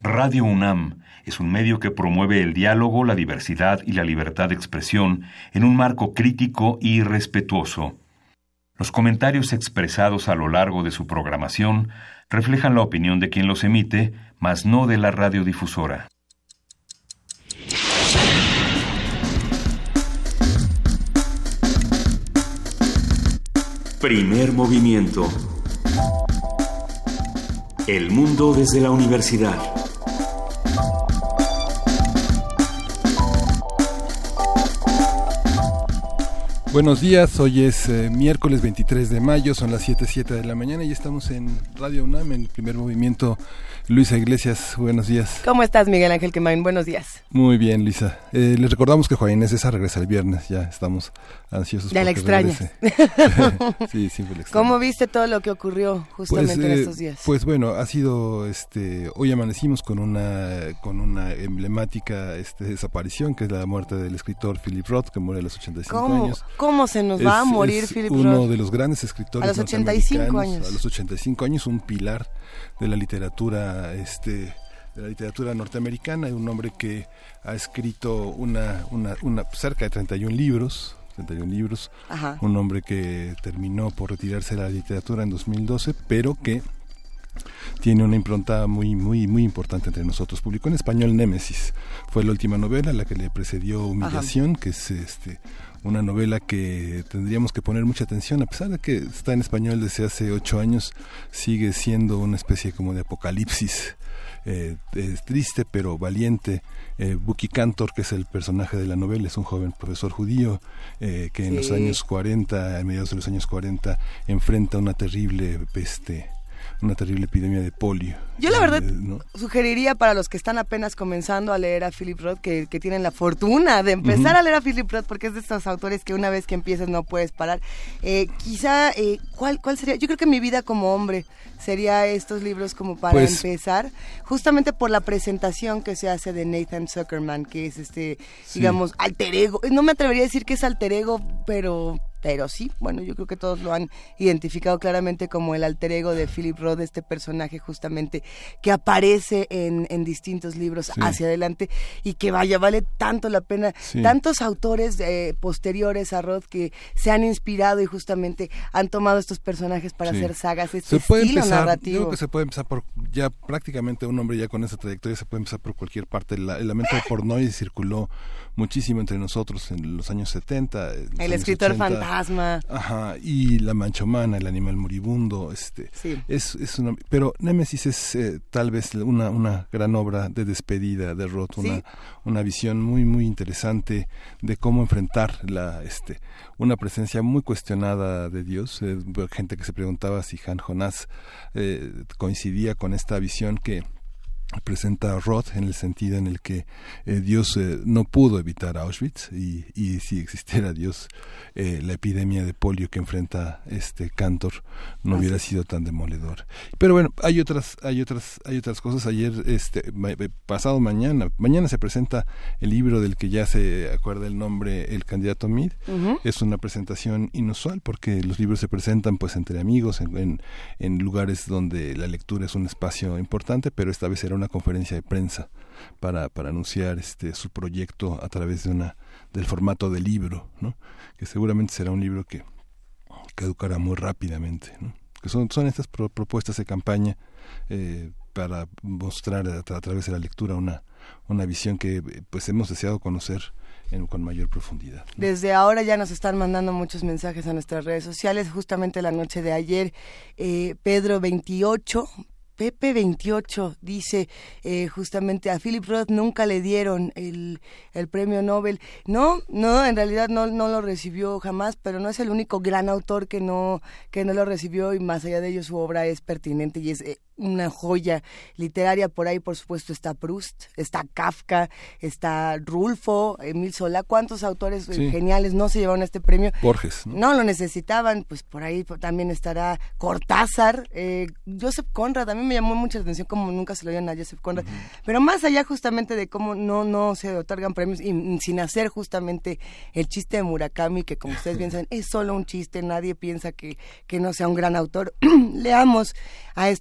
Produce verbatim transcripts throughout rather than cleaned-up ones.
Radio UNAM es un medio que promueve el diálogo, la diversidad y la libertad de expresión en un marco crítico y respetuoso. Los comentarios expresados a lo largo de su programación reflejan la opinión de quien los emite, mas no de la radiodifusora. Primer movimiento. El mundo desde la universidad. Buenos días, hoy es eh, miércoles veintitrés de mayo, son las siete siete de la mañana y estamos en Radio UNAM, en el Primer Movimiento. Luisa Iglesias, buenos días. ¿Cómo estás, Miguel Ángel Quemain? Buenos días. Muy bien, Luisa. Eh, les recordamos que Juan Inés César regresa el viernes, ya estamos ansiosos. Ya la extrañas. Sí, siempre la extraño. ¿Cómo viste todo lo que ocurrió justamente pues, en eh, estos días? Pues bueno, ha sido, este, hoy amanecimos con una, con una emblemática este, desaparición, que es la muerte del escritor Philip Roth, que muere a los ochenta y cinco ¿Cómo, años. ¿Cómo se nos es, va a morir es Philip Roth? Uno de los grandes escritores a los ochenta y cinco años. A los ochenta y cinco años, un pilar de la literatura, este, de la literatura norteamericana, un hombre que ha escrito una, una, una cerca de treinta y un libros. treinta y un libros, Ajá. Un hombre que terminó por retirarse de la literatura en dos mil doce, pero que tiene una impronta muy muy muy importante entre nosotros. Publicó en español Némesis, fue la última novela, la que le precedió Humillación, Ajá. que es este una novela que tendríamos que poner mucha atención, a pesar de que está en español desde hace ocho años, sigue siendo una especie como de apocalipsis. Eh, es triste pero valiente. eh, Bucky Cantor, que es el personaje de la novela, es un joven profesor judío eh, que sí. en los años cuarenta, a mediados de los años cuarenta, enfrenta una terrible peste, una terrible epidemia de polio. Yo la verdad eh, ¿no? sugeriría para los que están apenas comenzando a leer a Philip Roth, que, que tienen la fortuna de empezar uh-huh. a leer a Philip Roth, porque es de estos autores que una vez que empiezas no puedes parar. Eh, quizá, eh, ¿cuál, ¿cuál sería? Yo creo que Mi vida como hombre sería estos libros como para pues, empezar, justamente por la presentación que se hace de Nathan Zuckerman, que es este, sí. digamos, alter ego. No me atrevería a decir que es alter ego, pero... Pero sí, bueno, yo creo que todos lo han identificado claramente como el alter ego de Philip Roth, este personaje justamente que aparece en, en distintos libros sí. hacia adelante y que vaya, vale tanto la pena. Sí. Tantos autores eh, posteriores a Roth que se han inspirado y justamente han tomado estos personajes para sí. hacer sagas, este se puede estilo empezar, narrativo. Yo creo que se puede empezar por, ya prácticamente un hombre ya con esa trayectoria se puede empezar por cualquier parte. La, el lamento de Portnoy circuló muchísimo entre nosotros en los años setenta. Los el años escritor ochenta. Fantasma. Ajá, y La mancha humana, El animal moribundo, este, sí. es, es una, pero Némesis es eh, tal vez una, una gran obra de despedida de Roth, una, sí. una visión muy muy interesante de cómo enfrentar la, este, una presencia muy cuestionada de Dios, eh, gente que se preguntaba si Han Jonás eh, coincidía con esta visión que presenta a Roth, en el sentido en el que eh, Dios eh, no pudo evitar Auschwitz y, y si existiera Dios, eh, la epidemia de polio que enfrenta este Cantor no Así. hubiera sido tan demoledor. Pero bueno, hay otras hay otras hay otras cosas. Ayer este ma, pasado mañana mañana se presenta el libro del que ya se acuerda el nombre, El candidato Mead. Uh-huh. Es una presentación inusual porque los libros se presentan pues entre amigos en, en, en lugares donde la lectura es un espacio importante, pero esta vez era una conferencia de prensa para para anunciar este su proyecto a través de una del formato de libro, ¿no? Que seguramente será un libro que caducará muy rápidamente, ¿no? Que son son estas pro, propuestas de campaña eh, para mostrar a, a través de la lectura una una visión que pues hemos deseado conocer en, con mayor profundidad, ¿no? Desde ahora ya nos están mandando muchos mensajes a nuestras redes sociales. Justamente la noche de ayer, eh, Pedro veintiocho Pepe veintiocho dice eh, justamente a Philip Roth nunca le dieron el, el premio Nobel. No, no, en realidad no, no lo recibió jamás, pero no es el único gran autor que no, que no lo recibió, y más allá de ello su obra es pertinente y es eh, una joya literaria. Por ahí, por supuesto, está Proust, está Kafka, está Rulfo, Emil Solá. ¿Cuántos autores sí. geniales no se llevaron este premio? Borges, ¿no? No lo necesitaban. Pues por ahí también estará Cortázar, eh, Joseph Conrad. A mí me llamó mucha atención como nunca se lo dieron a Joseph Conrad. Uh-huh. Pero más allá justamente de cómo no, no se otorgan premios, y, y sin hacer justamente el chiste de Murakami, que como ustedes bien saben, es solo un chiste, nadie piensa que, que no sea un gran autor. Leamos a estos grandes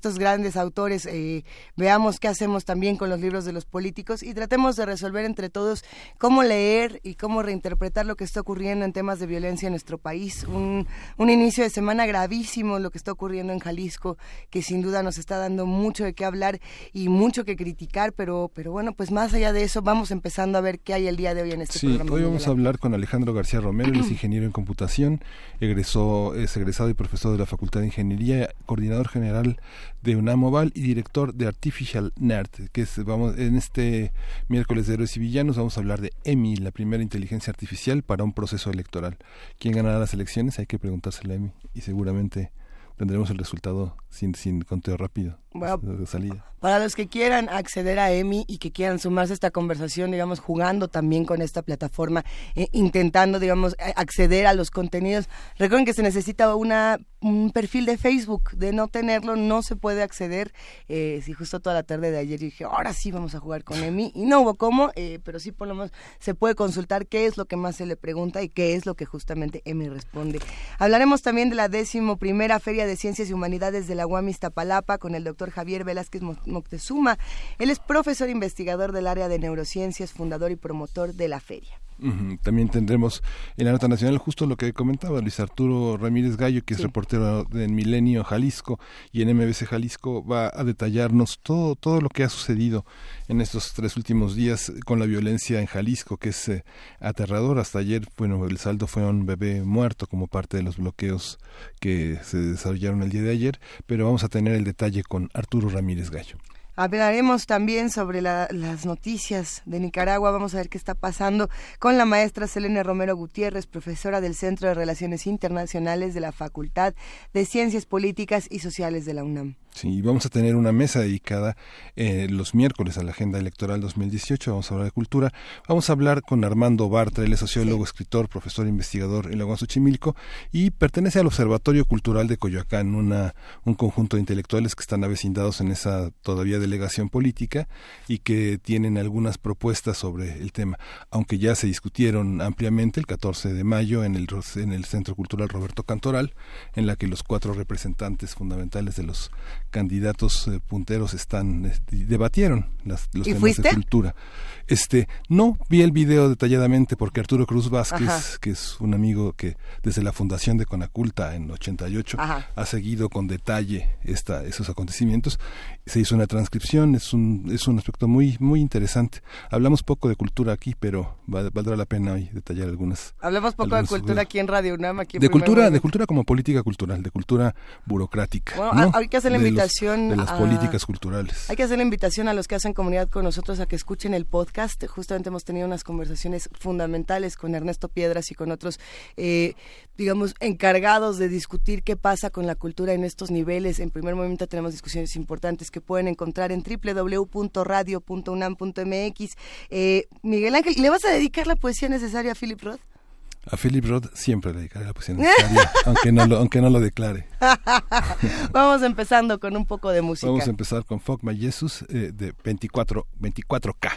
grandes autores, eh, veamos qué hacemos también con los libros de los políticos y tratemos de resolver entre todos cómo leer y cómo reinterpretar lo que está ocurriendo en temas de violencia en nuestro país. Un, un inicio de semana gravísimo lo que está ocurriendo en Jalisco, que sin duda nos está dando mucho de qué hablar y mucho que criticar, pero, pero bueno, pues más allá de eso, vamos empezando a ver qué hay el día de hoy en este sí, programa. Hoy vamos a hablar con Alejandro García Romero, él es ingeniero en computación, egresó, es egresado y profesor de la Facultad de Ingeniería, coordinador general de UNAM Oval y director de Artificial Nerd, que es, vamos, en este miércoles de Héroes y Villanos vamos a hablar de E M I, la primera inteligencia artificial para un proceso electoral. ¿Quién ganará las elecciones? Hay que preguntárselo a E M I y seguramente tendremos el resultado sin, sin conteo rápido. Bueno, de salida. Para los que quieran acceder a E M I y que quieran sumarse a esta conversación, digamos, jugando también con esta plataforma, eh, intentando, digamos, acceder a los contenidos, recuerden que se necesita una un perfil de Facebook. De no tenerlo, no se puede acceder. Eh, sí, justo toda la tarde de ayer dije, ahora sí vamos a jugar con E M I, y no hubo cómo, eh, pero sí por lo menos se puede consultar qué es lo que más se le pregunta y qué es lo que justamente E M I responde. Hablaremos también de la décimo primera Feria de Ciencias y Humanidades de la U A M Iztapalapa con el doctor Javier Velázquez Moctezuma. Él es profesor investigador del área de neurociencias, fundador y promotor de la feria. Uh-huh. También tendremos en la nota nacional justo lo que comentaba Luis Arturo Ramírez Gallo, que es sí. reportero de Milenio Jalisco y en M B C Jalisco, va a detallarnos todo todo lo que ha sucedido en estos tres últimos días con la violencia en Jalisco, que es eh, aterrador. Hasta ayer, bueno, el saldo fue un bebé muerto como parte de los bloqueos que se desarrollaron el día de ayer, pero vamos a tener el detalle con Arturo Ramírez Gallo. Hablaremos también sobre la, las noticias de Nicaragua. Vamos a ver qué está pasando con la maestra Selene Romero Gutiérrez, profesora del Centro de Relaciones Internacionales de la Facultad de Ciencias Políticas y Sociales de la UNAM. Sí, vamos a tener una mesa dedicada eh, los miércoles a la Agenda Electoral dos mil dieciocho, vamos a hablar de cultura, vamos a hablar con Armando Bartra, él es sociólogo, sí. escritor, profesor e investigador en la U A M Xochimilco y pertenece al Observatorio Cultural de Coyoacán, una, un conjunto de intelectuales que están avecindados en esa todavía delegación política y que tienen algunas propuestas sobre el tema, aunque ya se discutieron ampliamente el catorce de mayo en el, en el Centro Cultural Roberto Cantoral, en la que los cuatro representantes fundamentales de los candidatos eh, punteros están eh, debatieron las, los ¿Y temas fuiste? de cultura. Este, no vi el video detalladamente porque Arturo Cruz Vázquez, Ajá. que es un amigo que desde la fundación de Conaculta en ochenta y ocho Ajá. ha seguido con detalle esta, esos acontecimientos. Se hizo una transcripción, es un es un aspecto muy muy interesante. Hablamos poco de cultura aquí, pero val, valdrá la pena hoy detallar algunas. Hablamos poco de cultura uh, aquí en Radio UNAM, aquí en de cultura, momento. de cultura como política cultural, de cultura burocrática. Bueno, ¿no? hay que hacer la de invitación los, de las a, políticas culturales. Hay que hacer la invitación a los que hacen comunidad con nosotros a que escuchen el podcast. Justamente hemos tenido unas conversaciones fundamentales con Ernesto Piedras y con otros, eh, digamos, encargados de discutir qué pasa con la cultura en estos niveles. En primer momento tenemos discusiones importantes que pueden encontrar en doble u doble u doble u punto radio punto unam punto m x. Eh, Miguel Ángel, ¿le vas a dedicar la poesía necesaria a Philip Roth? A Philip Roth siempre le dedicaré la poesía necesaria, aunque no lo, aunque no lo declare. Vamos empezando con un poco de música. Vamos a empezar con Fuck My Jesus eh, de veinticuatro K.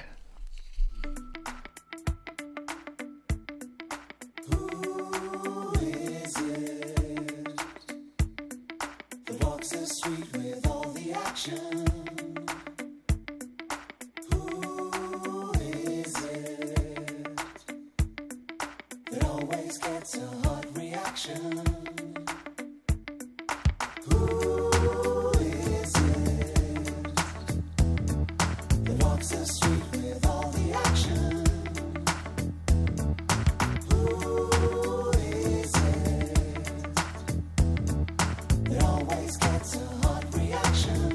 Gets a hot reaction. Who is it that walks the street with all the action? Who is it that always gets a hot reaction?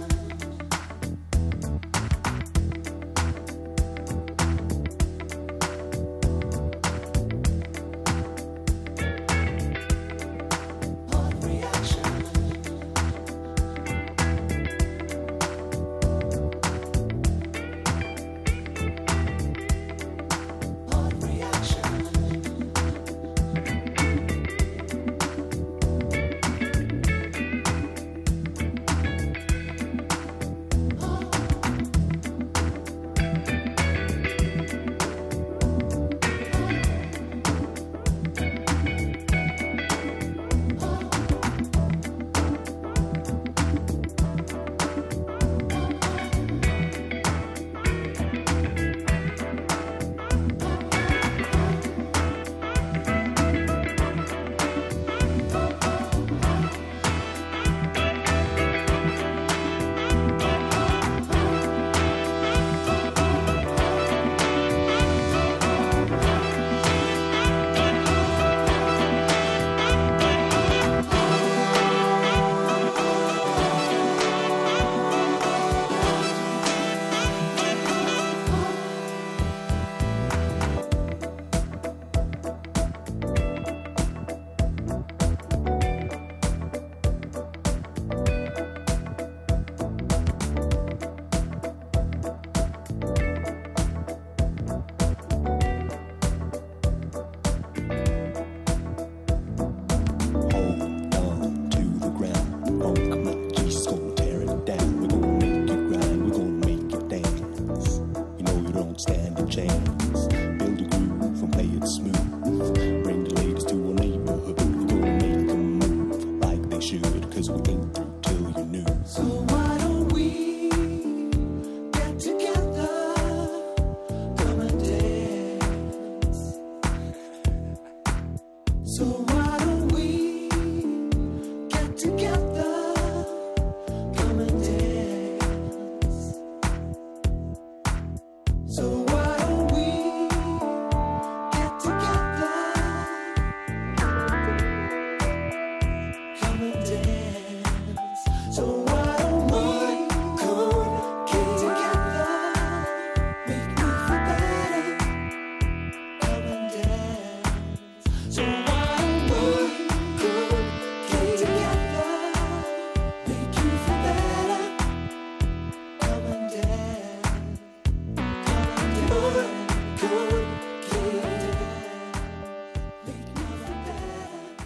chance. Build a groove and play it smooth. Bring the ladies to a neighborhood. Gonna make them move like they should, cause we ain't through till you knew. So why don't we get together, come and dance? So why don't we get together, come and dance? So why don't we get together, come and dance? So why don't we could get together, make me feel better, come and dance? So why don't we could get together, make you feel better, come and dance? Come and dance, could get together, make me feel better,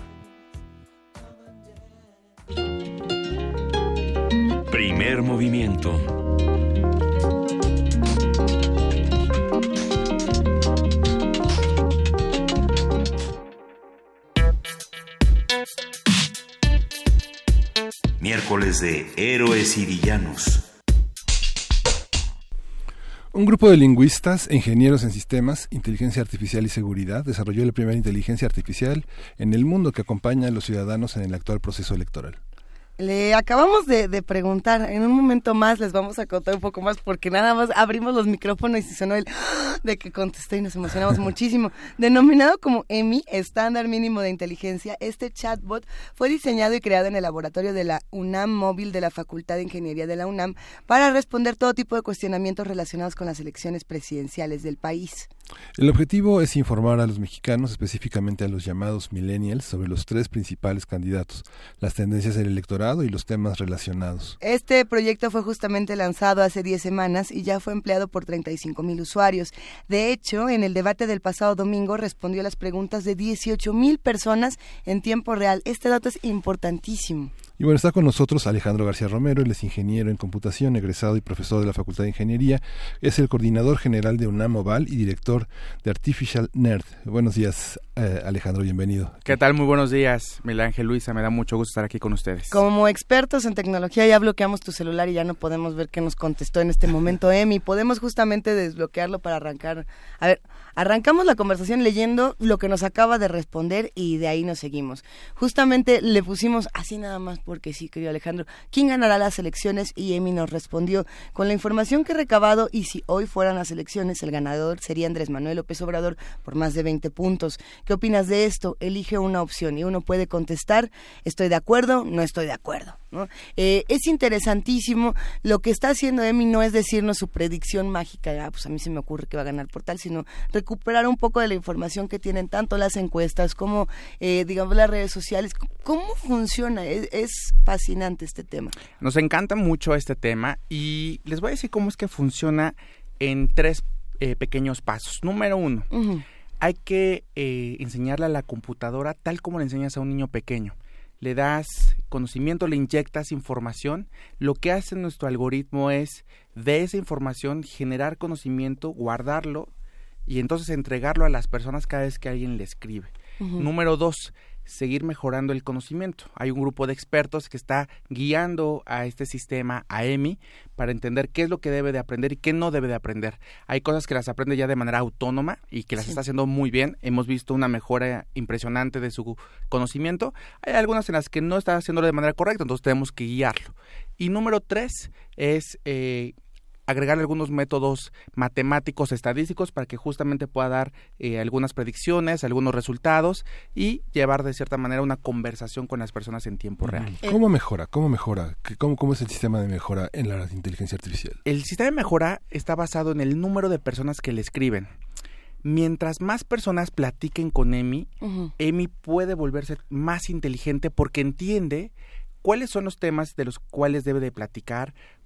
come and dance. Primer movimiento. Miércoles de Héroes y Villanos. Un grupo de lingüistas, ingenieros en sistemas, inteligencia artificial y seguridad desarrolló la primera inteligencia artificial en el mundo que acompaña a los ciudadanos en el actual proceso electoral. Le acabamos de, de preguntar, en un momento más les vamos a contar un poco más porque nada más abrimos los micrófonos y sonó el de que contesté y nos emocionamos muchísimo. Denominado como E M I, Estándar Mínimo de Inteligencia, este chatbot fue diseñado y creado en el laboratorio de la UNAM Móvil de la Facultad de Ingeniería de la UNAM para responder todo tipo de cuestionamientos relacionados con las elecciones presidenciales del país. El objetivo es informar a los mexicanos, específicamente a los llamados millennials, sobre los tres principales candidatos, las tendencias del electorado y los temas relacionados. Este proyecto fue justamente lanzado hace diez semanas y ya fue empleado por treinta y cinco mil usuarios. De hecho, en el debate del pasado domingo respondió a las preguntas de dieciocho mil personas en tiempo real. Este dato es importantísimo. Y bueno, está con nosotros Alejandro García Romero, él es ingeniero en computación, egresado y profesor de la Facultad de Ingeniería, es el coordinador general de UNAM Oval y director de Artificial Nerd. Buenos días, eh, Alejandro, bienvenido. ¿Qué tal? Muy buenos días, Miguel Ángel, Luisa, me da mucho gusto estar aquí con ustedes. Como expertos en tecnología ya bloqueamos tu celular y ya no podemos ver qué nos contestó en este momento Emi. Podemos justamente desbloquearlo para arrancar. A ver, arrancamos la conversación leyendo lo que nos acaba de responder y de ahí nos seguimos. Justamente le pusimos así nada más porque sí, querido Alejandro, ¿quién ganará las elecciones? Y Emi nos respondió, con la información que he recabado y si hoy fueran las elecciones, el ganador sería Andrés Manuel López Obrador por más de veinte puntos. ¿Qué opinas de esto? Elige una opción y uno puede contestar, estoy de acuerdo, no estoy de acuerdo, ¿no? Eh, es interesantísimo, lo que está haciendo Emi no es decirnos su predicción mágica, ah, pues a mí se me ocurre que va a ganar por tal, sino recuperar un poco de la información que tienen tanto las encuestas como, eh, digamos, las redes sociales. ¿Cómo funciona? Es, es fascinante este tema. Nos encanta mucho este tema y les voy a decir cómo es que funciona en tres eh, pequeños pasos. Número uno, uh-huh. hay que eh, enseñarle a la computadora tal como le enseñas a un niño pequeño. Le das conocimiento, le inyectas información. Lo que hace nuestro algoritmo es de esa información generar conocimiento, guardarlo y entonces entregarlo a las personas cada vez que alguien le escribe. Uh-huh. Número dos, seguir mejorando el conocimiento. Hay un grupo de expertos que está guiando a este sistema, a Emi, para entender qué es lo que debe de aprender y qué no debe de aprender. Hay cosas que las aprende ya de manera autónoma y que las sí. está haciendo muy bien. Hemos visto una mejora impresionante de su conocimiento. Hay algunas en las que no está haciéndolo de manera correcta, entonces tenemos que guiarlo. Y número tres es eh, agregar algunos métodos matemáticos estadísticos para que justamente pueda dar eh, algunas predicciones, algunos resultados y llevar de cierta manera una conversación con las personas en tiempo real. ¿Cómo mejora? ¿Cómo mejora? ¿Cómo, cómo es el sistema de mejora en la inteligencia artificial? El sistema de mejora está basado en el número de personas que le escriben. Mientras más personas platiquen con Emi, uh-huh. Emi puede volverse más inteligente porque entiende cuáles son los temas de los cuales debe de platicar,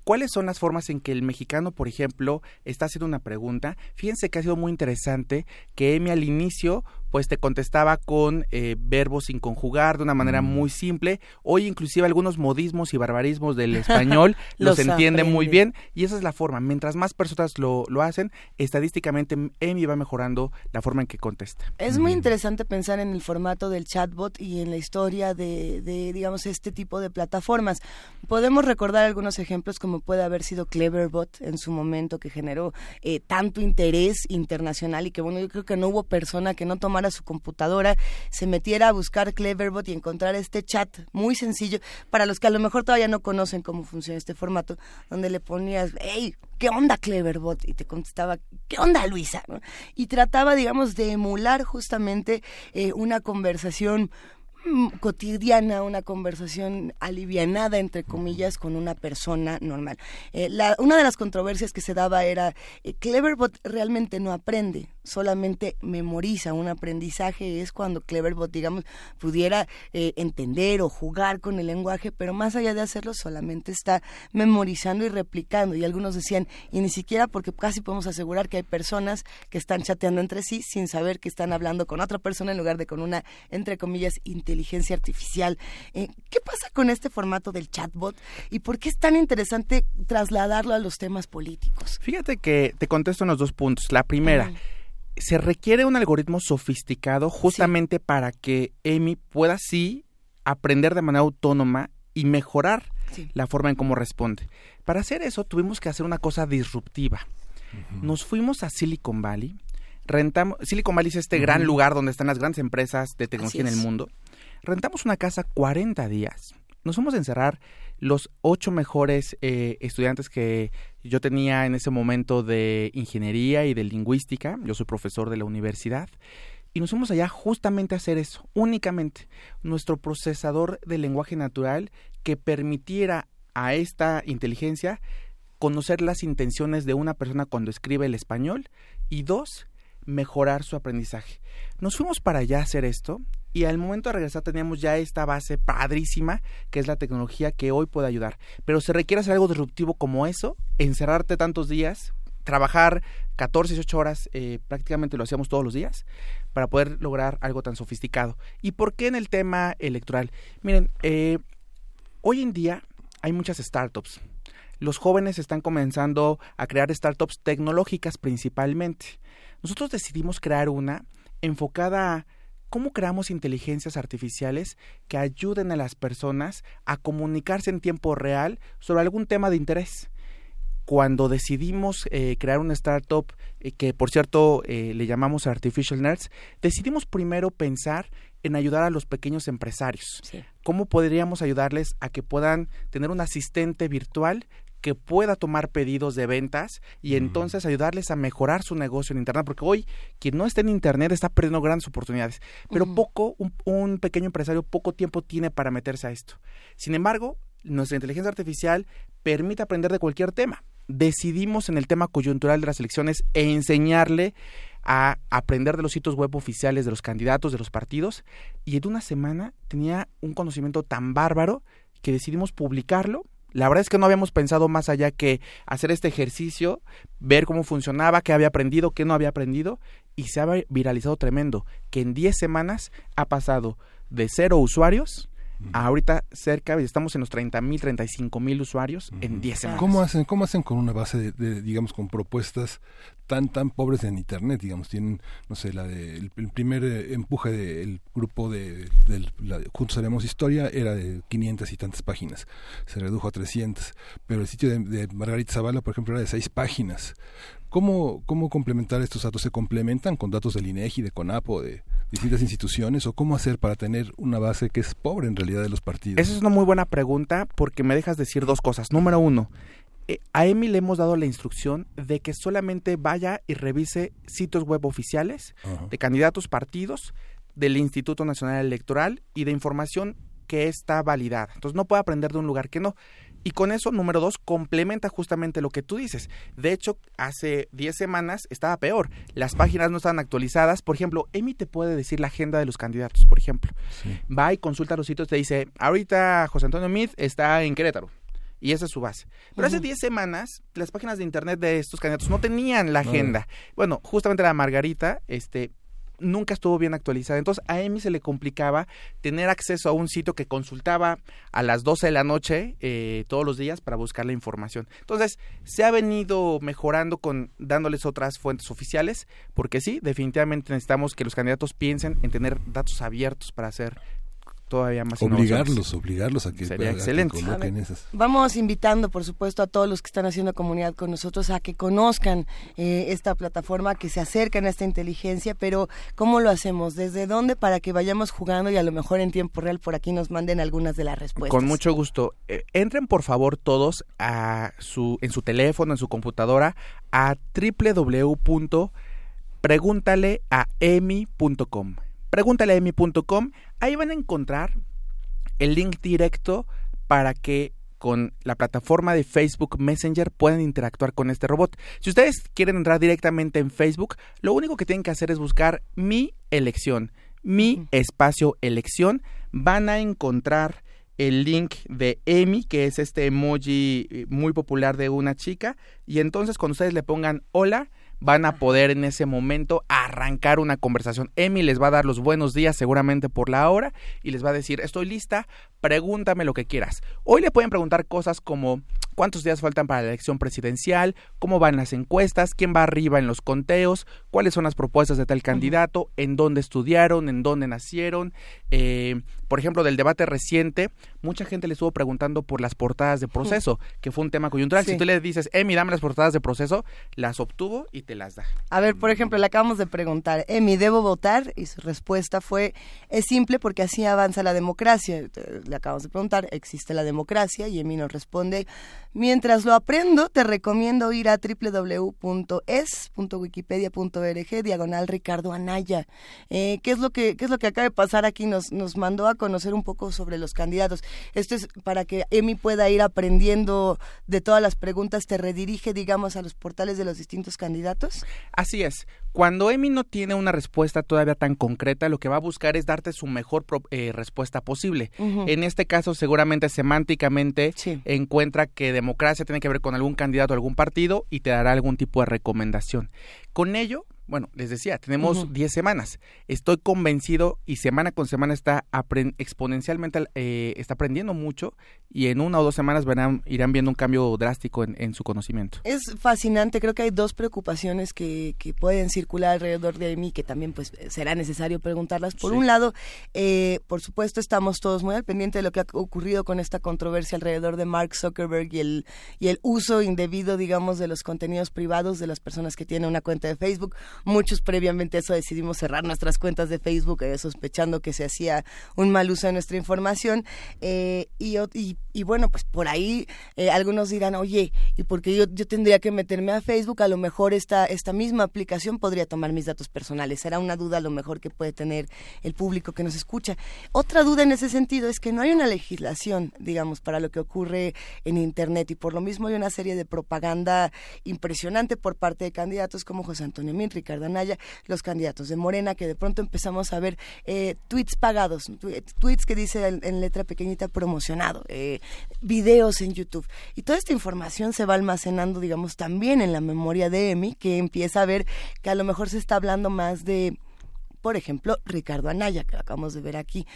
¿Cuáles son las formas en que el mexicano, por ejemplo, está haciendo una pregunta? Fíjense que ha sido muy interesante que Emi al inicio pues te contestaba con eh, verbos sin conjugar de una manera mm. muy simple. Hoy inclusive algunos modismos y barbarismos del español los, los entiende aprende. muy bien, y esa es la forma. Mientras más personas lo, lo hacen, estadísticamente Emi va mejorando la forma en que contesta. Es muy interesante pensar en el formato del chatbot y en la historia de, de digamos, este tipo de plataformas. Podemos recordar algunos ejemplos como puede haber sido Cleverbot en su momento, que generó eh, tanto interés internacional y que, bueno, yo creo que no hubo persona que no tomara su computadora, se metiera a buscar Cleverbot y encontrar este chat muy sencillo, para los que a lo mejor todavía no conocen cómo funciona este formato, donde le ponías, hey, ¿qué onda Cleverbot? Y te contestaba, ¿qué onda Luisa? ¿No? Y trataba, digamos, de emular justamente eh, una conversación cotidiana, una conversación alivianada, entre comillas, con una persona normal. Eh, la, una de las controversias que se daba era, eh, Cleverbot realmente no aprende, solamente memoriza. Un aprendizaje es cuando Cleverbot, digamos, pudiera eh, entender o jugar con el lenguaje, pero más allá de hacerlo, solamente está memorizando y replicando. Y algunos decían, y ni siquiera, porque casi podemos asegurar que hay personas que están chateando entre sí sin saber que están hablando con otra persona en lugar de con una, entre comillas, inteligencia inteligencia artificial. Eh, ¿Qué pasa con este formato del chatbot y por qué es tan interesante trasladarlo a los temas políticos? Fíjate que te contesto en los dos puntos. La primera, mm. se requiere un algoritmo sofisticado justamente sí. para que Emi pueda sí aprender de manera autónoma y mejorar sí. la forma en cómo responde. Para hacer eso tuvimos que hacer una cosa disruptiva. Uh-huh. Nos fuimos a Silicon Valley. Rentamos, Silicon Valley es este uh-huh. gran lugar donde están las grandes empresas de tecnología en el mundo. Rentamos una casa cuarenta días. Nos fuimos a encerrar los ocho mejores eh, estudiantes que yo tenía en ese momento de ingeniería y de lingüística. Yo soy profesor de la universidad. Y nos fuimos allá justamente a hacer eso, únicamente. Nuestro procesador de lenguaje natural que permitiera a esta inteligencia conocer las intenciones de una persona cuando escribe el español. Y dos, mejorar su aprendizaje. Nos fuimos para allá a hacer esto. Y al momento de regresar teníamos ya esta base padrísima, que es la tecnología que hoy puede ayudar. Pero se requiere hacer algo disruptivo como eso, encerrarte tantos días, trabajar catorce, dieciocho horas, eh, prácticamente lo hacíamos todos los días, para poder lograr algo tan sofisticado. ¿Y por qué en el tema electoral? Miren, eh, hoy en día hay muchas startups. Los jóvenes están comenzando a crear startups tecnológicas principalmente. Nosotros decidimos crear una enfocada a ¿cómo creamos inteligencias artificiales que ayuden a las personas a comunicarse en tiempo real sobre algún tema de interés? Cuando decidimos eh, crear una startup, eh, que por cierto eh, le llamamos Artificial Nerds, decidimos primero pensar en ayudar a los pequeños empresarios. Sí. ¿Cómo podríamos ayudarles a que puedan tener un asistente virtual que pueda tomar pedidos de ventas y entonces ayudarles a mejorar su negocio en Internet? Porque hoy quien no está en Internet está perdiendo grandes oportunidades, pero uh-huh. poco, un, un pequeño empresario poco tiempo tiene para meterse a esto. Sin embargo, nuestra inteligencia artificial permite aprender de cualquier tema. Decidimos en el tema coyuntural de las elecciones enseñarle a aprender de los sitios web oficiales de los candidatos, de los partidos, y en una semana tenía un conocimiento tan bárbaro que decidimos publicarlo. La verdad es que no habíamos pensado más allá que hacer este ejercicio, ver cómo funcionaba, qué había aprendido, qué no había aprendido, y se ha viralizado tremendo, que en diez semanas ha pasado de cero usuarios a ahorita cerca, estamos en los treinta mil, treinta y cinco mil usuarios uh-huh. en diez semanas. ¿Cómo hacen, cómo hacen con una base de, de, digamos, con propuestas tan tan pobres en Internet? Digamos, tienen, no sé, la de, el, el primer eh, empuje del grupo de, de la, Juntos Haremos Historia era de quinientas y tantas páginas, se redujo a trescientas, pero el sitio de, de Margarita Zavala, por ejemplo, era de seis páginas. ¿Cómo, ¿Cómo complementar estos datos? ¿Se complementan con datos del INEGI, de CONAPO, de distintas instituciones? ¿O cómo hacer para tener una base que es pobre en realidad de los partidos? Esa es una muy buena pregunta porque me dejas decir dos cosas. Número uno, eh, a Emi le hemos dado la instrucción de que solamente vaya y revise sitios web oficiales uh-huh. de candidatos, partidos, del Instituto Nacional Electoral y de información que está validada. Entonces no puede aprender de un lugar que no. Y con eso, número dos, complementa justamente lo que tú dices. De hecho, hace diez semanas estaba peor. Las páginas no estaban actualizadas. Por ejemplo, Emi te puede decir la agenda de los candidatos, por ejemplo. Sí. Va y consulta los sitios, te dice, ahorita José Antonio Meade está en Querétaro. y esa es su base. Pero uh-huh. hace diez semanas, las páginas de internet de estos candidatos no tenían la agenda. Uh-huh. Bueno, justamente la Margarita, este... nunca estuvo bien actualizada. Entonces a Emi se le complicaba tener acceso a un sitio que consultaba a las doce de la noche eh, todos los días para buscar la información. Entonces se ha venido mejorando con dándoles otras fuentes oficiales, porque sí, definitivamente necesitamos que los candidatos piensen en tener datos abiertos para hacer todavía más obligarlos, obligarlos a que, sería a, excelente. A que coloquen esas. Vamos invitando, por supuesto, a todos los que están haciendo comunidad con nosotros a que conozcan eh, esta plataforma, que se acerquen a esta inteligencia, pero ¿cómo lo hacemos? ¿Desde dónde? Para que vayamos jugando y a lo mejor en tiempo real por aquí nos manden algunas de las respuestas. Con mucho gusto. Eh, entren por favor todos a su en su teléfono, en su computadora, a doble u doble u doble u punto pregúntale a emi punto com. pregúntale a emi punto com, ahí van a encontrar el link directo para que con la plataforma de Facebook Messenger puedan interactuar con este robot. Si ustedes quieren entrar directamente en Facebook, lo único que tienen que hacer es buscar mi elección, mi espacio elección, van a encontrar el link de Emi, que es este emoji muy popular de una chica, y entonces cuando ustedes le pongan hola, van a poder en ese momento arrancar una conversación. Emi les va a dar los buenos días seguramente por la hora y les va a decir, estoy lista, pregúntame lo que quieras. Hoy le pueden preguntar cosas como cuántos días faltan para la elección presidencial, cómo van las encuestas, quién va arriba en los conteos, cuáles son las propuestas de tal candidato, en dónde estudiaron, en dónde nacieron. Eh, por ejemplo, del debate reciente, mucha gente le estuvo preguntando por las portadas de Proceso, que fue un tema coyuntural. Sí. Si tú le dices, Emi, dame las portadas de Proceso, las obtuvo y te las da. A ver, por ejemplo, le acabamos de preguntar, Emi, ¿debo votar? Y su respuesta fue, es simple porque así avanza la democracia. Le acabamos de preguntar, ¿existe la democracia? Y Emi nos responde, mientras lo aprendo, te recomiendo ir a doble u doble u doble u punto es punto wikipedia punto org diagonal Ricardo Anaya. Eh, ¿qué es lo que qué es lo que acaba de pasar aquí? Nos nos mandó a conocer un poco sobre los candidatos. Esto es para que Emi pueda ir aprendiendo de todas las preguntas, te redirige, digamos, a los portales de los distintos candidatos. Así es. Cuando Emi no tiene una respuesta todavía tan concreta, lo que va a buscar es darte su mejor pro, eh, respuesta posible. Uh-huh. En este caso, seguramente semánticamente sí. encuentra que democracia tiene que ver con algún candidato, algún partido y te dará algún tipo de recomendación. Con ello, bueno, les decía, tenemos diez uh-huh. semanas. Estoy convencido y semana con semana está aprend- exponencialmente, eh, está aprendiendo mucho y en una o dos semanas verán, irán viendo un cambio drástico en, en su conocimiento. Es fascinante, creo que hay dos preocupaciones que, que pueden circular alrededor de mí que también pues será necesario preguntarlas. Por sí. un lado, eh, por supuesto estamos todos muy al pendiente de lo que ha ocurrido con esta controversia alrededor de Mark Zuckerberg y el, y el uso indebido, digamos, de los contenidos privados de las personas que tienen una cuenta de Facebook. Muchos previamente a eso decidimos cerrar nuestras cuentas de Facebook, eh, sospechando que se hacía un mal uso de nuestra información. Eh, y, y, y bueno, pues por ahí eh, algunos dirán, oye, ¿y por qué yo, yo tendría que meterme a Facebook? A lo mejor esta, esta misma aplicación podría tomar mis datos personales. Será una duda a lo mejor que puede tener el público que nos escucha. Otra duda en ese sentido es que no hay una legislación, digamos, para lo que ocurre en Internet y por lo mismo hay una serie de propaganda impresionante por parte de candidatos como José Antonio Min, Ricardo Anaya, los candidatos de Morena, que de pronto empezamos a ver eh, tweets pagados, tweets que dice en, en letra pequeñita promocionado, eh, videos en YouTube. Y toda esta información se va almacenando, digamos, también en la memoria de Emi, que empieza a ver que a lo mejor se está hablando más de, por ejemplo, Ricardo Anaya, que lo acabamos de ver aquí,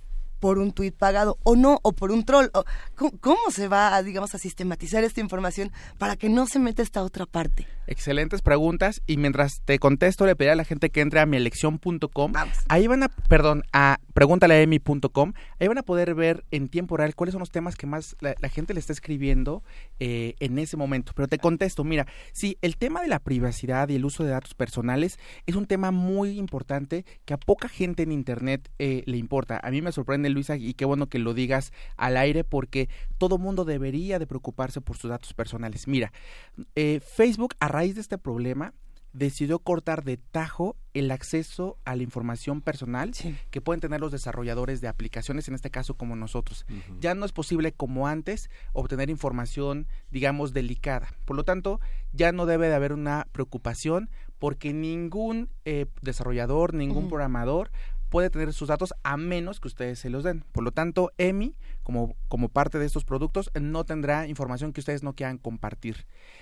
por un tuit pagado o no, o por un troll. O, ¿cómo, ¿Cómo se va a, digamos, a sistematizar esta información para que no se meta esta otra parte? Excelentes preguntas, y mientras te contesto le pediré a la gente que entre a mi elección punto com. Ahí van a, perdón, a pregúntale a emi punto com. Ahí van a poder ver en tiempo real cuáles son los temas que más la, la gente le está escribiendo eh, en ese momento. Pero te contesto, mira, sí, el tema de la privacidad y el uso de datos personales es un tema muy importante que a poca gente en Internet eh, le importa. A mí me sorprende, Luisa, y qué bueno que lo digas al aire, porque todo mundo debería de preocuparse por sus datos personales. Mira, eh, Facebook, a raíz de este problema, decidió cortar de tajo el acceso a la información personal sí. que pueden tener los desarrolladores de aplicaciones, en este caso como nosotros. Uh-huh. Ya no es posible, como antes, obtener información, digamos, delicada. Por lo tanto, ya no debe de haber una preocupación porque ningún eh, desarrollador, ningún uh-huh. programador puede tener sus datos a menos que ustedes se los den. Por lo tanto, E M I, como, como parte de estos productos, no tendrá información que ustedes no quieran compartir.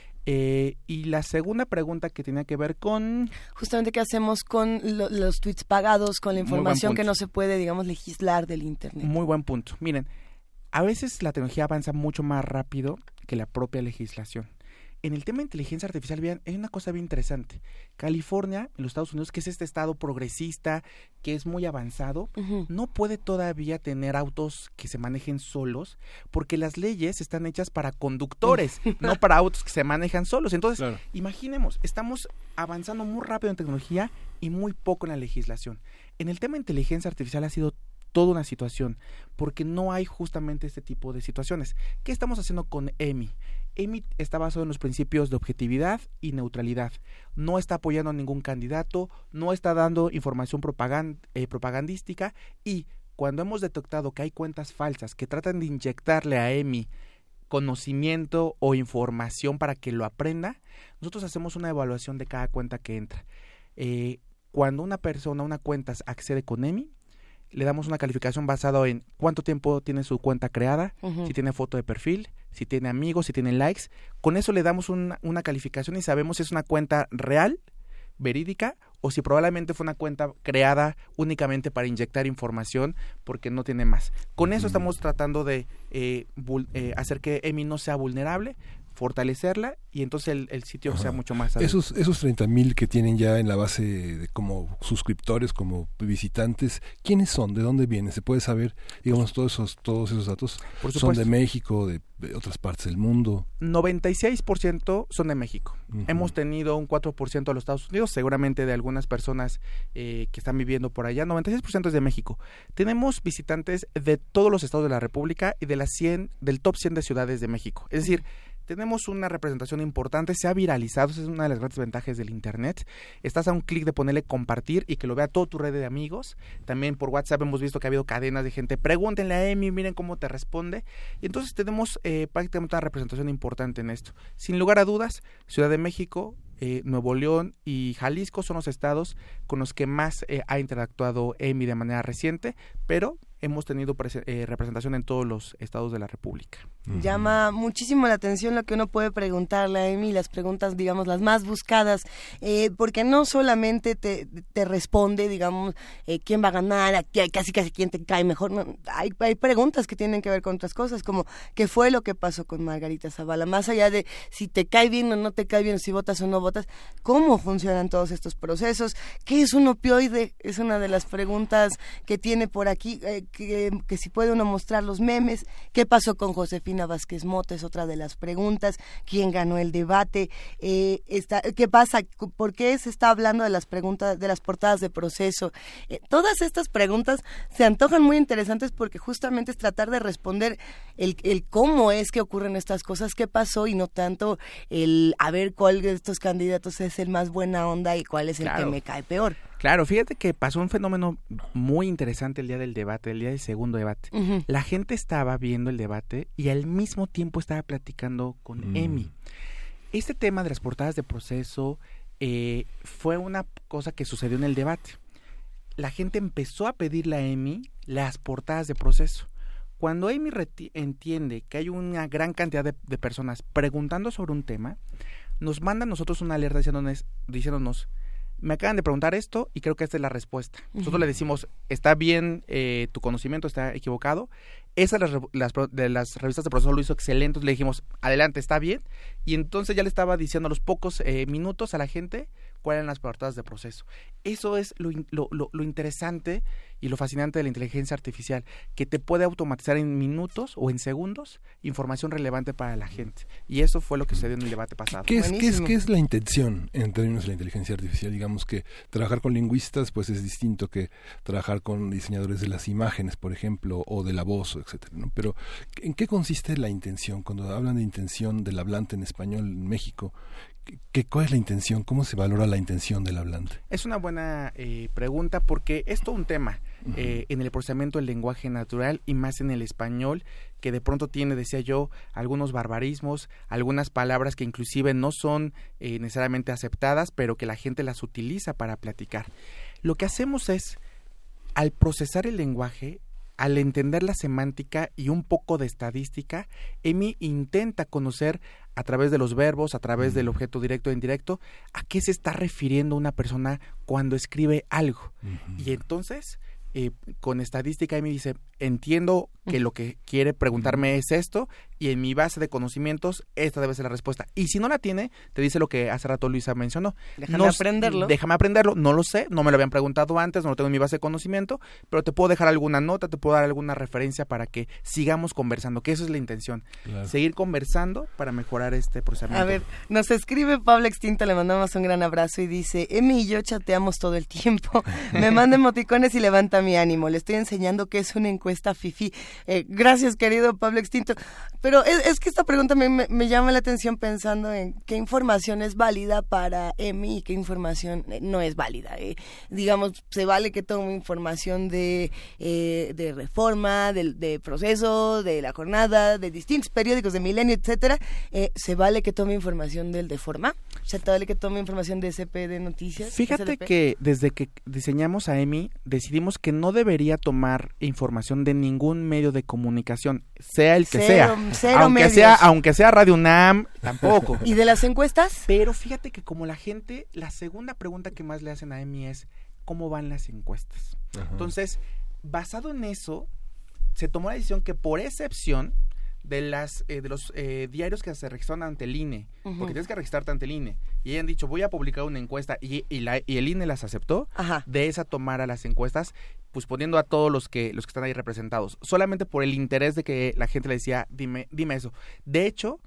Eh, y la segunda pregunta que tenía que ver con... Justamente, ¿qué hacemos con lo, los tweets pagados, con la información que no se puede, digamos, legislar del Internet? Muy buen punto. Miren, a veces la tecnología avanza mucho más rápido que la propia legislación. En el tema de inteligencia artificial, vean, hay una cosa bien interesante. California, en los Estados Unidos, que es este estado progresista, que es muy avanzado, uh-huh. no puede todavía tener autos que se manejen solos, porque las leyes están hechas para conductores, no para autos que se manejan solos. Entonces, claro. imaginemos, estamos avanzando muy rápido en tecnología y muy poco en la legislación. En el tema de inteligencia artificial ha sido toda una situación, porque no hay justamente este tipo de situaciones. ¿Qué estamos haciendo con E M I? E M I está basado en los principios de objetividad y neutralidad. No está apoyando a ningún candidato, no está dando información propagand- eh, propagandística y cuando hemos detectado que hay cuentas falsas que tratan de inyectarle a E M I conocimiento o información para que lo aprenda, nosotros hacemos una evaluación de cada cuenta que entra. Eh, cuando una persona, una cuenta accede con E M I, le damos una calificación basada en cuánto tiempo tiene su cuenta creada, uh-huh. si tiene foto de perfil, si tiene amigos, si tiene likes. Con eso le damos una, una calificación y sabemos si es una cuenta real, verídica, o si probablemente fue una cuenta creada únicamente para inyectar información porque no tiene más. Con eso uh-huh. estamos tratando de eh, vul- eh, hacer que E M I no sea vulnerable, fortalecerla y entonces el, el sitio Ajá. sea mucho más adecuado. Esos, esos treinta mil que tienen ya en la base de, como suscriptores, como visitantes, ¿quiénes son? ¿De dónde vienen? ¿Se puede saber, digamos, todos esos, todos esos datos? Por ¿Son de México, de, de otras partes del mundo? noventa y seis por ciento son de México. Uh-huh. Hemos tenido un cuatro por ciento de los Estados Unidos, seguramente de algunas personas eh, que están viviendo por allá. noventa y seis por ciento es de México. Tenemos visitantes de todos los estados de la República y de las cien, del top cien de ciudades de México. Es decir, tenemos una representación importante, se ha viralizado, esa es una de las grandes ventajas del Internet. Estás a un clic de ponerle compartir y que lo vea toda tu red de amigos. También por WhatsApp hemos visto que ha habido cadenas de gente, pregúntenle a E M I, miren cómo te responde. Y entonces tenemos eh, prácticamente una representación importante en esto. Sin lugar a dudas, Ciudad de México, eh, Nuevo León y Jalisco son los estados con los que más eh, ha interactuado E M I de manera reciente, pero hemos tenido prese- eh, representación en todos los estados de la República. Uh-huh. Llama muchísimo la atención lo que uno puede preguntarle a E M I, las preguntas, digamos, las más buscadas, eh, porque no solamente te, te responde, digamos, eh, quién va a ganar, a, casi casi quién te cae mejor. No, hay, hay preguntas que tienen que ver con otras cosas, como qué fue lo que pasó con Margarita Zavala, más allá de si te cae bien o no te cae bien, si votas o no votas, cómo funcionan todos estos procesos, qué es un opioide, es una de las preguntas que tiene por aquí, eh, que, que si puede uno mostrar los memes, qué pasó con Josefina Vázquez Mota, es otra de las preguntas, quién ganó el debate, eh, está, qué pasa, por qué se está hablando de las preguntas, de las portadas de Proceso. Eh, todas estas preguntas se antojan muy interesantes porque justamente es tratar de responder el, el cómo es que ocurren estas cosas, qué pasó y no tanto el a ver cuál de estos candidatos es el más buena onda y cuál es el claro. que me cae peor. Claro, fíjate que pasó un fenómeno muy interesante el día del debate, el día del segundo debate. Uh-huh. La gente estaba viendo el debate y al mismo tiempo estaba platicando con mm. E M I. Este tema de las portadas de Proceso eh, fue una cosa que sucedió en el debate. La gente empezó a pedirle a E M I las portadas de Proceso. Cuando E M I reti- entiende que hay una gran cantidad de, de personas preguntando sobre un tema, nos manda a nosotros una alerta diciéndonos, diciéndonos me acaban de preguntar esto y creo que esta es la respuesta. Nosotros uh-huh. le decimos, está bien, eh, tu conocimiento está equivocado. Esas las, las, de las revistas de Proceso lo hizo excelente. Entonces le dijimos, adelante, está bien. Y entonces ya le estaba diciendo a los pocos eh, minutos a la gente cuáles eran las portadas de Proceso. Eso es lo, lo, lo, lo interesante y lo fascinante de la inteligencia artificial, que te puede automatizar en minutos o en segundos información relevante para la gente. Y eso fue lo que sucedió en el debate pasado. ¿Qué es, ¿qué es, qué es la intención en términos de la inteligencia artificial? Digamos que trabajar con lingüistas pues es distinto que trabajar con diseñadores de las imágenes, por ejemplo, o de la voz, etcétera, ¿no? Pero ¿en qué consiste la intención? Cuando hablan de intención del hablante en español en México, ¿qué, ¿cuál es la intención? ¿Cómo se valora la intención del hablante? Es una buena eh, pregunta porque es todo un tema uh-huh. eh, en el procesamiento del lenguaje natural y más en el español, que de pronto tiene, decía yo, algunos barbarismos, algunas palabras que inclusive no son eh, necesariamente aceptadas, pero que la gente las utiliza para platicar. Lo que hacemos es al procesar el lenguaje, al entender la semántica y un poco de estadística, Emi intenta conocer a través de los verbos, a través del objeto directo e indirecto, a qué se está refiriendo una persona cuando escribe algo. Uh-huh. Y entonces, eh, con estadística, Emi dice, entiendo que lo que quiere preguntarme es esto, y en mi base de conocimientos, esta debe ser la respuesta. Y si no la tiene, te dice lo que hace rato Luisa mencionó. Déjame no, aprenderlo. Déjame aprenderlo, no lo sé, no me lo habían preguntado antes, no lo tengo en mi base de conocimiento, pero te puedo dejar alguna nota, te puedo dar alguna referencia para que sigamos conversando, que eso es la intención. Claro. Seguir conversando para mejorar este procesamiento. A ver, nos escribe Pablo Extinto, le mandamos un gran abrazo y dice, Emi y yo chateamos todo el tiempo, me manda emoticones y levanta mi ánimo, le estoy enseñando que es una encuesta fifí. Eh, gracias, querido Pablo Extinto. Pero es, es que esta pregunta me, me, me llama la atención pensando en qué información es válida para Emi y qué información no es válida. Eh, digamos, se vale que tome información de, eh, de Reforma, de, de Proceso, de La Jornada, de distintos periódicos de Milenio, etcétera. Eh, se vale que tome información del Deforma, se vale que tome información de S P de Noticias. Fíjate S D P. Que desde que diseñamos a Emi, decidimos que no debería tomar información de ningún medio de comunicación, sea el que cero, sea. Cero aunque medios. sea, aunque sea Radio UNAM, tampoco. ¿Y de las encuestas? Pero fíjate que como la gente, la segunda pregunta que más le hacen a Emi es ¿cómo van las encuestas? Ajá. Entonces, basado en eso, se tomó la decisión que por excepción de las eh, de los eh, diarios que se registran ante el I N E, uh-huh. porque tienes que registrarte ante el I N E, y hayan dicho voy a publicar una encuesta y, y, la, y el I N E las aceptó, Ajá. de esa tomar a las encuestas, pues poniendo a todos los que los que están ahí representados, solamente por el interés de que la gente le decía, dime, dime eso. De hecho,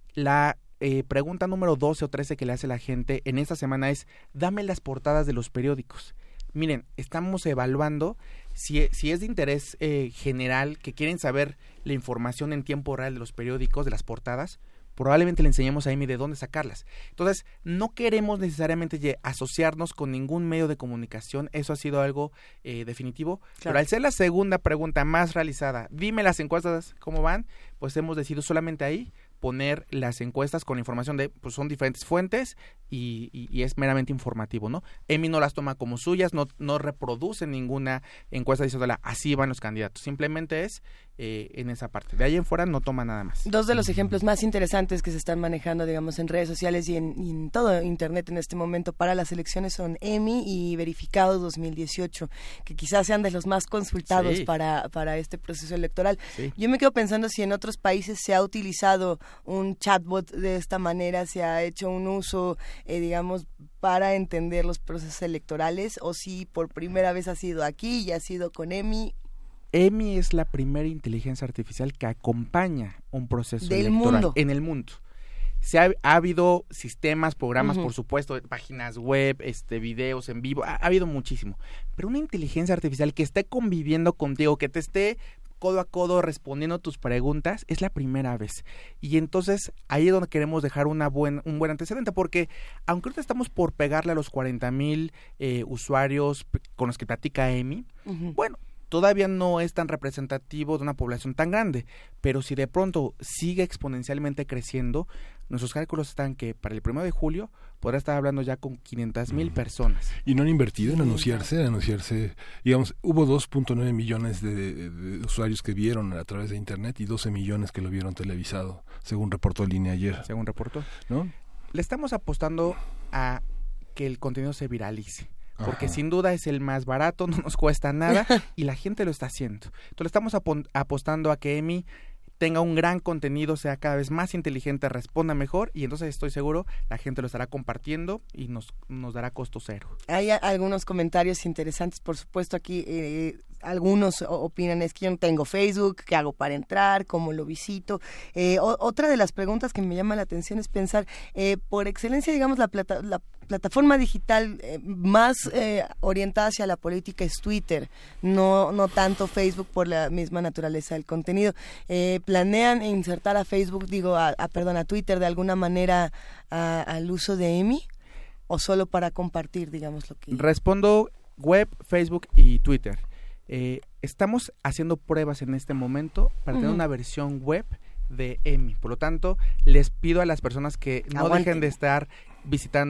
la eh, pregunta número doce o trece que le hace la gente en esta semana es, dame las portadas de los periódicos. Miren, estamos evaluando si, si es de interés eh, general, que quieren saber la información en tiempo real de los periódicos, de las portadas, probablemente le enseñemos a Emi de dónde sacarlas. Entonces, no queremos necesariamente asociarnos con ningún medio de comunicación, eso ha sido algo eh, definitivo, claro. Pero al ser la segunda pregunta más realizada, dime las encuestas, ¿cómo van? Pues hemos decidido solamente ahí poner las encuestas con la información de, pues son diferentes fuentes y, y, y es meramente informativo, ¿no? Emi no las toma como suyas, no, no reproduce ninguna encuesta diciéndola, así van los candidatos, simplemente es eh, en esa parte. De ahí en fuera no toma nada más. Dos de los ejemplos más interesantes que se están manejando, digamos, en redes sociales y en, y en todo internet en este momento para las elecciones son Emi y Verificado dos mil dieciocho, que quizás sean de los más consultados sí. para, para este proceso electoral. Sí. Yo me quedo pensando si en otros países se ha utilizado un chatbot de esta manera, se ha hecho un uso, eh, digamos, para entender los procesos electorales, o si por primera vez ha sido aquí y ha sido con Emi. Emi es la primera inteligencia artificial que acompaña un proceso del electoral mundo. En el mundo. Se ha, ha habido sistemas, programas, uh-huh. por supuesto, páginas web, este, videos en vivo, ha, ha habido muchísimo. Pero una inteligencia artificial que esté conviviendo contigo, que te esté codo a codo respondiendo tus preguntas, es la primera vez. Y entonces ahí es donde queremos dejar una buen, un buen antecedente, porque aunque ahorita estamos por pegarle a los cuarenta mil eh, usuarios con los que platica Emi, uh-huh. bueno, todavía no es tan representativo de una población tan grande, pero si de pronto sigue exponencialmente creciendo, nuestros cálculos están que para el primero de julio podrá estar hablando ya con quinientas mil personas. ¿Y no han invertido en anunciarse? En anunciarse, digamos, hubo dos punto nueve millones de, de, de usuarios que vieron a través de internet y doce millones que lo vieron televisado, según reportó el I N E ayer. Según reportó. ¿No? Le estamos apostando a que el contenido se viralice. Porque Ajá. sin duda es el más barato, no nos cuesta nada y la gente lo está haciendo. Entonces estamos ap- apostando a que Emi tenga un gran contenido, sea cada vez más inteligente, responda mejor y entonces estoy seguro la gente lo estará compartiendo y nos, nos dará costo cero. Hay a- algunos comentarios interesantes, por supuesto, aquí eh, algunos opinan, es que yo no tengo Facebook, ¿qué hago para entrar? ¿Cómo lo visito? Eh, o- otra de las preguntas que me llama la atención es pensar, eh, por excelencia, digamos, la, plata- la plataforma digital eh, más eh, orientada hacia la política es Twitter, no no tanto Facebook por la misma naturaleza del contenido. Eh, ¿Planean insertar a Facebook, digo, a, a perdón, a Twitter de alguna manera a, al uso de Emi? ¿O solo para compartir, digamos, lo que...? Respondo web, Facebook y Twitter. Eh, estamos haciendo pruebas en este momento para uh-huh. tener una versión web de Emi. Por lo tanto, les pido a las personas que no Aguante. dejen de estar visitando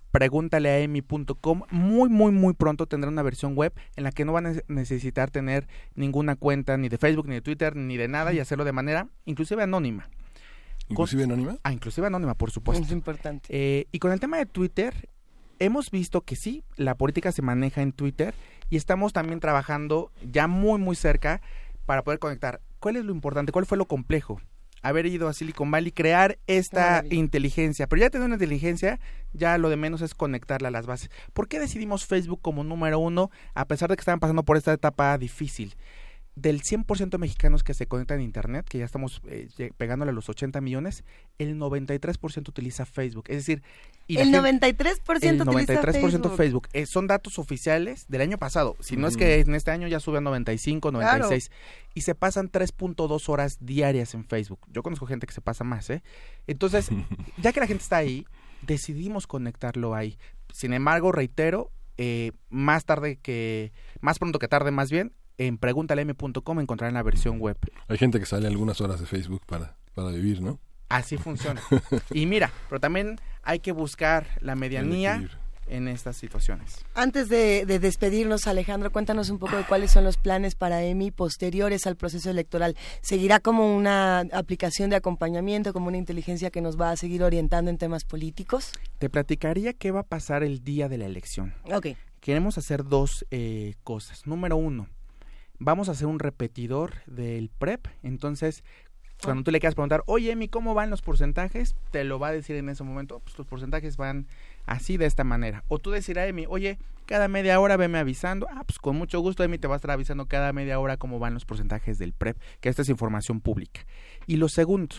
pregúntale a emi punto com. Muy, muy, muy pronto tendrá una versión web en la que no van a necesitar tener ninguna cuenta ni de Facebook, ni de Twitter, ni de nada, y hacerlo de manera inclusive anónima. ¿Inclusive con, anónima? Ah, inclusive anónima, por supuesto. Es importante. Eh, y con el tema de Twitter, hemos visto que sí, la política se maneja en Twitter y estamos también trabajando ya muy, muy cerca para poder conectar. ¿Cuál es lo importante? ¿Cuál fue lo complejo? Haber ido a Silicon Valley, crear esta inteligencia. Pero ya tener una inteligencia, ya lo de menos es conectarla a las bases. ¿Por qué decidimos Facebook como número uno, a pesar de que estaban pasando por esta etapa difícil? Del cien por ciento de mexicanos que se conectan a Internet, que ya estamos eh, pegándole a los ochenta millones, el noventa y tres por ciento utiliza Facebook. Es decir, y el noventa y tres por ciento el noventa y tres por ciento utiliza Facebook. Eh, son datos oficiales del año pasado. Si no mm. es que en este año ya sube a noventa y cinco, noventa y seis. Claro. Y se pasan tres punto dos horas diarias en Facebook. Yo conozco gente que se pasa más, ¿eh? Entonces, ya que la gente está ahí, decidimos conectarlo ahí. Sin embargo, reitero, eh, más tarde que, más pronto que tarde más bien, en pregúntale a emi punto com encontrarán la versión web. Hay gente que sale algunas horas de Facebook para, para vivir, ¿no? Así funciona. Y mira, pero también hay que buscar la medianía en estas situaciones. Antes de, de despedirnos, Alejandro, cuéntanos un poco de cuáles son los planes para Emi posteriores al proceso electoral. ¿Seguirá como una aplicación de acompañamiento, como una inteligencia que nos va a seguir orientando en temas políticos? Te platicaría qué va a pasar el día de la elección. Ok. Queremos hacer dos eh, cosas. Número uno, vamos a hacer un repetidor del P R E P. Entonces, cuando tú le quieras preguntar, oye, Emi, ¿cómo van los porcentajes? Te lo va a decir en ese momento, pues los porcentajes van así, de esta manera. O tú decir a Emi, oye, cada media hora veme avisando. Ah, pues con mucho gusto Emi te va a estar avisando cada media hora cómo van los porcentajes del P R E P, que esta es información pública. Y lo segundo,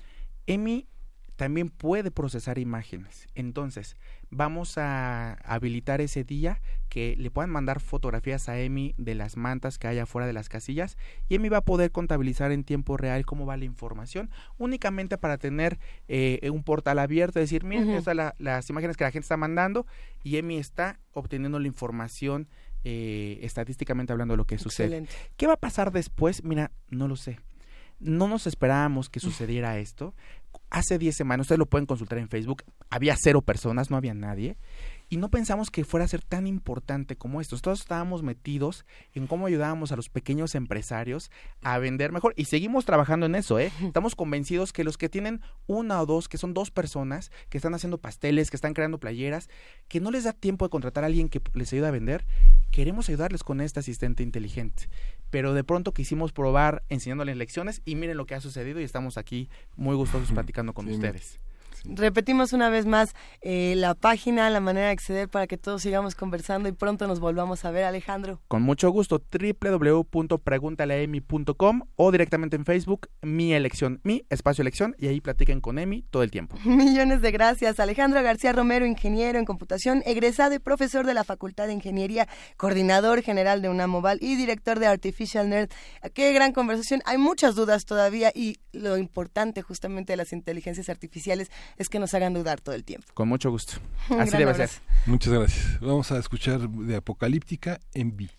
Emi también puede procesar imágenes. Entonces, vamos a habilitar ese día que le puedan mandar fotografías a Emi de las mantas que hay afuera de las casillas, y Emi va a poder contabilizar en tiempo real cómo va la información, únicamente para tener eh, un portal abierto, decir, miren, uh-huh. estas son la, las imágenes que la gente está mandando, y Emi está obteniendo la información eh, estadísticamente hablando de lo que Excelente. sucede. ¿Qué va a pasar después? Mira, no lo sé. No nos esperábamos que sucediera esto. Hace diez semanas, ustedes lo pueden consultar en Facebook, había cero personas, no había nadie, y no pensamos que fuera a ser tan importante como esto. Todos estábamos metidos en cómo ayudábamos a los pequeños empresarios a vender mejor, y seguimos trabajando en eso, ¿eh? Estamos convencidos que los que tienen una o dos, que son dos personas, que están haciendo pasteles, que están creando playeras, que no les da tiempo de contratar a alguien que les ayude a vender, queremos ayudarles con este asistente inteligente. Pero de pronto quisimos probar enseñándoles lecciones, y miren lo que ha sucedido, y estamos aquí muy gustosos platicando con sí, ustedes. Sí. Repetimos una vez más eh, la página, la manera de acceder para que todos sigamos conversando y pronto nos volvamos a ver, Alejandro. Con mucho gusto, doble u doble u doble u punto pregúntale a emi punto com o directamente en Facebook, mi elección, mi espacio elección, y ahí platiquen con Emi todo el tiempo. Millones de gracias. Alejandro García Romero, ingeniero en computación, egresado y profesor de la Facultad de Ingeniería, coordinador general de UNAMOVAL y director de Artificial Nerd. Qué gran conversación. Hay muchas dudas todavía, y lo importante justamente de las inteligencias artificiales es que nos hagan dudar todo el tiempo. Con mucho gusto. Así debe ser. Muchas gracias. Vamos a escuchar de Apocalíptica en V.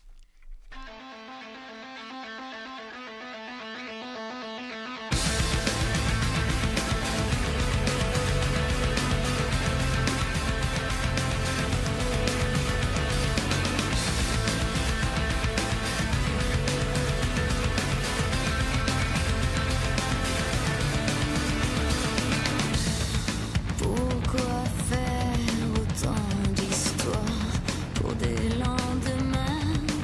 Des lendemains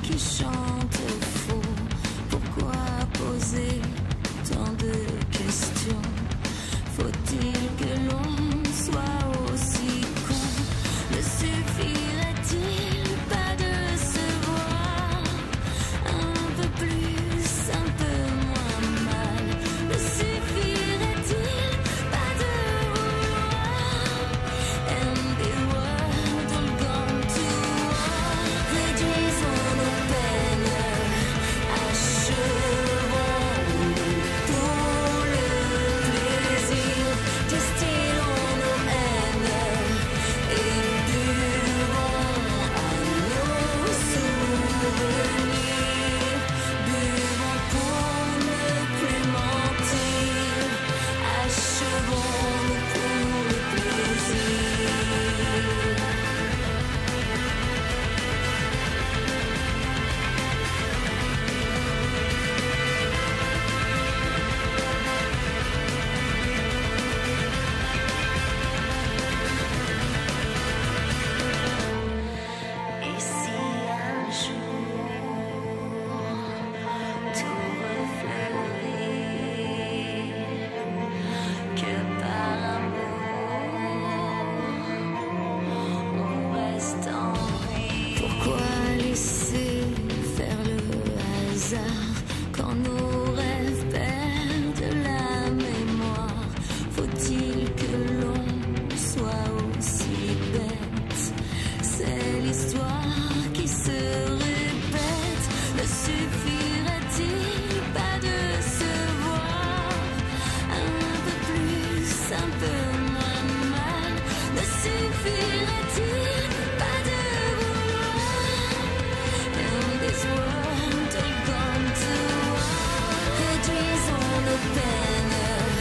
l'histoire qui se répète. Ne suffirait-il pas de se voir un peu plus, un peu moins mal? Ne suffirait-il pas de vouloir in this world all gone to war? Réduisons nos peines,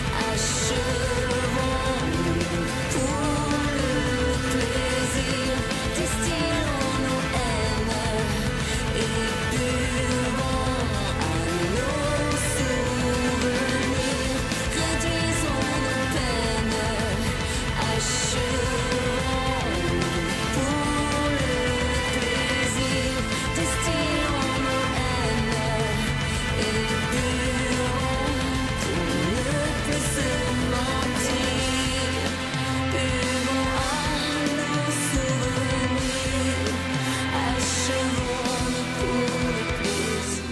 achevons pour le plaisir, distillons nos haines et buvons à nos souvenirs. Réduisons nos peines, achevons pour le plaisir, distillons nos haines et buvons pour ne plus se mentir. Buvons à nos souvenirs, achevons pour le plaisir.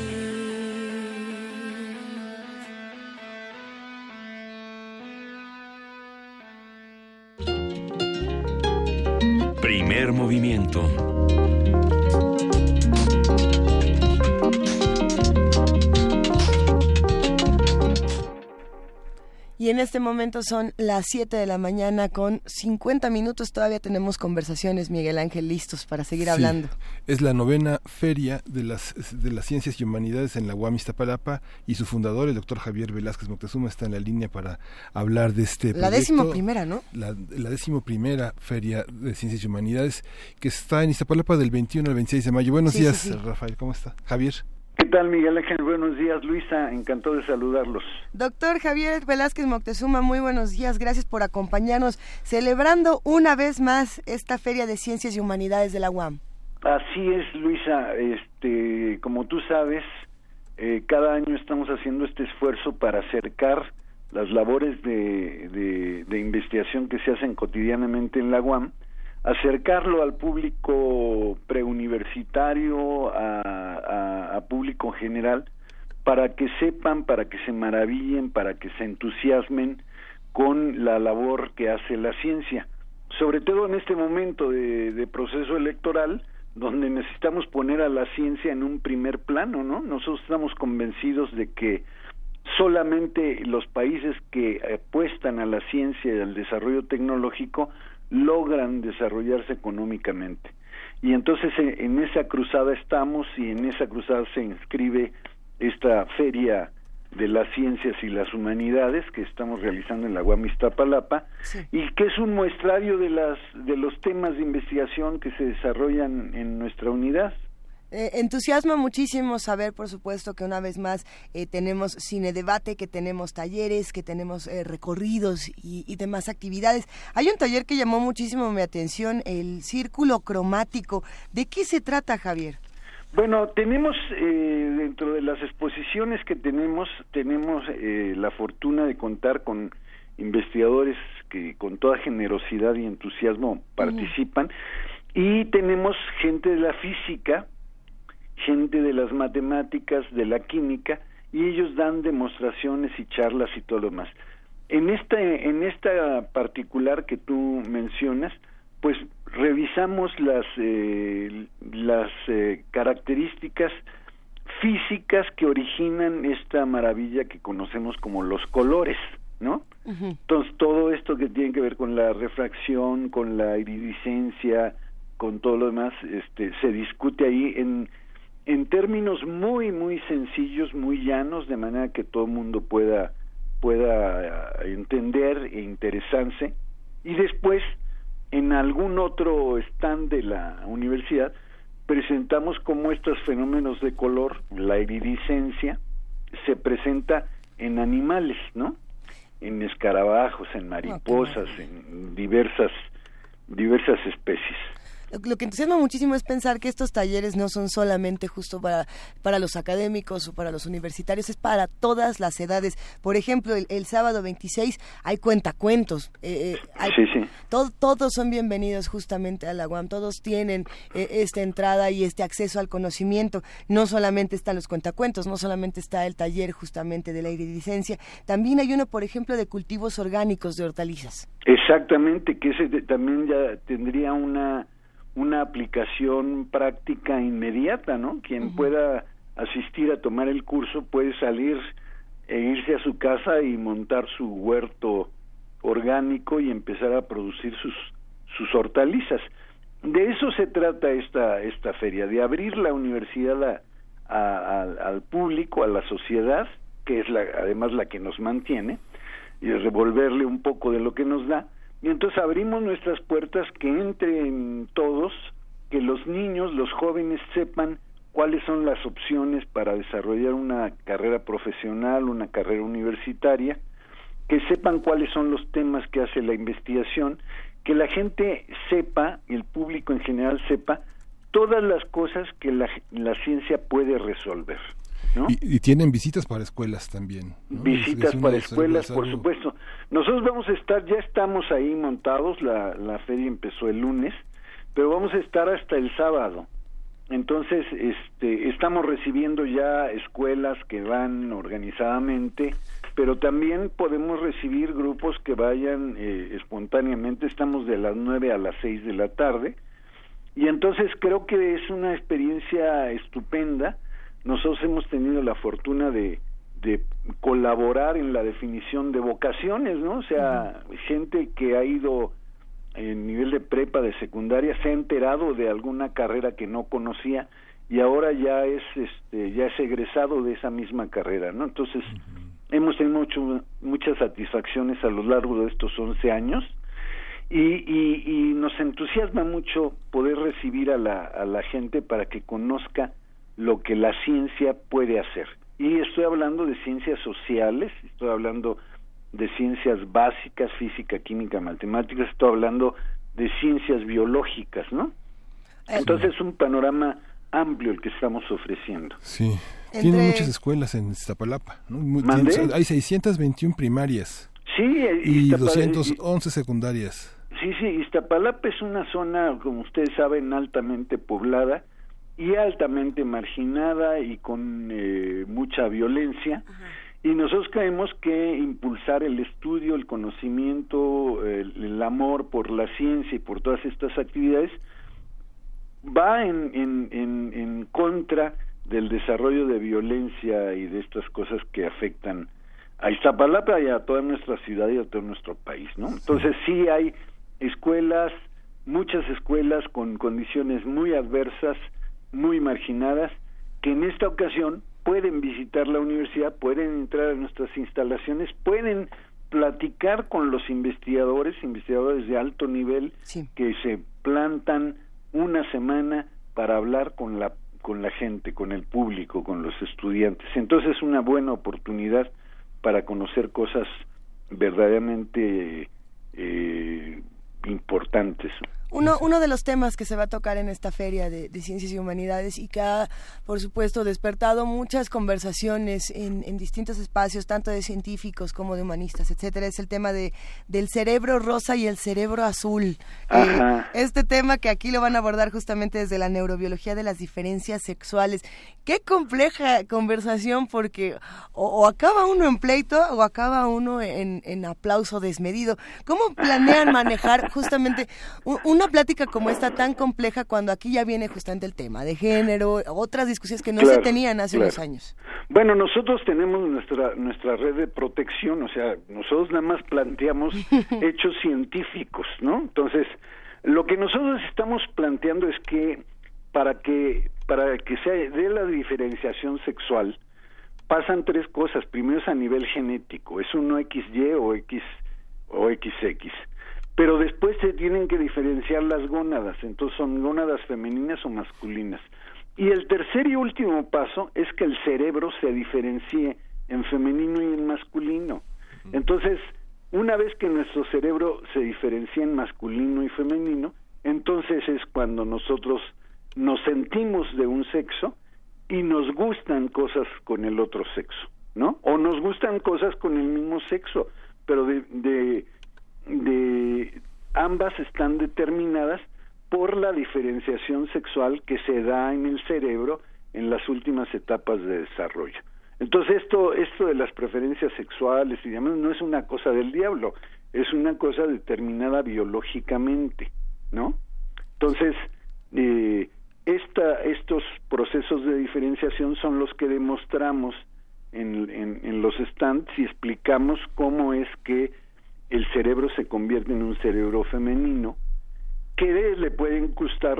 Primer movimiento. Y en este momento son las siete de la mañana con cincuenta minutos. Todavía tenemos conversaciones, Miguel Ángel, listos para seguir Sí, hablando. es la novena feria de las de las ciencias y humanidades en la U A M Iztapalapa y su fundador, el doctor Javier Velázquez Moctezuma, está en la línea para hablar de este La proyecto. décimo primera, ¿no? La, la décimo primera feria de ciencias y humanidades que está en Iztapalapa del veintiuno al veintiséis de mayo. Buenos Sí, días, sí, sí. Rafael, ¿cómo está? Javier. ¿Qué tal, Miguel Ángel? Buenos días, Luisa. Encantado de saludarlos. Doctor Javier Velázquez Moctezuma, muy buenos días. Gracias por acompañarnos, celebrando una vez más esta Feria de Ciencias y Humanidades de la U A M. Así es, Luisa. Este, como tú sabes, eh, cada año estamos haciendo este esfuerzo para acercar las labores de, de, de investigación que se hacen cotidianamente en la U A M, acercarlo al público preuniversitario, a, a, a público general, para que sepan, para que se maravillen, para que se entusiasmen con la labor que hace la ciencia, sobre todo en este momento de, de proceso electoral, donde necesitamos poner a la ciencia en un primer plano, ¿no? Nosotros estamos convencidos de que solamente los países que apuestan a la ciencia y al desarrollo tecnológico logran desarrollarse económicamente. Y entonces en esa cruzada estamos, y en esa cruzada se inscribe esta Feria de las Ciencias y las Humanidades que estamos realizando en la U A M Iztapalapa, sí, y que es un muestrario de las de los temas de investigación que se desarrollan en nuestra unidad. Eh, entusiasma muchísimo saber, por supuesto, que una vez más eh, tenemos cine debate, que tenemos talleres, que tenemos eh, recorridos y, y demás actividades. Hay un taller que llamó muchísimo mi atención, el círculo cromático. ¿De qué se trata, Javier? Bueno, tenemos eh, dentro de las exposiciones que tenemos, tenemos eh, la fortuna de contar con investigadores que con toda generosidad y entusiasmo participan, uh-huh, y tenemos gente de la física, gente de las matemáticas, de la química, y ellos dan demostraciones y charlas y todo lo demás. En esta, en esta particular que tú mencionas, pues revisamos las eh, las eh, características físicas que originan esta maravilla que conocemos como los colores, ¿no? Uh-huh. Entonces todo esto que tiene que ver con la refracción, con la iridiscencia, con todo lo demás, este, se discute ahí en en términos muy muy sencillos, muy llanos, de manera que todo el mundo pueda pueda entender e interesarse. Y después, en algún otro stand de la universidad, presentamos cómo estos fenómenos de color, la iridiscencia, se presenta en animales, ¿no? En escarabajos, en mariposas, okay, en diversas diversas especies. Lo que entusiasma muchísimo es pensar que estos talleres no son solamente justo para, para los académicos o para los universitarios, es para todas las edades. Por ejemplo, el, el sábado veintiséis hay cuentacuentos. Eh, hay, sí, sí. To, todos son bienvenidos justamente a la U A M, todos tienen eh, esta entrada y este acceso al conocimiento. No solamente están los cuentacuentos, no solamente está el taller justamente de la iridiscencia, también hay uno, por ejemplo, de cultivos orgánicos de hortalizas. Exactamente, que ese de, también ya tendría una... una aplicación práctica inmediata, ¿no? Quien uh-huh. pueda asistir a tomar el curso puede salir e irse a su casa y montar su huerto orgánico y empezar a producir sus sus hortalizas. De eso se trata esta esta feria, de abrir la universidad a, a, a, al público, a la sociedad, que es la, además la que nos mantiene, y devolverle un poco de lo que nos da. Y entonces abrimos nuestras puertas, que entren todos, que los niños, los jóvenes sepan cuáles son las opciones para desarrollar una carrera profesional, una carrera universitaria, que sepan cuáles son los temas que hace la investigación, que la gente sepa, el público en general sepa, todas las cosas que la, la ciencia puede resolver, ¿no? Y, y tienen visitas para escuelas también, ¿no? Visitas es, es para es escuelas, algo... por supuesto. Nosotros vamos a estar, ya estamos ahí montados, la, la feria empezó el lunes, pero vamos a estar hasta el sábado. Entonces, este, estamos recibiendo ya escuelas que van organizadamente, pero también podemos recibir grupos que vayan eh, espontáneamente. Estamos de las nueve a las seis de la tarde, y entonces creo que es una experiencia estupenda. Nosotros hemos tenido la fortuna de, de colaborar en la definición de vocaciones, ¿no? O sea, uh-huh. gente que ha ido en nivel de prepa, de secundaria, se ha enterado de alguna carrera que no conocía y ahora ya es este ya es egresado de esa misma carrera, ¿no? Entonces, uh-huh. hemos tenido mucho, muchas satisfacciones a lo largo de estos once años y, y, y nos entusiasma mucho poder recibir a la, a la gente para que conozca lo que la ciencia puede hacer. Y estoy hablando de ciencias sociales, estoy hablando de ciencias básicas, física, química, matemáticas, estoy hablando de ciencias biológicas, ¿no? Entonces es un panorama amplio el que estamos ofreciendo. Sí, Entre... tienen muchas escuelas en Iztapalapa, ¿no? Tienen, hay seiscientas veintiuna primarias. Sí, y Iztapalapa, doscientas once secundarias. Sí, sí, Iztapalapa es una zona, como ustedes saben, altamente poblada y altamente marginada y con eh, mucha violencia. Ajá. Y nosotros creemos que impulsar el estudio, el conocimiento, el, el amor por la ciencia y por todas estas actividades va en, en, en, en contra del desarrollo de violencia y de estas cosas que afectan a Iztapalapa y a toda nuestra ciudad y a todo nuestro país, ¿no? Entonces sí hay escuelas, muchas escuelas con condiciones muy adversas, muy marginadas, que en esta ocasión pueden visitar la universidad, pueden entrar a nuestras instalaciones, pueden platicar con los investigadores, investigadores de alto nivel, sí. que se plantan una semana para hablar con la con la gente, con el público, con los estudiantes. Entonces es una buena oportunidad para conocer cosas verdaderamente eh, importantes. Uno, uno de los temas que se va a tocar en esta feria de, de ciencias y humanidades y que ha, por supuesto, despertado muchas conversaciones en, en distintos espacios, tanto de científicos como de humanistas, etcétera, es el tema de del cerebro rosa y el cerebro azul. Eh, este tema que aquí lo van a abordar justamente desde la neurobiología de las diferencias sexuales. Qué compleja conversación, porque o, o acaba uno en pleito o acaba uno en, en aplauso desmedido. ¿Cómo planean manejar justamente un, una plática como esta tan compleja cuando aquí ya viene justamente el tema de género, otras discusiones que no claro, se tenían hace claro. unos años? Bueno, nosotros tenemos nuestra nuestra red de protección, o sea, nosotros nada más planteamos hechos científicos, ¿no? Entonces, lo que nosotros estamos planteando es que para que para que se dé la diferenciación sexual pasan tres cosas. Primero es a nivel genético, es uno equis ye o X o equis equis. Pero después se tienen que diferenciar las gónadas, entonces son gónadas femeninas o masculinas. Y el tercer y último paso es que el cerebro se diferencie en femenino y en masculino. Entonces, una vez que nuestro cerebro se diferencia en masculino y femenino, entonces es cuando nosotros nos sentimos de un sexo y nos gustan cosas con el otro sexo, ¿no? O nos gustan cosas con el mismo sexo, pero de... de de ambas están determinadas por la diferenciación sexual que se da en el cerebro en las últimas etapas de desarrollo. Entonces esto esto de las preferencias sexuales y demás no es una cosa del diablo, es una cosa determinada biológicamente, ¿no? Entonces Eh, esta, estos procesos de diferenciación son los que demostramos en, en, en los stands y explicamos cómo es que el cerebro se convierte en un cerebro femenino que le pueden gustar,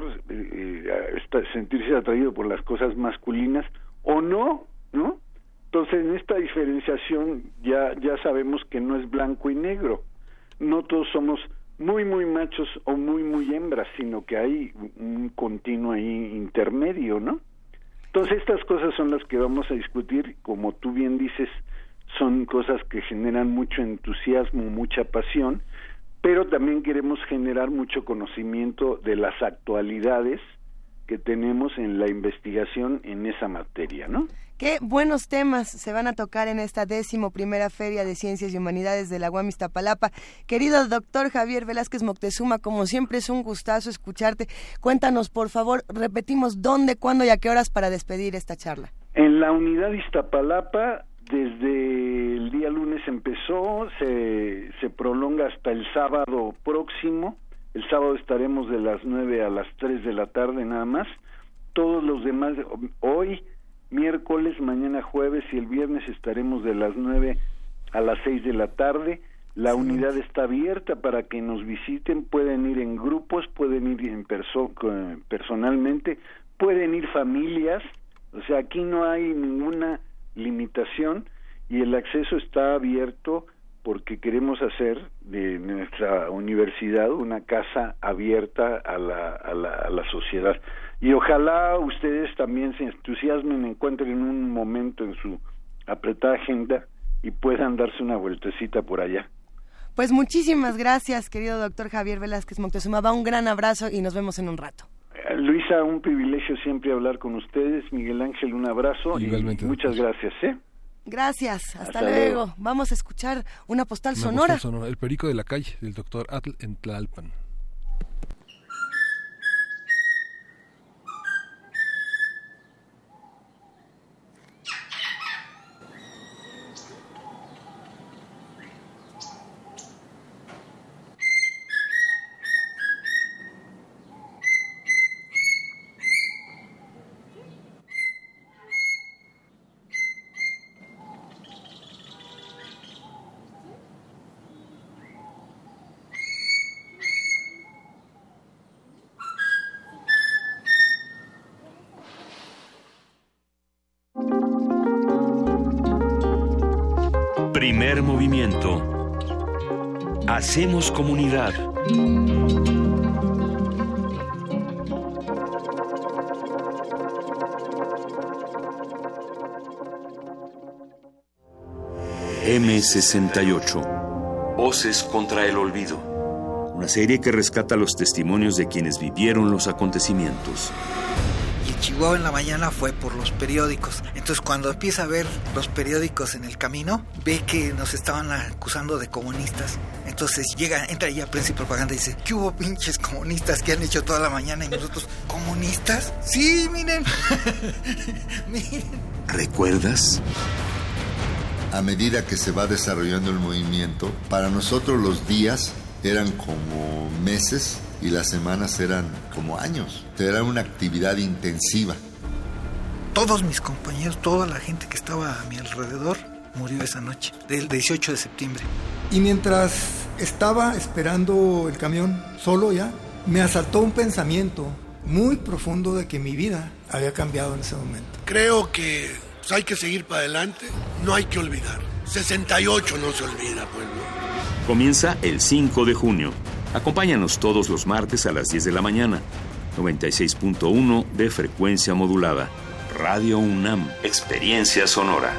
eh, sentirse atraído por las cosas masculinas o no, ¿no? Entonces, en esta diferenciación ya ya sabemos que no es blanco y negro. No todos somos muy, muy machos o muy, muy hembras, sino que hay un continuo ahí intermedio, ¿no? Entonces, estas cosas son las que vamos a discutir. Como tú bien dices, son cosas que generan mucho entusiasmo, mucha pasión, pero también queremos generar mucho conocimiento de las actualidades que tenemos en la investigación en esa materia, ¿no? Qué buenos temas se van a tocar en esta décimo primera Feria de Ciencias y Humanidades de la U A M Iztapalapa. Querido doctor Javier Velázquez Moctezuma, como siempre es un gustazo escucharte. Cuéntanos, por favor, repetimos dónde, cuándo y a qué horas para despedir esta charla. En la unidad Iztapalapa, desde el día lunes empezó, se, se prolonga hasta el sábado próximo. El sábado estaremos de las nueve a las tres de la tarde nada más. Todos los demás, hoy, miércoles, mañana jueves y el viernes estaremos de las nueve a las seis de la tarde. La sí. unidad está abierta para que nos visiten, pueden ir en grupos, pueden ir en perso- personalmente, pueden ir familias, o sea, aquí no hay ninguna limitación y el acceso está abierto porque queremos hacer de nuestra universidad una casa abierta a la, a la, a la sociedad. Y ojalá ustedes también se entusiasmen, encuentren un momento en su apretada agenda y puedan darse una vueltecita por allá. Pues muchísimas gracias, querido doctor Javier Velázquez Moctezuma. Va un gran abrazo y nos vemos en un rato. Eh, Luisa, un privilegio siempre hablar con ustedes. Miguel Ángel, un abrazo. Igualmente, y muchas gracias, ¿eh? Gracias, hasta, hasta luego. luego. Vamos a escuchar una postal una sonora. Postal sonora. El perico de la calle, del doctor Atl en Tlalpan. Primer movimiento. Hacemos comunidad. eme sesenta y ocho. Voces contra el olvido. Una serie que rescata los testimonios de quienes vivieron los acontecimientos. Y Chihuahua en la mañana fue por los periódicos. Entonces cuando empieza a ver los periódicos en el camino, ve que nos estaban acusando de comunistas. Entonces llega, entra ya Prensa y Propaganda y dice, ¿qué hubo pinches comunistas que han hecho toda la mañana? Y nosotros, ¿comunistas? Sí, miren. Miren. ¿Recuerdas? A medida que se va desarrollando el movimiento, para nosotros los días eran como meses y las semanas eran como años. Era una actividad intensiva. Todos mis compañeros, toda la gente que estaba a mi alrededor murió esa noche, del dieciocho de septiembre. Y mientras estaba esperando el camión, solo ya, me asaltó un pensamiento muy profundo de que mi vida había cambiado en ese momento. Creo que pues, hay que seguir para adelante, no hay que olvidar. sesenta y ocho no se olvida, pues, ¿no? Comienza el cinco de junio. Acompáñanos todos los martes a las diez de la mañana. noventa y seis punto uno de frecuencia modulada. Radio UNAM. Experiencia sonora.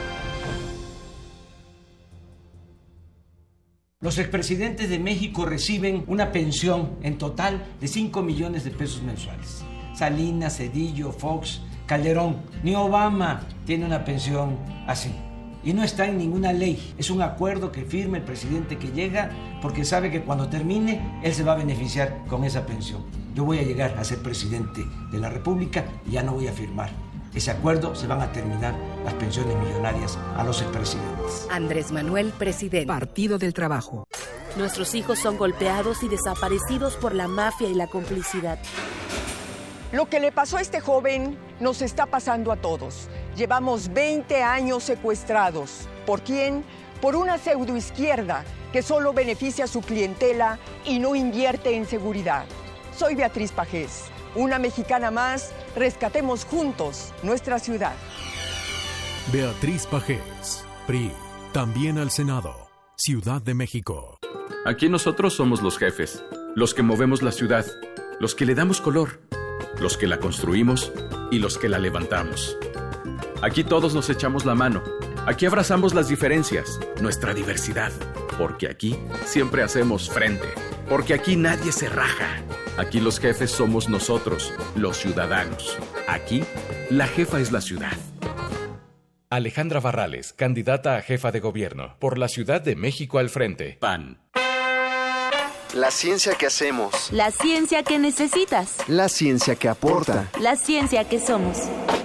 Los expresidentes de México reciben una pensión en total de cinco millones de pesos mensuales. Salinas, Cedillo, Fox, Calderón. Ni Obama tiene una pensión así. Y no está en ninguna ley. Es un acuerdo que firma el presidente que llega porque sabe que cuando termine, él se va a beneficiar con esa pensión. Yo voy a llegar a ser presidente de la República y ya no voy a firmar ese acuerdo. Se van a terminar las pensiones millonarias a los expresidentes. Andrés Manuel, presidente. Partido del Trabajo. Nuestros hijos son golpeados y desaparecidos por la mafia y la complicidad. Lo que le pasó a este joven nos está pasando a todos. Llevamos veinte años secuestrados. ¿Por quién? Por una pseudoizquierda que solo beneficia a su clientela y no invierte en seguridad. Soy Beatriz Pajés, una mexicana más. Rescatemos juntos nuestra ciudad. Beatriz Pajés, P R I, también al Senado, Ciudad de México. Aquí nosotros somos los jefes, los que movemos la ciudad, los que le damos color, los que la construimos y los que la levantamos. Aquí todos nos echamos la mano. Aquí abrazamos las diferencias, nuestra diversidad. Porque aquí siempre hacemos frente. Porque aquí nadie se raja. Aquí los jefes somos nosotros, los ciudadanos. Aquí, la jefa es la ciudad. Alejandra Barrales, candidata a jefa de gobierno. Por la Ciudad de México al frente. P A N. La ciencia que hacemos. La ciencia que necesitas. La ciencia que aporta. La ciencia que somos.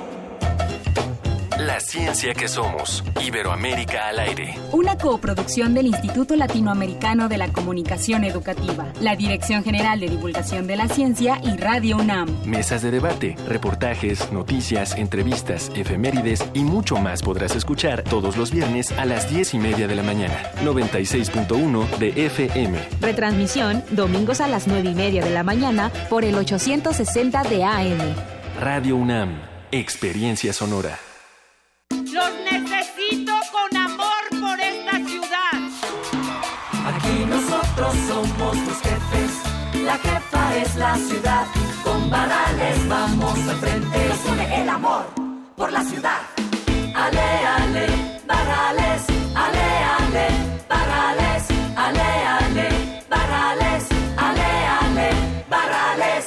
La ciencia que somos. Iberoamérica al aire. Una coproducción del Instituto Latinoamericano de la Comunicación Educativa, la Dirección General de Divulgación de la Ciencia y Radio UNAM. Mesas de debate, reportajes, noticias, entrevistas, efemérides y mucho más podrás escuchar todos los viernes a las diez y media de la mañana. noventa y seis punto uno de F M. Retransmisión domingos a las nueve y media de la mañana por el ochocientos sesenta de A M. Radio UNAM. Experiencia sonora. Los necesito con amor por esta ciudad. Aquí nosotros somos los jefes, la jefa es la ciudad. Con Barrales vamos al frente, nos une el amor por la ciudad. Ale, ale, Barrales, ale, ale, Barrales, ale, ale, Barrales, ale, ale, Barrales.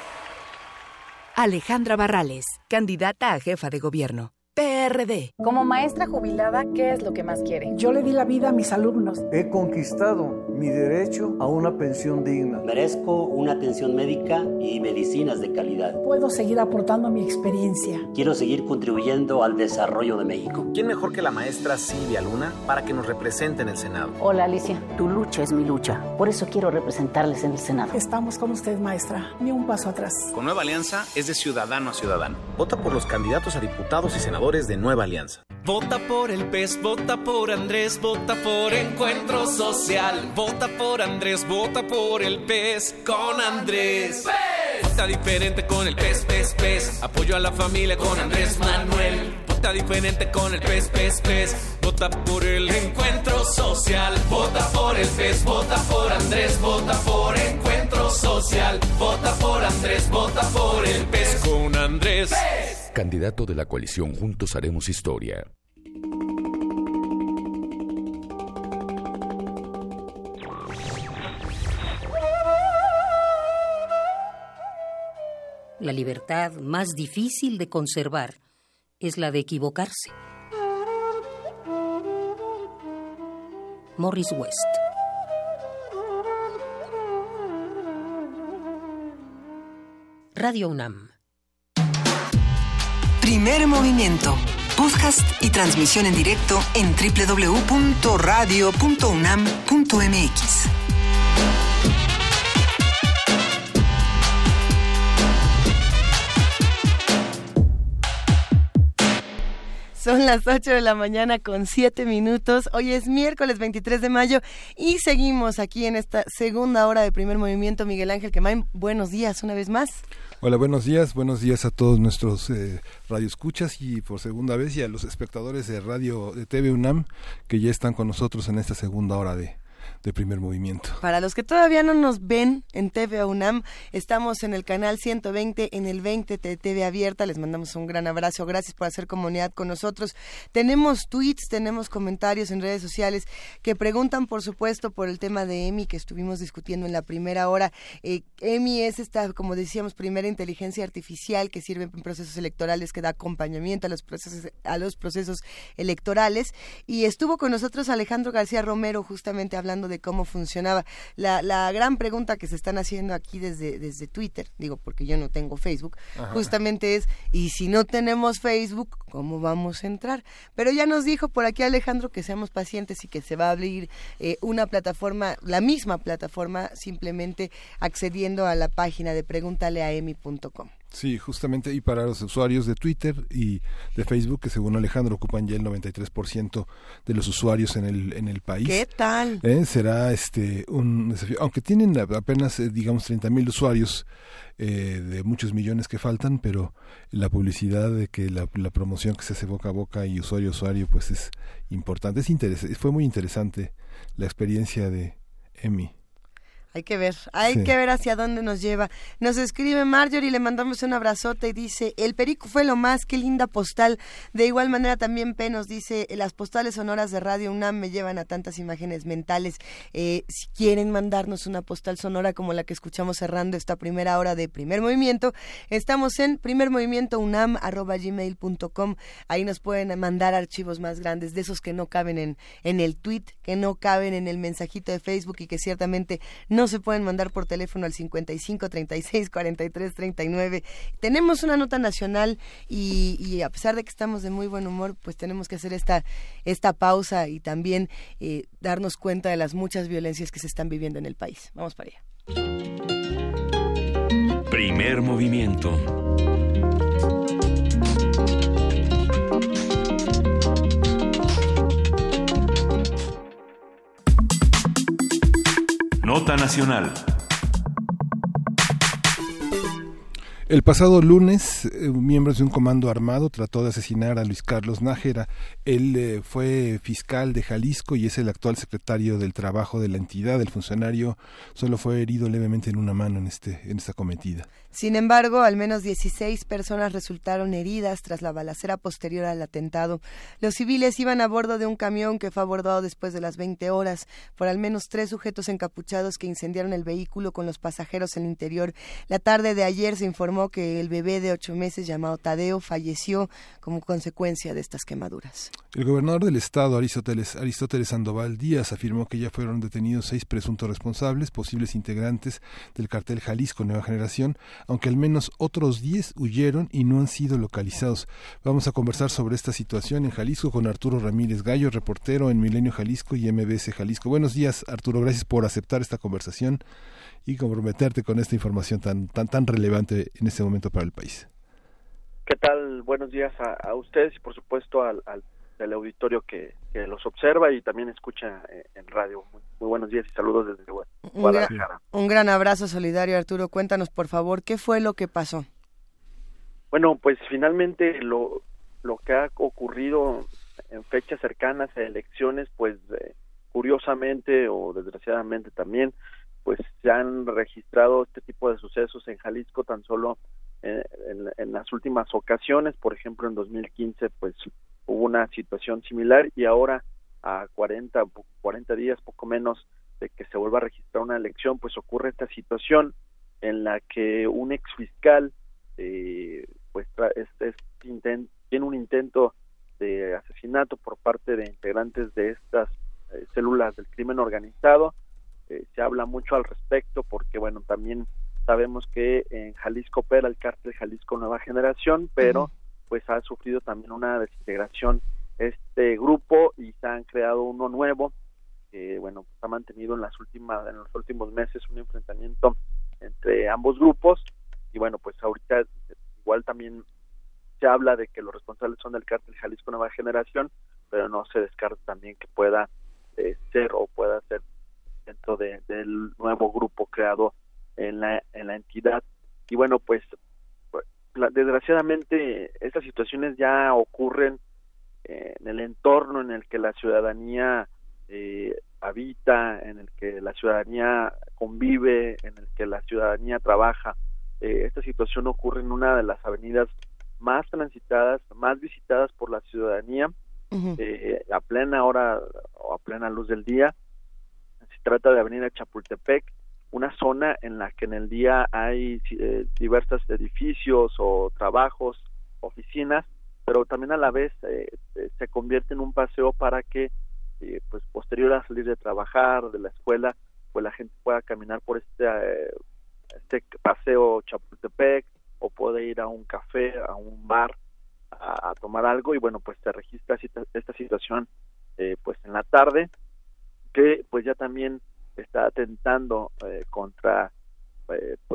Alejandra Barrales, candidata a jefa de gobierno. P R D. Como maestra jubilada, ¿qué es lo que más quiere? Yo le di la vida a mis alumnos. He conquistado mi derecho a una pensión digna. Merezco una atención médica y medicinas de calidad. Puedo seguir aportando mi experiencia. Quiero seguir contribuyendo al desarrollo de México. ¿Quién mejor que la maestra Silvia Luna para que nos represente en el Senado? Hola, Alicia. Tu lucha es mi lucha. Por eso quiero representarles en el Senado. Estamos con usted, maestra. Ni un paso atrás. Con Nueva Alianza es de ciudadano a ciudadano. Vota por los candidatos a diputados y senadores de Nueva Alianza. Vota por el P E S, vota por Andrés, vota por Encuentro Social. Vota por Andrés, vota por el P E S con Andrés. P E S. Vota diferente con el P E S, P E S, P E S. Apoyo a la familia con Andrés Manuel. Vota diferente con el P E S, P E S, P E S. Vota por el Encuentro Social. Vota por el P E S, vota por Andrés, vota por Encuentro Social. Vota por Andrés, vota por el P E S con Andrés. P E S. Candidato de la coalición Juntos Haremos Historia. La libertad más difícil de conservar es la de equivocarse. Morris West. Radio UNAM. Primer movimiento. Podcast y transmisión en directo en doble u doble u doble u punto radio punto unam punto m x. Son las ocho de la mañana con siete minutos. Hoy es miércoles veintitrés de mayo y seguimos aquí en esta segunda hora de Primer Movimiento. Miguel Ángel Quemain, buenos días una vez más. Hola, buenos días, buenos días a todos nuestros eh, radioescuchas y por segunda vez y a los espectadores de radio de T V UNAM que ya están con nosotros en esta segunda hora de de Primer Movimiento. Para los que todavía no nos ven en T V UNAM, estamos en el canal ciento veinte, en el veinte de T V Abierta. Les mandamos un gran abrazo. Gracias por hacer comunidad con nosotros. Tenemos tweets, tenemos comentarios en redes sociales que preguntan, por supuesto, por el tema de EMI que estuvimos discutiendo en la primera hora. Eh, EMI es esta, como decíamos, primera inteligencia artificial que sirve en procesos electorales, que da acompañamiento a los procesos, a los procesos electorales. Y estuvo con nosotros Alejandro García Romero, justamente hablando de de cómo funcionaba. La, la gran pregunta que se están haciendo aquí desde, desde Twitter, digo porque yo no tengo Facebook, Ajá. justamente es, ¿y si no tenemos Facebook, cómo vamos a entrar? Pero ya nos dijo por aquí Alejandro que seamos pacientes y que se va a abrir eh, una plataforma, la misma plataforma, simplemente accediendo a la página de preguntale a emi punto com. Sí, justamente, y para los usuarios de Twitter y de Facebook, que según Alejandro ocupan ya el noventa y tres por ciento de los usuarios en el en el país. ¿Qué tal? ¿Eh? Será este un desafío, aunque tienen apenas, eh, digamos, treinta mil usuarios eh, de muchos millones que faltan, pero la publicidad de que la, la promoción que se hace boca a boca y usuario a usuario, pues es importante. Es interesante, fue muy interesante la experiencia de Emmy. Hay que ver, hay sí. que ver hacia dónde nos lleva. Nos escribe Marjorie, le mandamos un abrazote y dice, el perico fue lo más, qué linda postal. De igual manera también P nos dice, las postales sonoras de Radio UNAM me llevan a tantas imágenes mentales. Eh, si quieren mandarnos una postal sonora como la que escuchamos cerrando esta primera hora de Primer Movimiento, estamos en primermovimientounam arroba gmail punto com. Ahí nos pueden mandar archivos más grandes, de esos que no caben en, en el tweet, que no caben en el mensajito de Facebook y que ciertamente no No se pueden mandar por teléfono al cincuenta y cinco, treinta y seis, cuarenta y tres, treinta y nueve. Tenemos una nota nacional y, y a pesar de que estamos de muy buen humor, pues tenemos que hacer esta, esta pausa y también eh, darnos cuenta de las muchas violencias que se están viviendo en el país. Vamos para allá. Primer movimiento. Nota nacional. El pasado lunes, eh, miembros de un comando armado trató de asesinar a Luis Carlos Nájera. Él eh, fue fiscal de Jalisco y es el actual secretario del Trabajo de la entidad. El funcionario solo fue herido levemente en una mano en este en esta cometida. Sin embargo, al menos dieciséis personas resultaron heridas tras la balacera posterior al atentado. Los civiles iban a bordo de un camión que fue abordado después de las veinte horas por al menos tres sujetos encapuchados que incendiaron el vehículo con los pasajeros en el interior. La tarde de ayer se informó que el bebé de ocho meses llamado Tadeo falleció como consecuencia de estas quemaduras. El gobernador del estado, Aristóteles, Aristóteles Sandoval Díaz, afirmó que ya fueron detenidos seis presuntos responsables, posibles integrantes del cartel Jalisco Nueva Generación, aunque al menos otros diez huyeron y no han sido localizados. Vamos a conversar sobre esta situación en Jalisco con Arturo Ramírez Gallo, reportero en Milenio Jalisco y M B S Jalisco. Buenos días, Arturo, gracias por aceptar esta conversación y comprometerte con esta información tan tan tan relevante en este momento para el país. ¿Qué tal? Buenos días a, a ustedes y por supuesto al, al, al auditorio que, que los observa y también escucha eh, en radio. Muy, muy buenos días y saludos desde Guadalajara. Un, un gran abrazo solidario, Arturo. Cuéntanos, por favor, ¿qué fue lo que pasó? Bueno, pues finalmente lo, lo que ha ocurrido en fechas cercanas a elecciones, pues eh, curiosamente o desgraciadamente también, pues se han registrado este tipo de sucesos en Jalisco tan solo eh, en, en las últimas ocasiones. Por ejemplo, en dos mil quince pues hubo una situación similar y ahora a cuarenta, cuarenta días, poco menos de que se vuelva a registrar una elección, pues ocurre esta situación en la que un exfiscal eh, pues es, es intent, tiene un intento de asesinato por parte de integrantes de estas eh, células del crimen organizado. Eh, se habla mucho al respecto porque, bueno, también sabemos que en Jalisco opera el cártel Jalisco Nueva Generación, pero uh-huh. pues ha sufrido también una desintegración este grupo y se han creado uno nuevo que, bueno, pues ha mantenido en las últimas en los últimos meses un enfrentamiento entre ambos grupos y, bueno, pues ahorita igual también se habla de que los responsables son del cártel Jalisco Nueva Generación, pero no se descarta también que pueda eh, ser o pueda ser dentro de, del nuevo grupo creado en la en la entidad. Y bueno, pues la, desgraciadamente estas situaciones ya ocurren eh, en el entorno en el que la ciudadanía eh, habita, en el que la ciudadanía convive, en el que la ciudadanía trabaja. Eh, esta situación ocurre en una de las avenidas más transitadas, más visitadas por la ciudadanía, uh-huh. eh, a plena hora o a plena luz del día. Se trata de Avenida Chapultepec, una zona en la que en el día hay eh, diversos edificios o trabajos, oficinas, pero también a la vez eh, se convierte en un paseo para que, eh, pues posterior a salir de trabajar, de la escuela, pues la gente pueda caminar por este, eh, este paseo Chapultepec o puede ir a un café, a un bar a, a tomar algo y bueno, pues se registra esta, esta situación eh, pues en la tarde, que pues ya también está atentando eh, contra eh, pues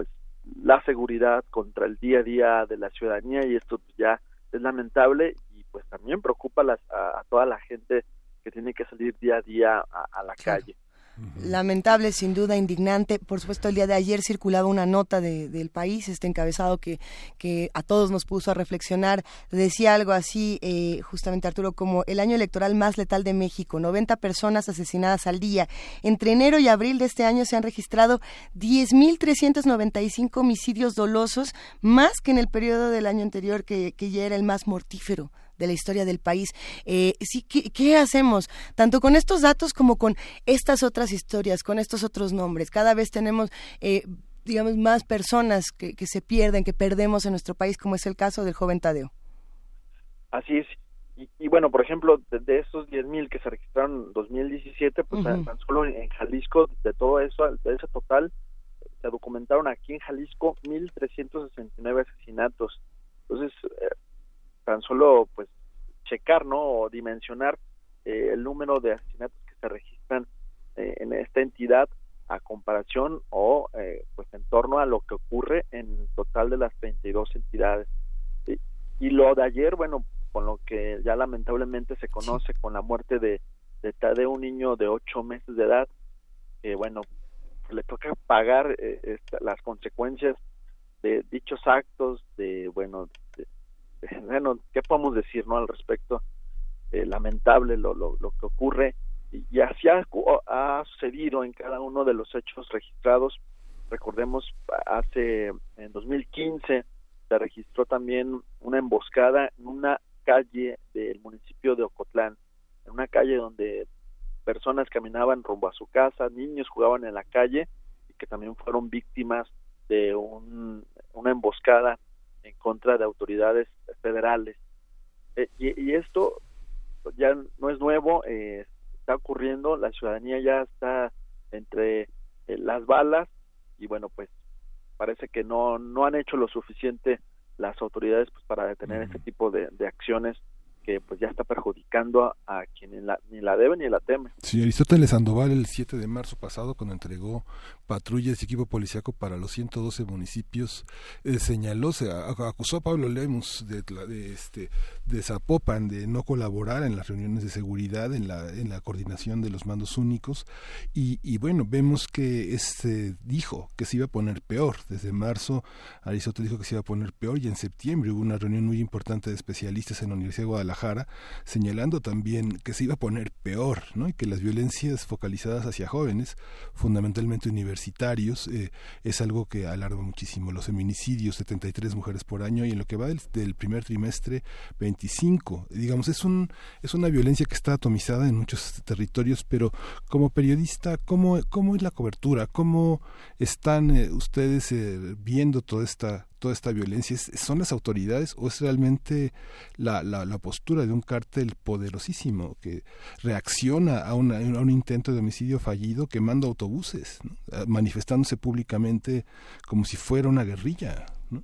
la seguridad, contra el día a día de la ciudadanía, y esto ya es lamentable y pues también preocupa a, las, a, a toda la gente que tiene que salir día a día a, a la claro. calle. Lamentable, sin duda, indignante. Por supuesto, el día de ayer circulaba una nota de, del País, este encabezado que, que a todos nos puso a reflexionar. Decía algo así, eh, justamente Arturo, como el año electoral más letal de México, noventa personas asesinadas al día. Entre enero y abril de este año se han registrado diez mil trescientos noventa y cinco homicidios dolosos, más que en el periodo del año anterior, que, que ya era el más mortífero de la historia del país. Eh, sí, ¿qué, ¿qué hacemos? Tanto con estos datos como con estas otras historias, con estos otros nombres. Cada vez tenemos, eh, digamos, más personas que, que se pierden, que perdemos en nuestro país, como es el caso del joven Tadeo. Así es. Y, y bueno, por ejemplo, de, de esos diez mil que se registraron en dos mil diecisiete, pues uh-huh. tan solo en, en Jalisco, de todo eso, de ese total, se documentaron aquí en Jalisco mil trescientos sesenta y nueve asesinatos. Entonces, eh, tan solo pues checar, ¿no? O dimensionar eh, el número de asesinatos que se registran eh, en esta entidad a comparación o eh, pues en torno a lo que ocurre en el total de las treinta y dos entidades. Y, y lo de ayer, bueno, con lo que ya lamentablemente se conoce, sí. con la muerte de, de Tadeo, un niño de ocho meses de edad, que bueno, le toca pagar eh, esta, las consecuencias de dichos actos, de bueno, de, bueno, ¿qué podemos decir, no, al respecto? Eh, lamentable lo, lo, lo que ocurre, y, y así ha, ha sucedido en cada uno de los hechos registrados. Recordemos, hace, en dos mil quince, se registró también una emboscada en una calle del municipio de Ocotlán, en una calle donde personas caminaban rumbo a su casa, niños jugaban en la calle, y que también fueron víctimas de un, una emboscada en contra de autoridades federales. Eh, y, y esto ya no es nuevo, eh, está ocurriendo, la ciudadanía ya está entre eh, las balas, y bueno, pues parece que no no han hecho lo suficiente las autoridades pues para detener mm. este tipo de, de acciones que pues ya está perjudicando a, a quien ni la, ni la debe ni la teme. Sí, Aristóteles Sandoval el siete de marzo pasado, cuando entregó patrullas y equipo policíaco para los ciento doce municipios, eh, señaló, se acusó a Pablo Lemus de, de este de Zapopan de no colaborar en las reuniones de seguridad, en la en la coordinación de los mandos únicos, y, y bueno, vemos que este dijo que se iba a poner peor. Desde marzo Aristóteles dijo que se iba a poner peor, y en septiembre hubo una reunión muy importante de especialistas en la Universidad de Guadalajara señalando también que se iba a poner peor, ¿no? Y que las violencias focalizadas hacia jóvenes, fundamentalmente universitarios, eh, es algo que alarma muchísimo. Los feminicidios, setenta y tres mujeres por año, y en lo que va del, del primer trimestre, veinticinco. Digamos, es un es una violencia que está atomizada en muchos territorios, pero como periodista, ¿cómo, cómo es la cobertura? ¿Cómo están eh, ustedes eh, viendo toda esta toda esta violencia? ¿Son las autoridades o es realmente la, la, la postura de un cártel poderosísimo que reacciona a, una, a un intento de homicidio fallido quemando autobuses, ¿no? Manifestándose públicamente como si fuera una guerrilla, ¿no?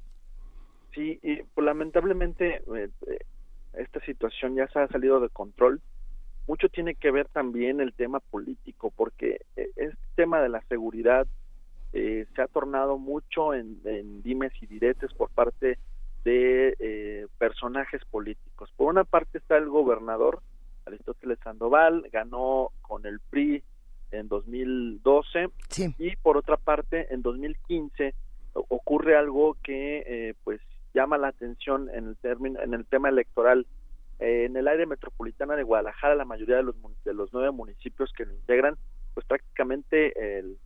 Sí, y pues, lamentablemente eh, esta situación ya se ha salido de control. Mucho tiene que ver también el tema político, porque eh, este tema de la seguridad Eh, se ha tornado mucho en, en dimes y diretes por parte de eh, personajes políticos. Por una parte está el gobernador Aristóteles Sandoval, ganó con el P R I en dos mil doce, sí. Y por otra parte en dos mil quince ocurre algo que eh, pues llama la atención en el término, en el tema electoral. Eh, en el área metropolitana de Guadalajara, la mayoría de los de los nueve municipios que lo integran, pues prácticamente el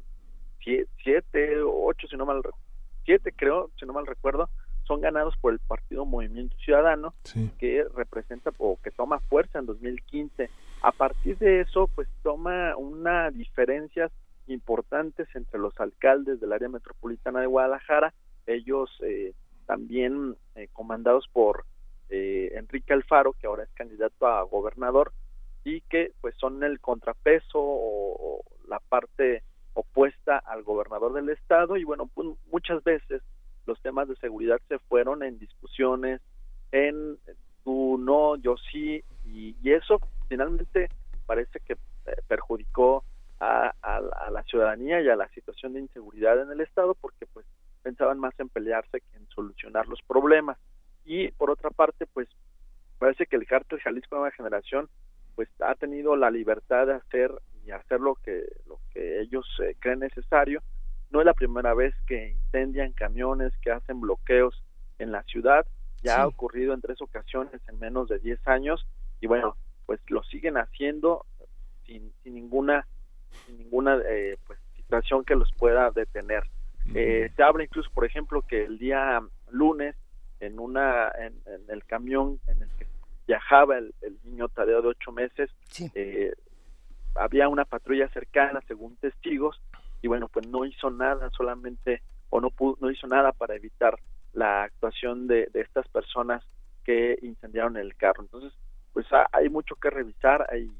siete, ocho, si no mal siete creo, si no mal recuerdo, son ganados por el partido Movimiento Ciudadano, sí. que representa o que toma fuerza en dos mil quince. A partir de eso, pues toma una diferencias importantes entre los alcaldes del área metropolitana de Guadalajara, ellos eh, también eh, comandados por eh, Enrique Alfaro, que ahora es candidato a gobernador, y que pues son el contrapeso o, o la parte opuesta al gobernador del estado. Y bueno, pues muchas veces los temas de seguridad se fueron en discusiones, en tú no, yo sí, y, y eso finalmente parece que eh, perjudicó a, a, a la ciudadanía y a la situación de inseguridad en el estado, porque pues pensaban más en pelearse que en solucionar los problemas. Y por otra parte, pues parece que el Cártel Jalisco Nueva Generación pues ha tenido la libertad de hacer y hacer lo que lo que ellos eh, creen necesario. No es la primera vez que incendian camiones, que hacen bloqueos en la ciudad. Ya sí. ha ocurrido en tres ocasiones en menos de diez años y bueno, pues lo siguen haciendo sin, sin ninguna sin ninguna eh, pues situación que los pueda detener. Uh-huh. Eh, se habla incluso, por ejemplo, que el día lunes en una en, en el camión en el que viajaba el, el niño Tadeo de ocho meses, sí. eh, había una patrulla cercana, según testigos, y bueno, pues no hizo nada, solamente, o no pudo, no hizo nada para evitar la actuación de, de estas personas que incendiaron el carro. Entonces, pues ha, hay mucho que revisar, hay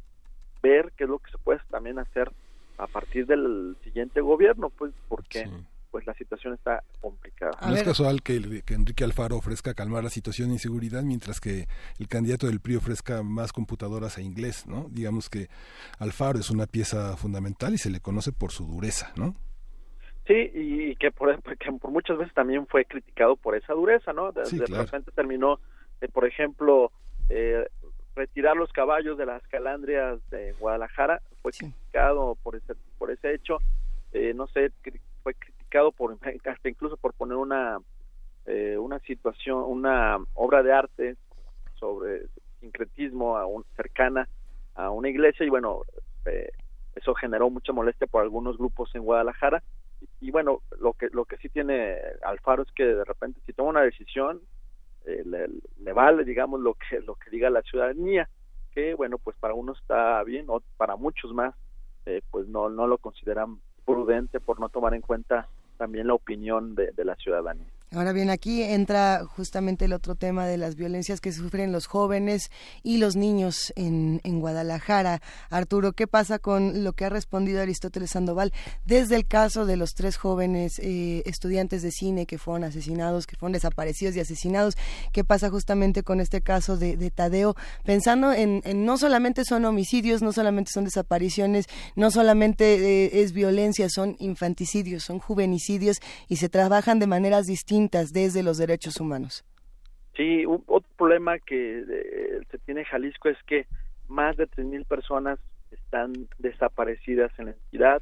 ver qué es lo que se puede también hacer a partir del siguiente gobierno, pues, porque sí. pues la situación está complicada. No es casual que, el, que Enrique Alfaro ofrezca calmar la situación de inseguridad, mientras que el candidato del P R I ofrezca más computadoras e inglés, ¿no? Digamos que Alfaro es una pieza fundamental y se le conoce por su dureza, ¿no? Sí, y que por, que por muchas veces también fue criticado por esa dureza, ¿no? De, sí, de claro. repente terminó, eh, por ejemplo, eh, retirar los caballos de las calandrias de Guadalajara, fue sí. criticado por ese por ese hecho, eh, no sé, fue criticado por hasta incluso por poner una eh, una situación, una obra de arte sobre sincretismo a un, cercana a una iglesia y bueno, eh, eso generó mucha molestia por algunos grupos en Guadalajara y, y bueno, lo que lo que sí tiene Alfaro es que de repente si toma una decisión eh, le, le vale, digamos, lo que lo que diga la ciudadanía, que bueno, pues para unos está bien, o para muchos más eh, pues no no lo consideran prudente por no tomar en cuenta también la opinión de, de la ciudadanía. Ahora bien, aquí entra justamente el otro tema de las violencias que sufren los jóvenes y los niños en, en Guadalajara. Arturo, ¿qué pasa con lo que ha respondido Aristóteles Sandoval desde el caso de los tres jóvenes eh, estudiantes de cine que fueron asesinados, que fueron desaparecidos y asesinados? ¿Qué pasa justamente con este caso de, de Tadeo? Pensando en, en no solamente son homicidios, no solamente son desapariciones, no solamente eh, es violencia, son infanticidios, son juvenicidios y se trabajan de maneras distintas desde los derechos humanos. Sí, un, otro problema que eh, se tiene en Jalisco es que más de tres mil personas están desaparecidas en la entidad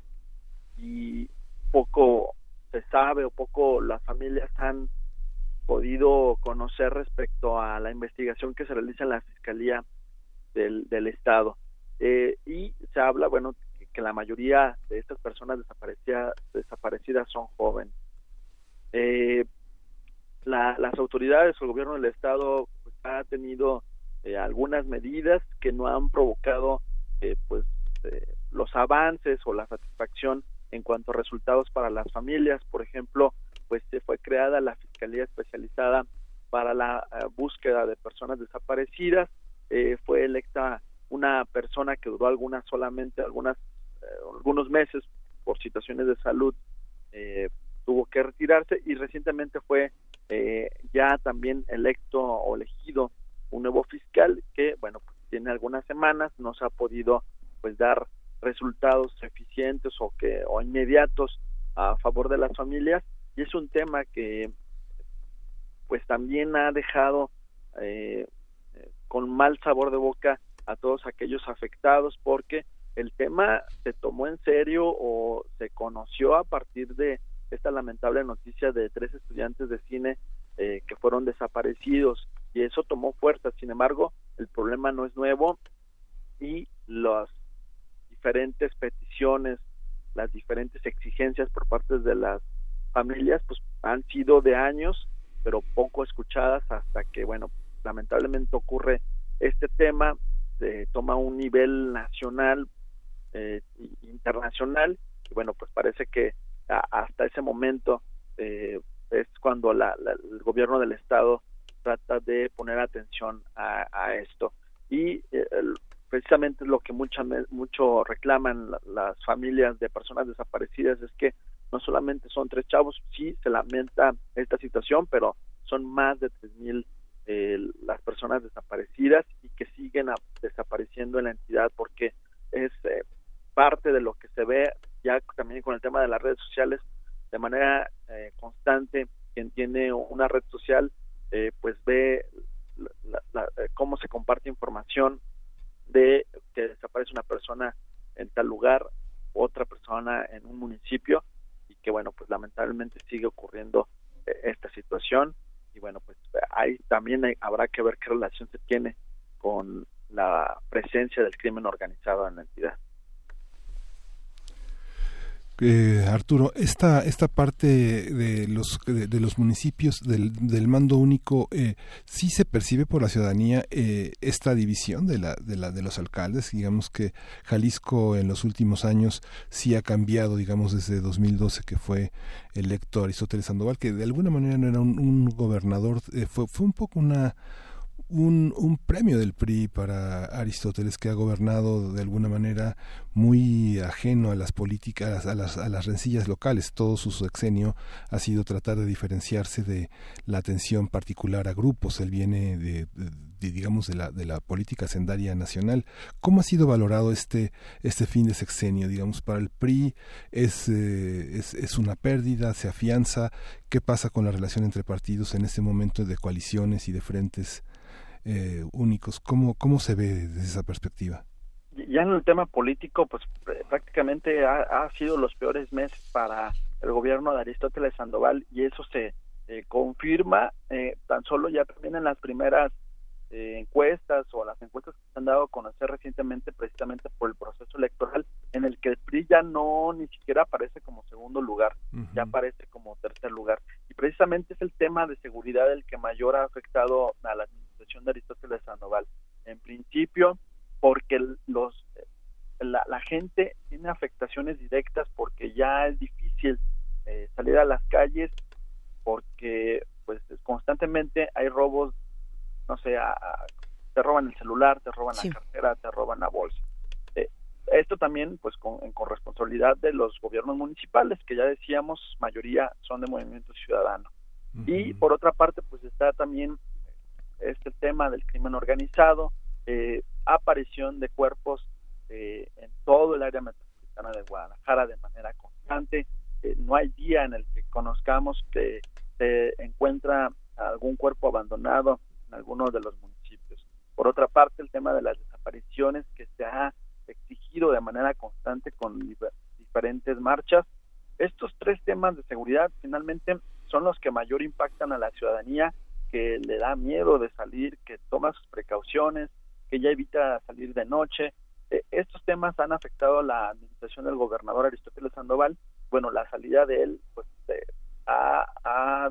y poco se sabe o poco las familias han podido conocer respecto a la investigación que se realiza en la Fiscalía del, del Estado. Eh, y se habla, bueno, que, que la mayoría de estas personas desaparecidas, desaparecidas son jóvenes. Eh, La, las autoridades o el gobierno del estado pues, ha tenido eh, algunas medidas que no han provocado eh, pues eh, los avances o la satisfacción en cuanto a resultados para las familias. Por ejemplo, pues se fue creada la Fiscalía Especializada para la uh, búsqueda de personas desaparecidas. Eh, fue electa una persona que duró algunas solamente algunas eh, algunos meses por situaciones de salud, eh, tuvo que retirarse y recientemente fue Eh, ya también electo o elegido un nuevo fiscal que, bueno, pues tiene algunas semanas, no se ha podido pues dar resultados eficientes o que o inmediatos a favor de las familias y es un tema que pues también ha dejado eh, con mal sabor de boca a todos aquellos afectados porque el tema se tomó en serio o se conoció a partir de esta lamentable noticia de tres estudiantes de cine eh, que fueron desaparecidos y eso tomó fuerza. Sin embargo, el problema no es nuevo y las diferentes peticiones, las diferentes exigencias por parte de las familias pues han sido de años, pero poco escuchadas hasta que, bueno, lamentablemente ocurre este tema, se toma un nivel nacional eh, internacional y bueno, pues parece que hasta ese momento eh, es cuando la, la, el gobierno del estado trata de poner atención a, a esto y eh, el, precisamente lo que mucha, mucho reclaman la, las familias de personas desaparecidas es que no solamente son tres chavos, sí se lamenta esta situación, pero son más de tres mil eh, las personas desaparecidas y que siguen a, desapareciendo en la entidad porque es eh, parte de lo que se ve ya también con el tema de las redes sociales de manera eh, constante instante quien tiene una red social eh, pues ve la, la, la, cómo se comparte información de que desaparece una persona en tal lugar, otra persona en un municipio, y que bueno, pues lamentablemente sigue ocurriendo eh, esta situación. Y bueno, pues ahí también hay, habrá que ver qué relación se tiene con la presencia del crimen organizado en la entidad. Eh, Arturo, esta esta parte de los de, de los municipios del, del mando único, eh, sí se percibe por la ciudadanía eh, esta división de la de la de los alcaldes. Digamos que Jalisco en los últimos años sí ha cambiado, digamos desde dos mil doce que fue electo Aristóteles Sandoval, que de alguna manera no era un, un gobernador, eh, fue fue un poco una Un, un premio del P R I para Aristóteles, que ha gobernado de alguna manera muy ajeno a las políticas, a las, a las rencillas locales. Todo su sexenio ha sido tratar de diferenciarse de la atención particular a grupos. Él viene de, de, de digamos de la de la política hacendaria nacional. ¿Cómo ha sido valorado este este fin de sexenio? Digamos, para el P R I es eh, es, es una pérdida, se afianza. ¿Qué pasa con la relación entre partidos en este momento de coaliciones y de frentes Eh, únicos? ¿Cómo, ¿Cómo se ve desde esa perspectiva? Ya en el tema político, pues prácticamente ha, ha sido los peores meses para el gobierno de Aristóteles Sandoval, y eso se eh, confirma eh, tan solo ya también en las primeras eh, encuestas o las encuestas que se han dado a conocer recientemente, precisamente por el proceso electoral, en el que el P R I ya no ni siquiera aparece como segundo lugar, uh-huh. ya aparece como tercer lugar, y precisamente es el tema de seguridad el que mayor ha afectado a la administración de Aristóteles Sandoval. En principio, porque los la, la gente tiene afectaciones directas, porque ya es difícil eh, salir a las calles, porque pues constantemente hay robos, no sé, a, a, te roban el celular, te roban sí. la cartera, te roban la bolsa. Eh, esto también pues con, en corresponsabilidad de los gobiernos municipales, que ya decíamos, mayoría son de Movimiento Ciudadano. Uh-huh. Y por otra parte, pues está también este tema del crimen organizado, eh, aparición de cuerpos eh, en todo el área metropolitana de Guadalajara de manera constante. Eh, no hay día en el que conozcamos que se encuentra algún cuerpo abandonado en alguno de los municipios. Por otra parte, el tema de las desapariciones, que se ha exigido de manera constante con diferentes marchas. Estos tres temas de seguridad finalmente son los que mayor impactan a la ciudadanía, que le da miedo de salir, que toma sus precauciones, que ya evita salir de noche. Eh, estos temas han afectado a la administración del gobernador Aristóteles Sandoval. Bueno, la salida de él pues eh, ha, ha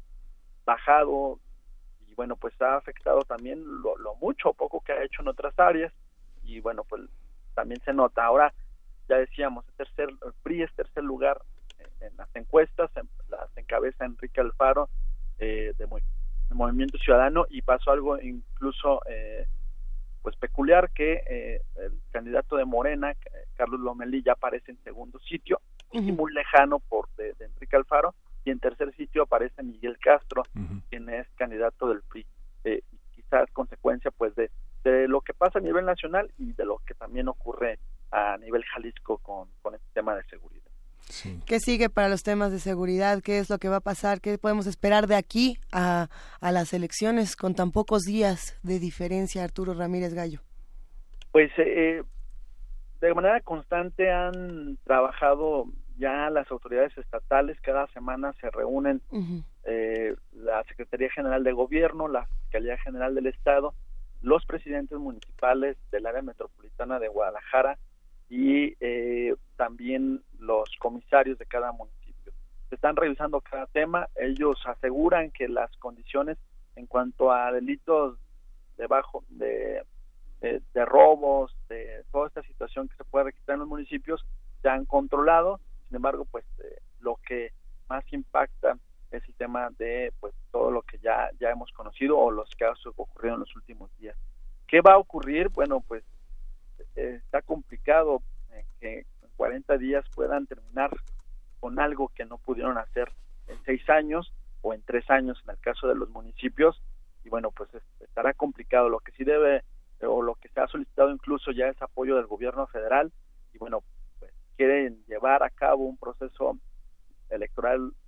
bajado, y bueno, pues ha afectado también lo, lo mucho o poco que ha hecho en otras áreas, y bueno, pues también se nota. Ahora, ya decíamos, el tercer, el P R I es tercer lugar en, en las encuestas, en, las encabeza Enrique Alfaro eh, de muy el Movimiento Ciudadano, y pasó algo incluso eh, pues peculiar, que eh, el candidato de Morena, Carlos Lomelí, ya aparece en segundo sitio, uh-huh. y muy lejano por de, de Enrique Alfaro, y en tercer sitio aparece Miguel Castro, uh-huh. quien es candidato del P R I, eh, y quizás consecuencia pues de, de lo que pasa a nivel nacional y de lo que también ocurre a nivel Jalisco con, con este tema de seguridad. Sí. ¿Qué sigue para los temas de seguridad? ¿Qué es lo que va a pasar? ¿Qué podemos esperar de aquí a, a las elecciones con tan pocos días de diferencia, Arturo Ramírez Gallo? Pues eh, de manera constante han trabajado ya las autoridades estatales. Cada semana se reúnen uh-huh. eh, la Secretaría General de Gobierno, la Fiscalía General del Estado, los presidentes municipales del área metropolitana de Guadalajara, y eh, también los comisarios de cada municipio. Se están revisando cada tema. Ellos aseguran que las condiciones en cuanto a delitos de bajo de, de, de robos, de toda esta situación que se puede registrar en los municipios, se han controlado. Sin embargo, pues eh, lo que más impacta es el tema de pues todo lo que ya ya hemos conocido, o los casos que ocurrieron en los últimos días. ¿Qué va a ocurrir? Bueno, pues está complicado eh, que en cuarenta días puedan terminar con algo que no pudieron hacer en seis años o en tres años en el caso de los municipios, y bueno, pues estará complicado. Lo que sí debe, o lo que se ha solicitado incluso ya, es apoyo del gobierno federal, y bueno, pues quieren llevar a cabo un proceso electoral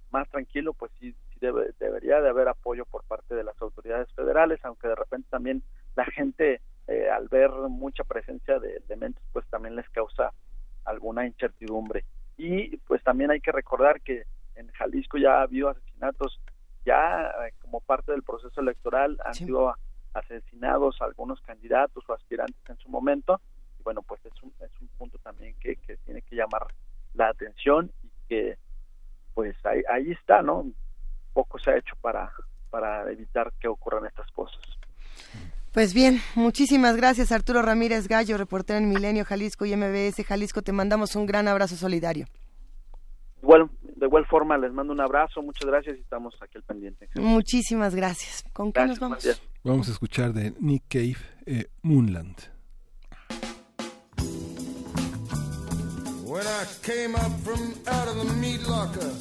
más tranquilo, pues sí, sí debe, debería de haber apoyo por parte de las autoridades federales, aunque de repente también la gente eh, al ver mucha presencia de elementos pues también les causa alguna incertidumbre. Y pues también hay que recordar que en Jalisco ya ha habido asesinatos, ya eh, como parte del proceso electoral han sí. sido asesinados algunos candidatos o aspirantes en su momento, y bueno, pues es un, es un punto también que, que tiene que llamar la atención y que pues ahí, ahí está, ¿no? Poco se ha hecho para, para evitar que ocurran estas cosas. Pues bien, muchísimas gracias Arturo Ramírez Gallo, reportero en Milenio, Jalisco y M B S Jalisco, te mandamos un gran abrazo solidario. Igual, de igual forma les mando un abrazo, muchas gracias y estamos aquí al pendiente. Muchísimas gracias. ¿Con qué gracias, nos vamos? Gracias. Vamos a escuchar de Nick Cave, eh, Moonland. When I came up from out of the meat locker,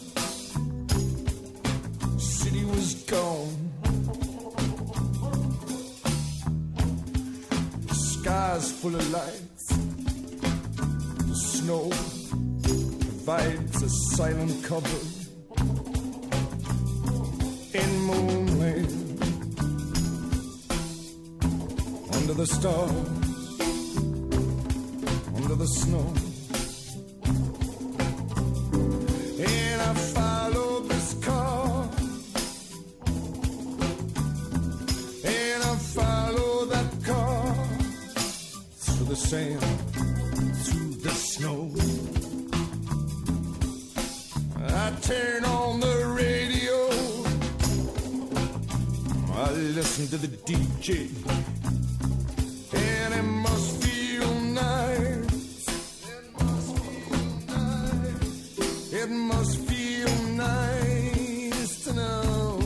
the city was gone. The sky's full of lights. The snow provides a silent cover in moonland. Under the stars, under the snow. And I follow this car, and I follow that car through the sand, through the snow. I turn on the radio, I listen to the D J, and it must feel nice. It must feel nice to know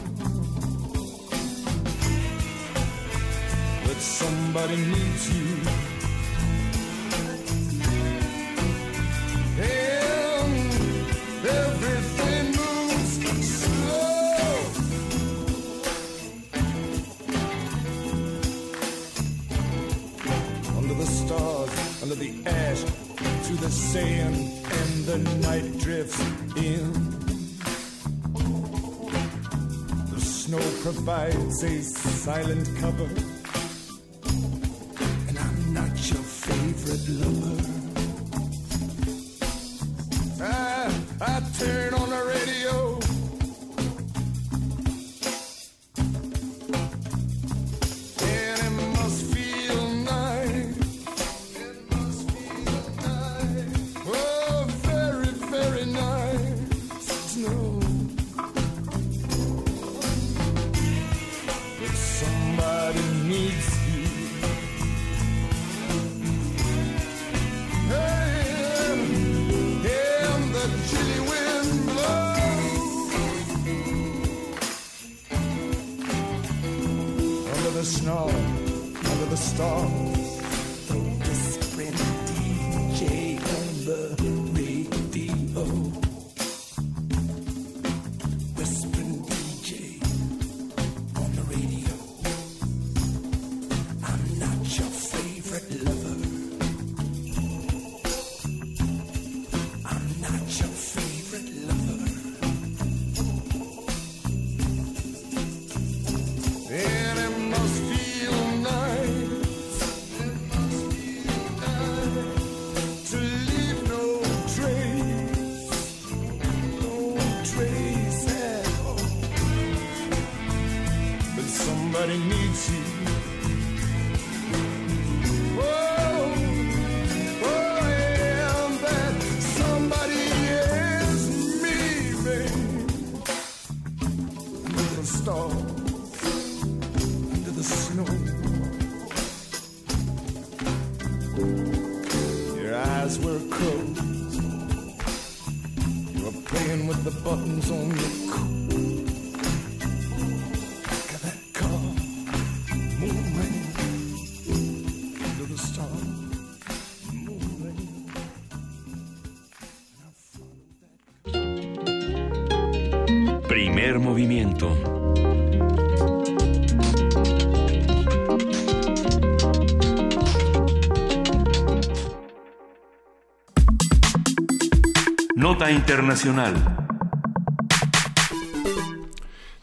that somebody needs you. And everything moves slow. Under the stars, under the ash, through the sand, and the night drifts in. The snow provides a silent cover, and I'm not your favorite lover. I, I turn on the radio, and it must feel nice. Oh, very, very nice to know that somebody needs you. And, and the chilly wind blows under the snow, under the stars. The whispering D J on the radio, whispering D J on the radio. I'm not your favorite lover. I'm not your favorite lover. And it must feel nice. It must feel nice to leave no trace, no trace at all. But somebody needs you. Oh, oh, yeah, and that somebody is me, babe. Under the stars, under the snow. Your eyes were closed. You were playing with the buttons on your coat. Back of that car, moving under the stars, moving. Primer movimiento. Nota internacional.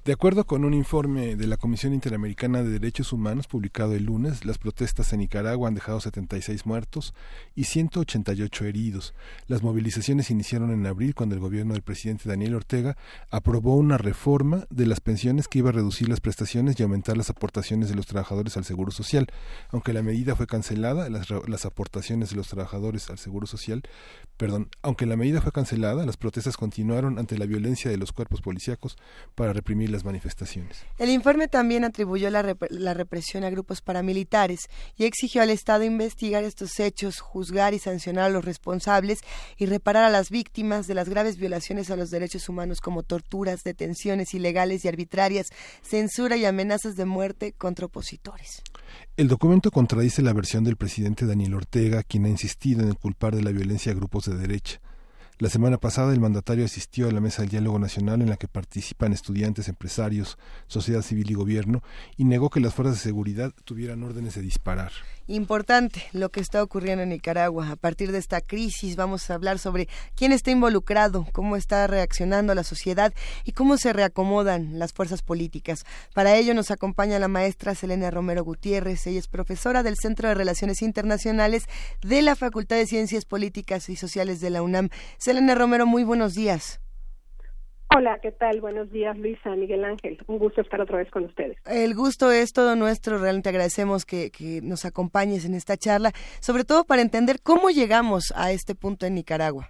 De acuerdo con un informe de la Comisión Interamericana de Derechos Humanos publicado el lunes, las protestas en Nicaragua han dejado setenta y seis muertos y ciento ochenta y ocho heridos. Las movilizaciones iniciaron en abril cuando el gobierno del presidente Daniel Ortega aprobó una reforma de las pensiones que iba a reducir las prestaciones y aumentar las aportaciones de los trabajadores al Seguro Social. Aunque la medida fue cancelada, las, las aportaciones de los trabajadores al Seguro Social, perdón, aunque la medida fue cancelada, las protestas continuaron ante la violencia de los cuerpos policíacos para reprimir las manifestaciones. El informe también atribuyó la, rep- la represión a grupos paramilitares y exigió al Estado investigar estos hechos, juzgar y sancionar a los responsables y reparar a las víctimas de las graves violaciones a los derechos humanos como torturas, detenciones ilegales y arbitrarias, censura y amenazas de muerte contra opositores. El documento contradice la versión del presidente Daniel Ortega, quien ha insistido en culpar de la violencia a grupos de derecha. La semana pasada el mandatario asistió a la Mesa del Diálogo Nacional en la que participan estudiantes, empresarios, sociedad civil y gobierno y negó que las fuerzas de seguridad tuvieran órdenes de disparar. Importante lo que está ocurriendo en Nicaragua. A partir de esta crisis vamos a hablar sobre quién está involucrado, cómo está reaccionando la sociedad y cómo se reacomodan las fuerzas políticas. Para ello nos acompaña la maestra Selene Romero Gutiérrez. Ella es profesora del Centro de Relaciones Internacionales de la Facultad de Ciencias Políticas y Sociales de la UNAM. Selene Romero, muy buenos días. Hola, ¿qué tal? Buenos días, Luisa, Miguel Ángel. Un gusto estar otra vez con ustedes. El gusto es todo nuestro. Realmente agradecemos que, que nos acompañes en esta charla, sobre todo para entender cómo llegamos a este punto en Nicaragua.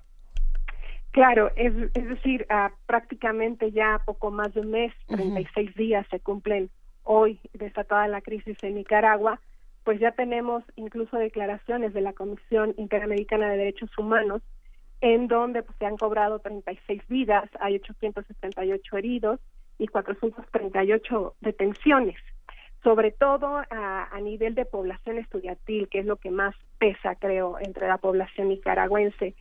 Claro, es, es decir, uh, prácticamente ya poco más de un mes, treinta y seis uh-huh. días se cumplen hoy desatada la crisis en Nicaragua, pues ya tenemos incluso declaraciones de la Comisión Interamericana de Derechos Humanos en donde pues, se han cobrado treinta y seis vidas, hay ochocientos setenta y ocho heridos y cuatrocientas treinta y ocho detenciones, sobre todo a, a nivel de población estudiantil, que es lo que más pesa, creo, entre la población nicaragüense.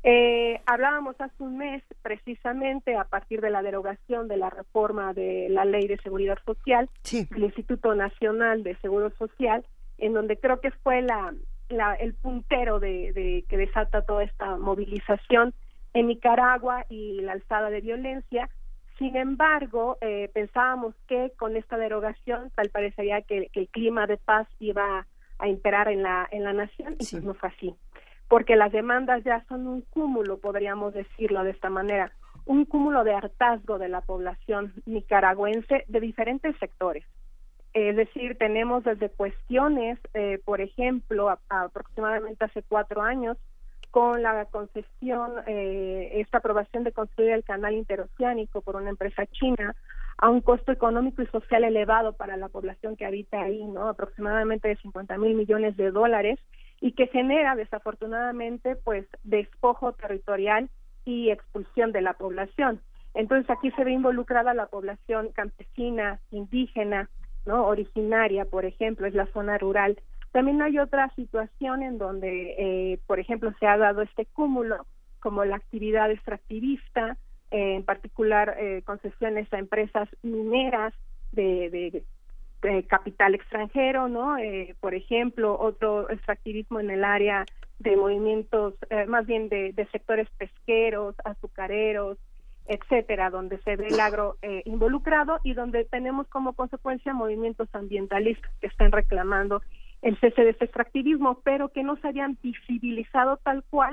Eh, hablábamos hace un mes, precisamente, a partir de la derogación de la reforma de la Ley de Seguridad Social, sí. del Instituto Nacional de Seguro Social, en donde creo que fue la... La, el puntero de, de que desata toda esta movilización en Nicaragua y la alzada de violencia. Sin embargo, eh, pensábamos que con esta derogación tal parecería que, que el clima de paz iba a imperar en la en la nación y sí. pues no fue así, porque las demandas ya son un cúmulo, podríamos decirlo de esta manera, un cúmulo de hartazgo de la población nicaragüense de diferentes sectores. Es decir, tenemos desde cuestiones, eh, por ejemplo, a, a aproximadamente hace cuatro años, con la concesión, eh, esta aprobación de construir el canal interoceánico por una empresa china, a un costo económico y social elevado para la población que habita ahí, ¿no? Aproximadamente de cincuenta mil millones de dólares, y que genera, desafortunadamente, pues, despojo territorial y expulsión de la población. Entonces, aquí se ve involucrada la población campesina, indígena, ¿no? originaria, por ejemplo, es la zona rural. También hay otra situación en donde, eh, por ejemplo, se ha dado este cúmulo, como la actividad extractivista, eh, en particular eh, concesiones a empresas mineras de, de, de capital extranjero, ¿no? Eh, por ejemplo, otro extractivismo en el área de movimientos, eh, más bien de, de sectores pesqueros, azucareros, etcétera, donde se ve el agro eh, involucrado y donde tenemos como consecuencia movimientos ambientalistas que están reclamando el cese de este extractivismo, pero que no se habían visibilizado tal cual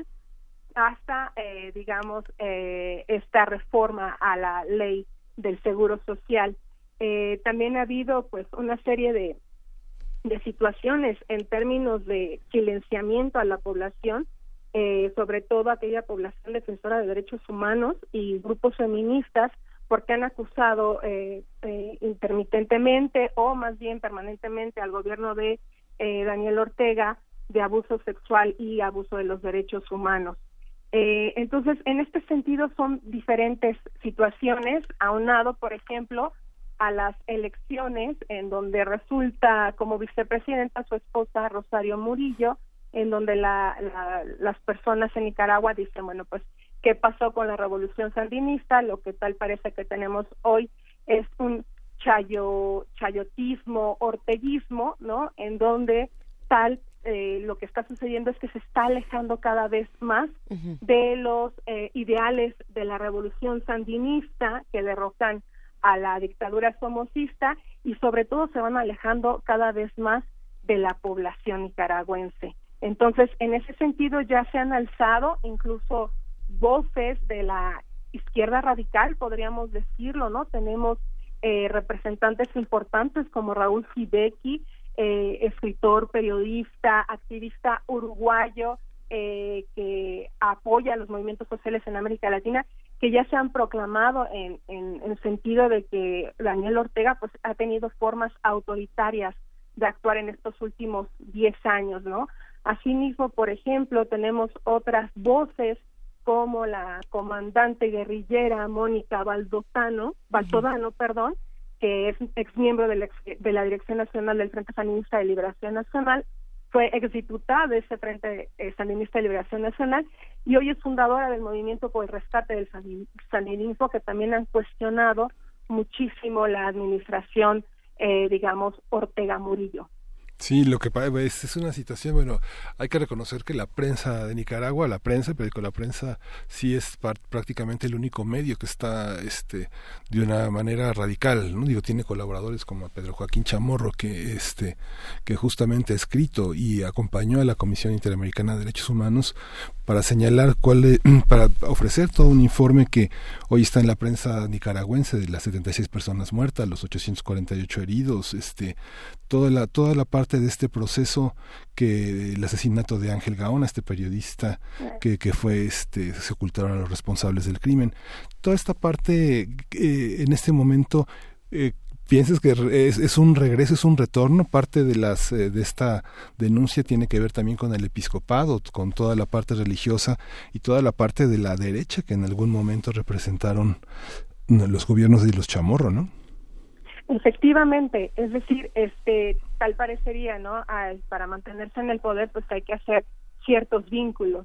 hasta, eh, digamos, eh, esta reforma a la ley del Seguro Social. Eh, también ha habido, pues, una serie de, de situaciones en términos de silenciamiento a la población, Eh, sobre todo aquella población defensora de derechos humanos y grupos feministas, porque han acusado eh, eh, intermitentemente o más bien permanentemente al gobierno de eh, Daniel Ortega de abuso sexual y abuso de los derechos humanos. Eh, entonces, en este sentido son diferentes situaciones, aunado, por ejemplo, a las elecciones en donde resulta como vicepresidenta su esposa Rosario Murillo, en donde la, la, las personas en Nicaragua dicen, bueno, pues, ¿qué pasó con la revolución sandinista? Lo que tal parece que tenemos hoy es un chayo, chayotismo, orteguismo, ¿no? En donde tal, eh, lo que está sucediendo es que se está alejando cada vez más uh-huh. de los eh, ideales de la revolución sandinista que derrocan a la dictadura somocista y sobre todo se van alejando cada vez más de la población nicaragüense. Entonces, en ese sentido ya se han alzado incluso voces de la izquierda radical, podríamos decirlo, ¿no? Tenemos eh, representantes importantes como Raúl Hideki, eh, escritor, periodista, activista uruguayo, eh, que apoya los movimientos sociales en América Latina, que ya se han proclamado en, en, en el sentido de que Daniel Ortega pues ha tenido formas autoritarias de actuar en estos últimos diez años, ¿no? Asimismo, por ejemplo, tenemos otras voces como la comandante guerrillera Mónica Baldozano, Baltodano, perdón, que es exmiembro de la, de la Dirección Nacional del Frente Sandinista de Liberación Nacional, fue exdiputada de ese Frente eh, Sandinista de Liberación Nacional y hoy es fundadora del Movimiento por el Rescate del Sandinismo, que también han cuestionado muchísimo la administración, eh, digamos, Ortega Murillo. Sí, lo que es, es una situación, bueno, hay que reconocer que la prensa de Nicaragua, la prensa, pero con la prensa sí es par, prácticamente el único medio que está este de una manera radical, ¿no? Digo, tiene colaboradores como Pedro Joaquín Chamorro, que este que justamente ha escrito y acompañó a la Comisión Interamericana de Derechos Humanos para señalar cuál, para ofrecer todo un informe que hoy está en la prensa nicaragüense de las setenta y seis personas muertas, los ochocientos cuarenta y ocho heridos, este toda la toda la parte de este proceso, que el asesinato de Ángel Gaona, este periodista que, que fue este se ocultaron a los responsables del crimen, toda esta parte eh, en este momento eh, ¿piensas que es, es un regreso, es un retorno? Parte de las eh, de esta denuncia tiene que ver también con el episcopado, con toda la parte religiosa y toda la parte de la derecha que en algún momento representaron los gobiernos de los Chamorro, ¿no? Efectivamente, es decir, este tal parecería, ¿no? Ay, para mantenerse en el poder, pues hay que hacer ciertos vínculos.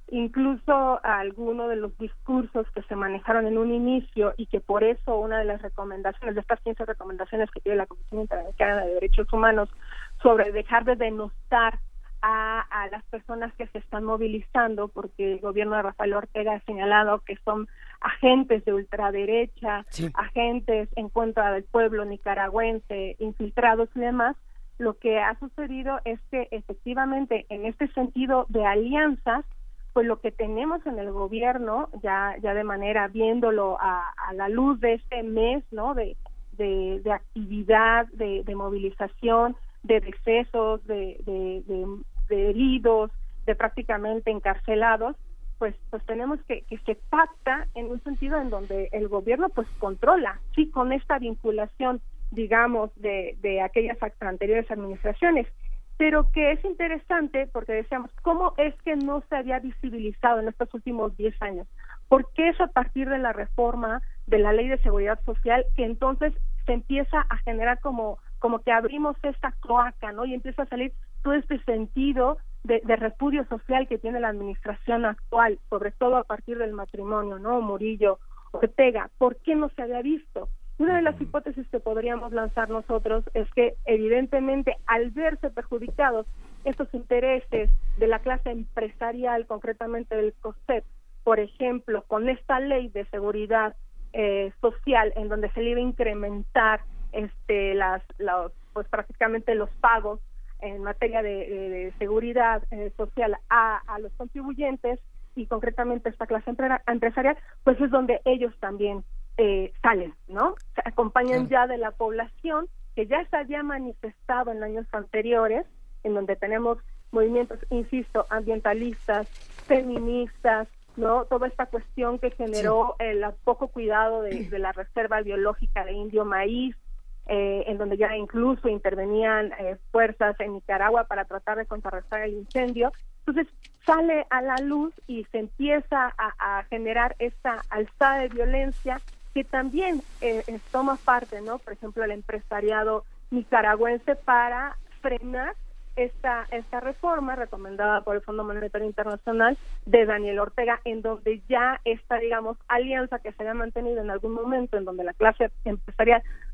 Incluso algunos de los discursos que se manejaron en un inicio y que por eso una de las recomendaciones, de estas quince recomendaciones que tiene la Comisión Interamericana de Derechos Humanos sobre dejar de denostar a, a las personas que se están movilizando, porque el gobierno de Rafael Ortega ha señalado que son agentes de ultraderecha, sí. agentes en contra del pueblo nicaragüense, infiltrados y demás. Lo que ha sucedido es que efectivamente en este sentido de alianzas, pues lo que tenemos en el gobierno, ya ya de manera viéndolo a, a la luz de este mes, ¿no? De, de, de actividad, de, de movilización, de decesos, de, de, de, de heridos, de prácticamente encarcelados, pues pues tenemos que que se pacta en un sentido en donde el gobierno pues controla, sí, con esta vinculación, digamos, de, de aquellas anteriores administraciones, pero que es interesante porque decíamos, ¿cómo es que no se había visibilizado en estos últimos diez años? ¿Por qué es a partir de la reforma de la Ley de Seguridad Social que entonces se empieza a generar como, como que abrimos esta cloaca, ¿no? Y empieza a salir todo este sentido de, de repudio social que tiene la administración actual, sobre todo a partir del matrimonio, ¿no? Murillo, Ortega. ¿Por qué no se había visto? Una de las hipótesis que podríamos lanzar nosotros es que evidentemente al verse perjudicados estos intereses de la clase empresarial, concretamente del COSEP, por ejemplo, con esta ley de seguridad eh, social en donde se le iba a incrementar este las los pues prácticamente los pagos en materia de, de, de seguridad eh, social a, a los contribuyentes y concretamente esta clase empresarial, pues es donde ellos también Eh, salen, ¿no? Se acompañan ya de la población que ya se había manifestado en años anteriores, en donde tenemos movimientos, insisto, ambientalistas, feministas, ¿no? Toda esta cuestión que generó sí. el poco cuidado de, de la reserva biológica de Indio Maíz, eh, en donde ya incluso intervenían eh, fuerzas en Nicaragua para tratar de contrarrestar el incendio. Entonces sale a la luz y se empieza a, a generar esta alzada de violencia que también eh, toma parte, ¿no? Por ejemplo, el empresariado nicaragüense para frenar esta esta reforma recomendada por el Fondo Monetario Internacional de Daniel Ortega, en donde ya esta, digamos, alianza que se había mantenido en algún momento, en donde la clase empresarial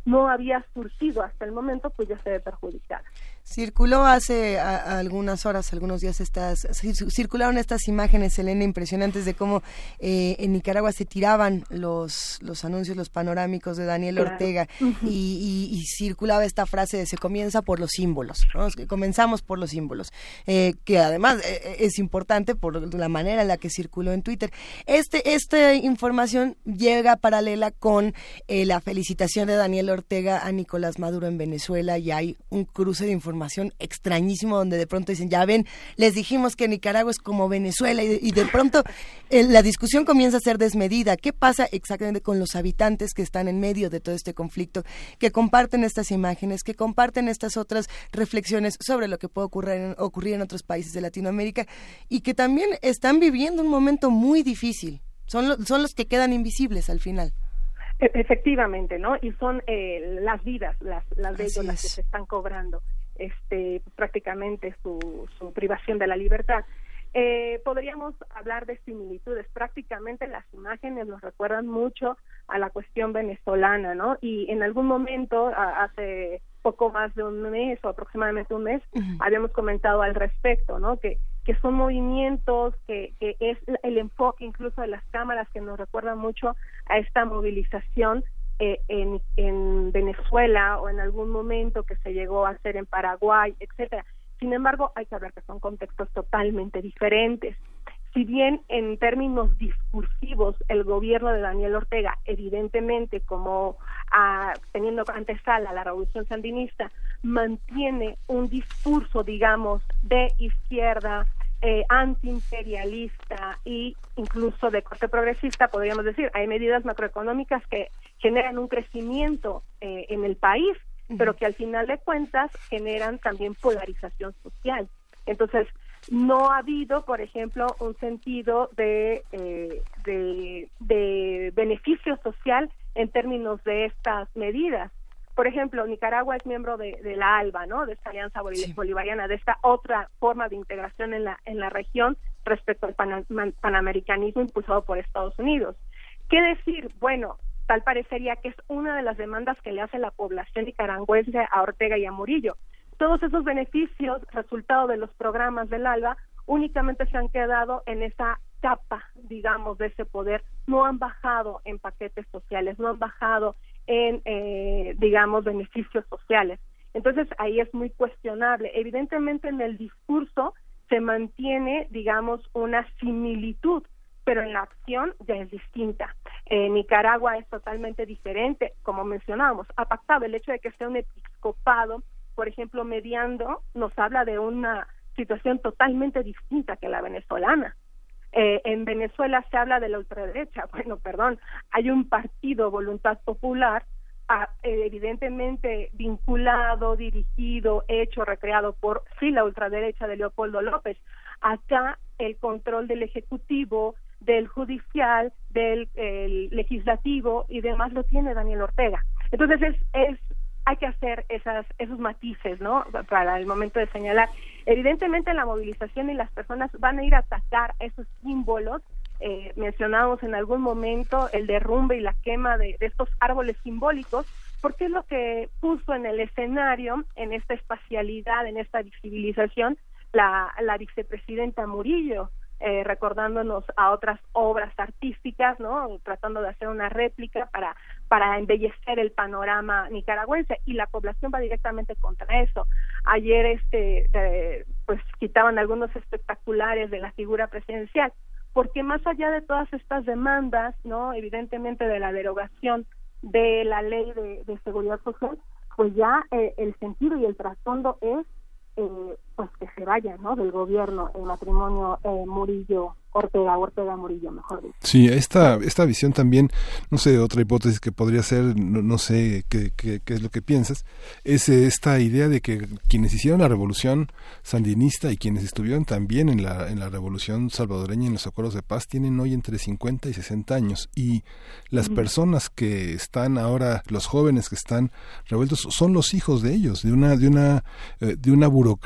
no había surgido hasta el momento, pues ya se ve perjudicada. Circuló hace a, a algunas horas, algunos días, estas circularon estas imágenes, Elena, impresionantes de cómo eh, en Nicaragua se tiraban los los anuncios, los panorámicos de Daniel claro. Ortega, uh-huh. y, y, y circulaba esta frase de se comienza por los símbolos, ¿no? Comenzamos por los símbolos, eh, que además eh, es importante por la manera en la que circuló en Twitter. Este Esta información llega paralela con eh, la felicitación de Daniel Ortega a Nicolás Maduro en Venezuela, y hay un cruce de información extrañísimo donde de pronto dicen, ya ven, les dijimos que Nicaragua es como Venezuela, y de, y de pronto eh, la discusión comienza a ser desmedida. ¿Qué pasa exactamente con los habitantes que están en medio de todo este conflicto, que comparten estas imágenes, que comparten estas otras reflexiones sobre lo que puede ocurrir en, ocurrir en otros países de Latinoamérica, y que también están viviendo un momento muy difícil? Son, lo, son los que quedan invisibles al final. Efectivamente, ¿no? Y son eh, las vidas, las, las de ellos las que se están cobrando. Este, prácticamente su, su privación de la libertad. Eh, podríamos hablar de similitudes, prácticamente las imágenes nos recuerdan mucho a la cuestión venezolana, ¿no? Y en algún momento, a, hace poco más de un mes o aproximadamente un mes, uh-huh. habíamos comentado al respecto, ¿no? Que, que son movimientos, que, que es el enfoque incluso de las cámaras que nos recuerdan mucho a esta movilización Eh, en, en Venezuela o en algún momento que se llegó a hacer en Paraguay, etcétera. Sin embargo, hay que hablar que son contextos totalmente diferentes. Si bien en términos discursivos el gobierno de Daniel Ortega, evidentemente como ah, teniendo antesala la revolución sandinista, mantiene un discurso, digamos, de izquierda, Eh, antiimperialista e incluso de corte progresista, podríamos decir, hay medidas macroeconómicas que generan un crecimiento eh, en el país, uh-huh. pero que al final de cuentas generan también polarización social. Entonces, no ha habido, por ejemplo, un sentido de, eh, de, de beneficio social en términos de estas medidas. Por ejemplo, Nicaragua es miembro de, de la ALBA, ¿no? De esta alianza sí. bolivariana, de esta otra forma de integración en la en la región respecto al pan, panamericanismo impulsado por Estados Unidos. ¿Qué decir? Bueno, tal parecería que es una de las demandas que le hace la población nicaragüense a Ortega y a Murillo. Todos esos beneficios, resultado de los programas del ALBA, únicamente se han quedado en esa capa, digamos, de ese poder, no han bajado en paquetes sociales, no han bajado en, eh, digamos, beneficios sociales. Entonces, ahí es muy cuestionable. Evidentemente, en el discurso se mantiene, digamos, una similitud, pero en la acción ya es distinta. Eh, Nicaragua es totalmente diferente, como mencionábamos, ha pactado el hecho de que sea un episcopado, por ejemplo, mediando, nos habla de una situación totalmente distinta que la venezolana. Eh, en Venezuela se habla de la ultraderecha, bueno, perdón, hay un partido Voluntad Popular, a, eh, evidentemente vinculado, dirigido, hecho, recreado por, sí, la ultraderecha de Leopoldo López. Acá el control del Ejecutivo, del Judicial, del el Legislativo y demás lo tiene Daniel Ortega. Entonces es, es hay que hacer esas esos matices, ¿no? Para el momento de señalar. Evidentemente la movilización y las personas van a ir a atacar esos símbolos. Eh, mencionábamos en algún momento el derrumbe y la quema de, de estos árboles simbólicos, porque es lo que puso en el escenario, en esta espacialidad, en esta visibilización, la, la vicepresidenta Murillo, eh, recordándonos a otras obras artísticas, ¿no? Tratando de hacer una réplica para para embellecer el panorama nicaragüense, y la población va directamente contra eso. Ayer este de, pues quitaban algunos espectaculares de la figura presidencial, porque más allá de todas estas demandas, no, evidentemente de la derogación de la ley de, de seguridad social, pues ya eh, el sentido y el trasfondo es eh, pues que se vaya, ¿no?, del gobierno el matrimonio eh, Murillo Ortega, Ortega Murillo, mejor dicho. Sí, esta esta visión también, no sé, otra hipótesis que podría ser, no, no sé qué, qué, qué es lo que piensas, es esta idea de que quienes hicieron la revolución sandinista y quienes estuvieron también en la en la revolución salvadoreña y en los acuerdos de paz tienen hoy entre cincuenta y sesenta años, y las uh-huh. personas que están ahora, los jóvenes que están revueltos, son los hijos de ellos, de una de una eh, de una burocracia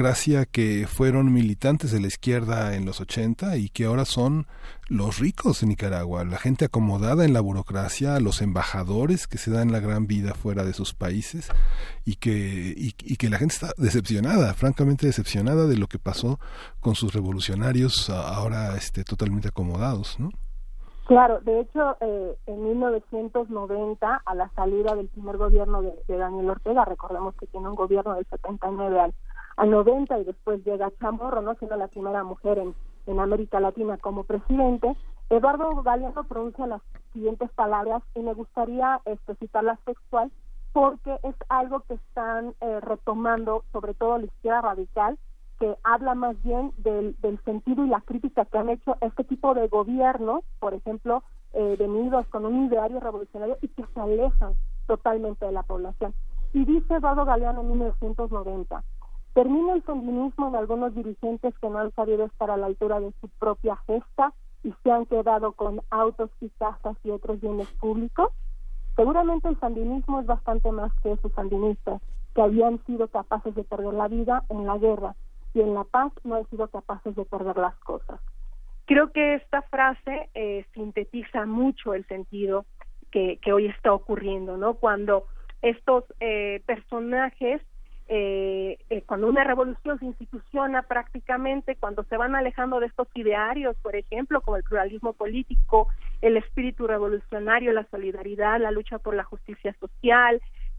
Ortega, que fueron militantes de la izquierda en los ochenta y que ahora son los ricos en Nicaragua, la gente acomodada en la burocracia, los embajadores que se dan la gran vida fuera de sus países y que, y, y que la gente está decepcionada, francamente decepcionada de lo que pasó con sus revolucionarios ahora este, totalmente acomodados, ¿no? Claro, de hecho, eh, en mil novecientos noventa, a la salida del primer gobierno de, de Daniel Ortega, recordemos que tiene un gobierno del setenta y nueve al, al noventa y después llega Chamorro, ¿no?, siendo la primera mujer en, en América Latina como presidente, Eduardo Galeano pronuncia las siguientes palabras y me gustaría este, citarlas textual porque es algo que están eh, retomando sobre todo la izquierda radical, que habla más bien del, del sentido y la crítica que han hecho este tipo de gobiernos, por ejemplo, eh, venidos con un ideario revolucionario y que se alejan totalmente de la población. Y dice Eduardo Galeano en mil novecientos noventa, termina el sandinismo en algunos dirigentes que no han sabido estar a la altura de su propia gesta y se han quedado con autos y casas y otros bienes públicos. Seguramente el sandinismo es bastante más que esos sandinistas que habían sido capaces de perder la vida en la guerra y en la paz no han sido capaces de perder las cosas. Creo que esta frase eh, sintetiza mucho el sentido que, que hoy está ocurriendo, ¿no? Cuando estos eh, personajes, eh, eh, cuando una revolución se instituciona prácticamente, cuando se van alejando de estos idearios, por ejemplo, como el pluralismo político, el espíritu revolucionario, la solidaridad, la lucha por la justicia social,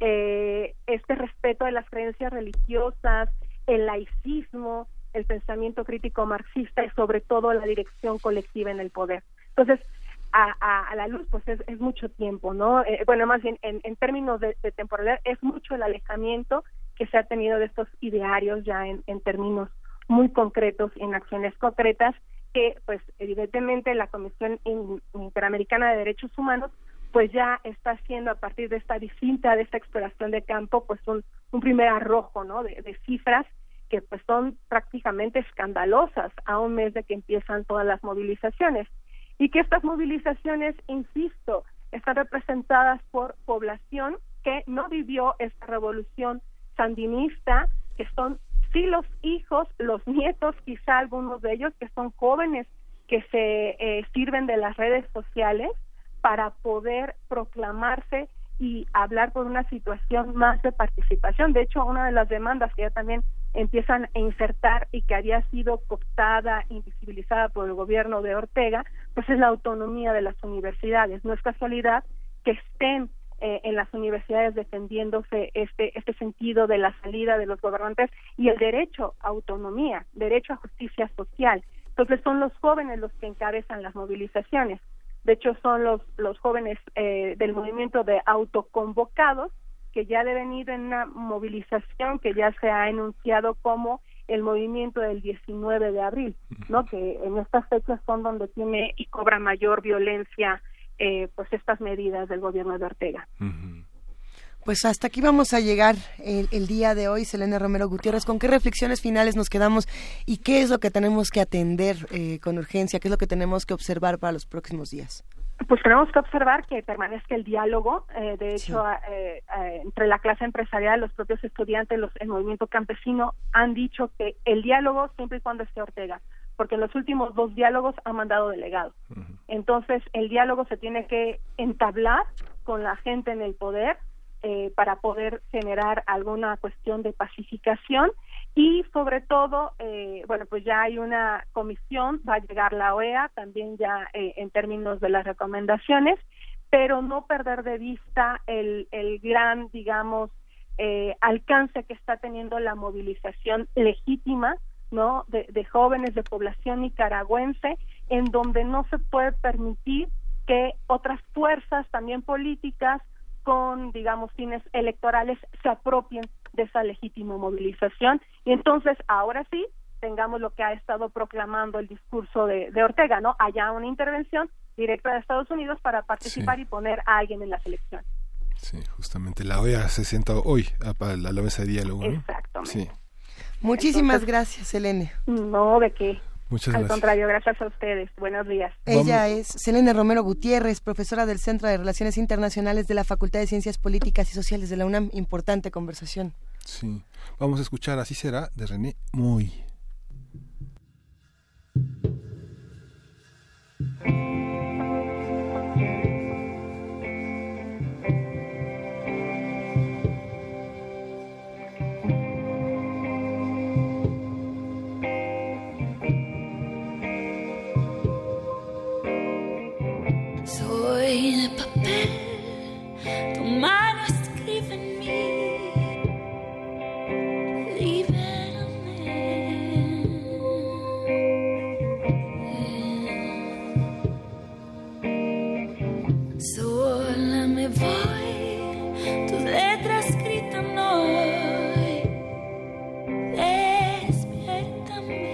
eh, este respeto de las creencias religiosas, el laicismo, el pensamiento crítico marxista y sobre todo la dirección colectiva en el poder. Entonces, a, a, a la luz, pues es, es mucho tiempo, ¿no? Eh, bueno, más bien, en, en términos de, de temporalidad, es mucho el alejamiento que se ha tenido de estos idearios ya en, en términos muy concretos, en acciones concretas, que, pues, evidentemente la Comisión Interamericana de Derechos Humanos pues ya está haciendo a partir de esta visita, de esta exploración de campo, pues un, un primer arrojo, ¿no?, de, de cifras que pues son prácticamente escandalosas a un mes de que empiezan todas las movilizaciones. Y que estas movilizaciones, insisto, están representadas por población que no vivió esta revolución sandinista, que son sí los hijos, los nietos, quizá algunos de ellos, que son jóvenes que se eh, sirven de las redes sociales para poder proclamarse y hablar por una situación más de participación. De hecho, una de las demandas que ya también empiezan a insertar y que había sido cooptada, invisibilizada por el gobierno de Ortega, pues es la autonomía de las universidades. No es casualidad que estén eh, en las universidades defendiéndose este este sentido de la salida de los gobernantes y el derecho a autonomía, derecho a justicia social. Entonces son los jóvenes los que encabezan las movilizaciones. De hecho, son los, los jóvenes eh, del movimiento de autoconvocados que ya deben ir en una movilización que ya se ha enunciado como el movimiento del diecinueve de abril, ¿no? Que en estas fechas son donde tiene y cobra mayor violencia eh, pues estas medidas del gobierno de Ortega. Uh-huh. Pues hasta aquí vamos a llegar el, el día de hoy, Selene Romero Gutiérrez. ¿Con qué reflexiones finales nos quedamos y qué es lo que tenemos que atender eh, con urgencia? ¿Qué es lo que tenemos que observar para los próximos días? Pues tenemos que observar que permanezca el diálogo. Eh, de hecho, Sí. eh, eh, entre la clase empresarial, los propios estudiantes, los, el movimiento campesino han dicho que el diálogo siempre y cuando esté Ortega, porque en los últimos dos diálogos ha mandado delegados. Uh-huh. Entonces, el diálogo se tiene que entablar con la gente en el poder, Eh, para poder generar alguna cuestión de pacificación y sobre todo, eh, bueno, pues ya hay una comisión, va a llegar la O E A también ya eh, en términos de las recomendaciones, pero no perder de vista el, el gran, digamos, eh, alcance que está teniendo la movilización legítima, ¿no?, de, de jóvenes de población nicaragüense, en donde no se puede permitir que otras fuerzas también políticas con, digamos, fines electorales se apropien de esa legítima movilización y entonces ahora sí tengamos lo que ha estado proclamando el discurso de, de Ortega, ¿no? Haya una intervención directa de Estados Unidos para participar sí. y poner a alguien en las elecciones. Sí, justamente la O E A se sienta hoy a la, la mesa de diálogo, ¿no? Exactamente. Sí. Muchísimas Entonces, gracias, Selene. No, ¿de qué? Muchas Al gracias. contrario, gracias a ustedes. Buenos días. Ella Vamos. es Selene Romero Gutiérrez, profesora del Centro de Relaciones Internacionales de la Facultad de Ciencias Políticas y Sociales de la UNAM. Importante conversación. Sí, vamos a escuchar Así será de René Muy. Soy de papel, tu mano escribe en mí, libérame. Sola me voy, tu letra escrita no hay, despiértame.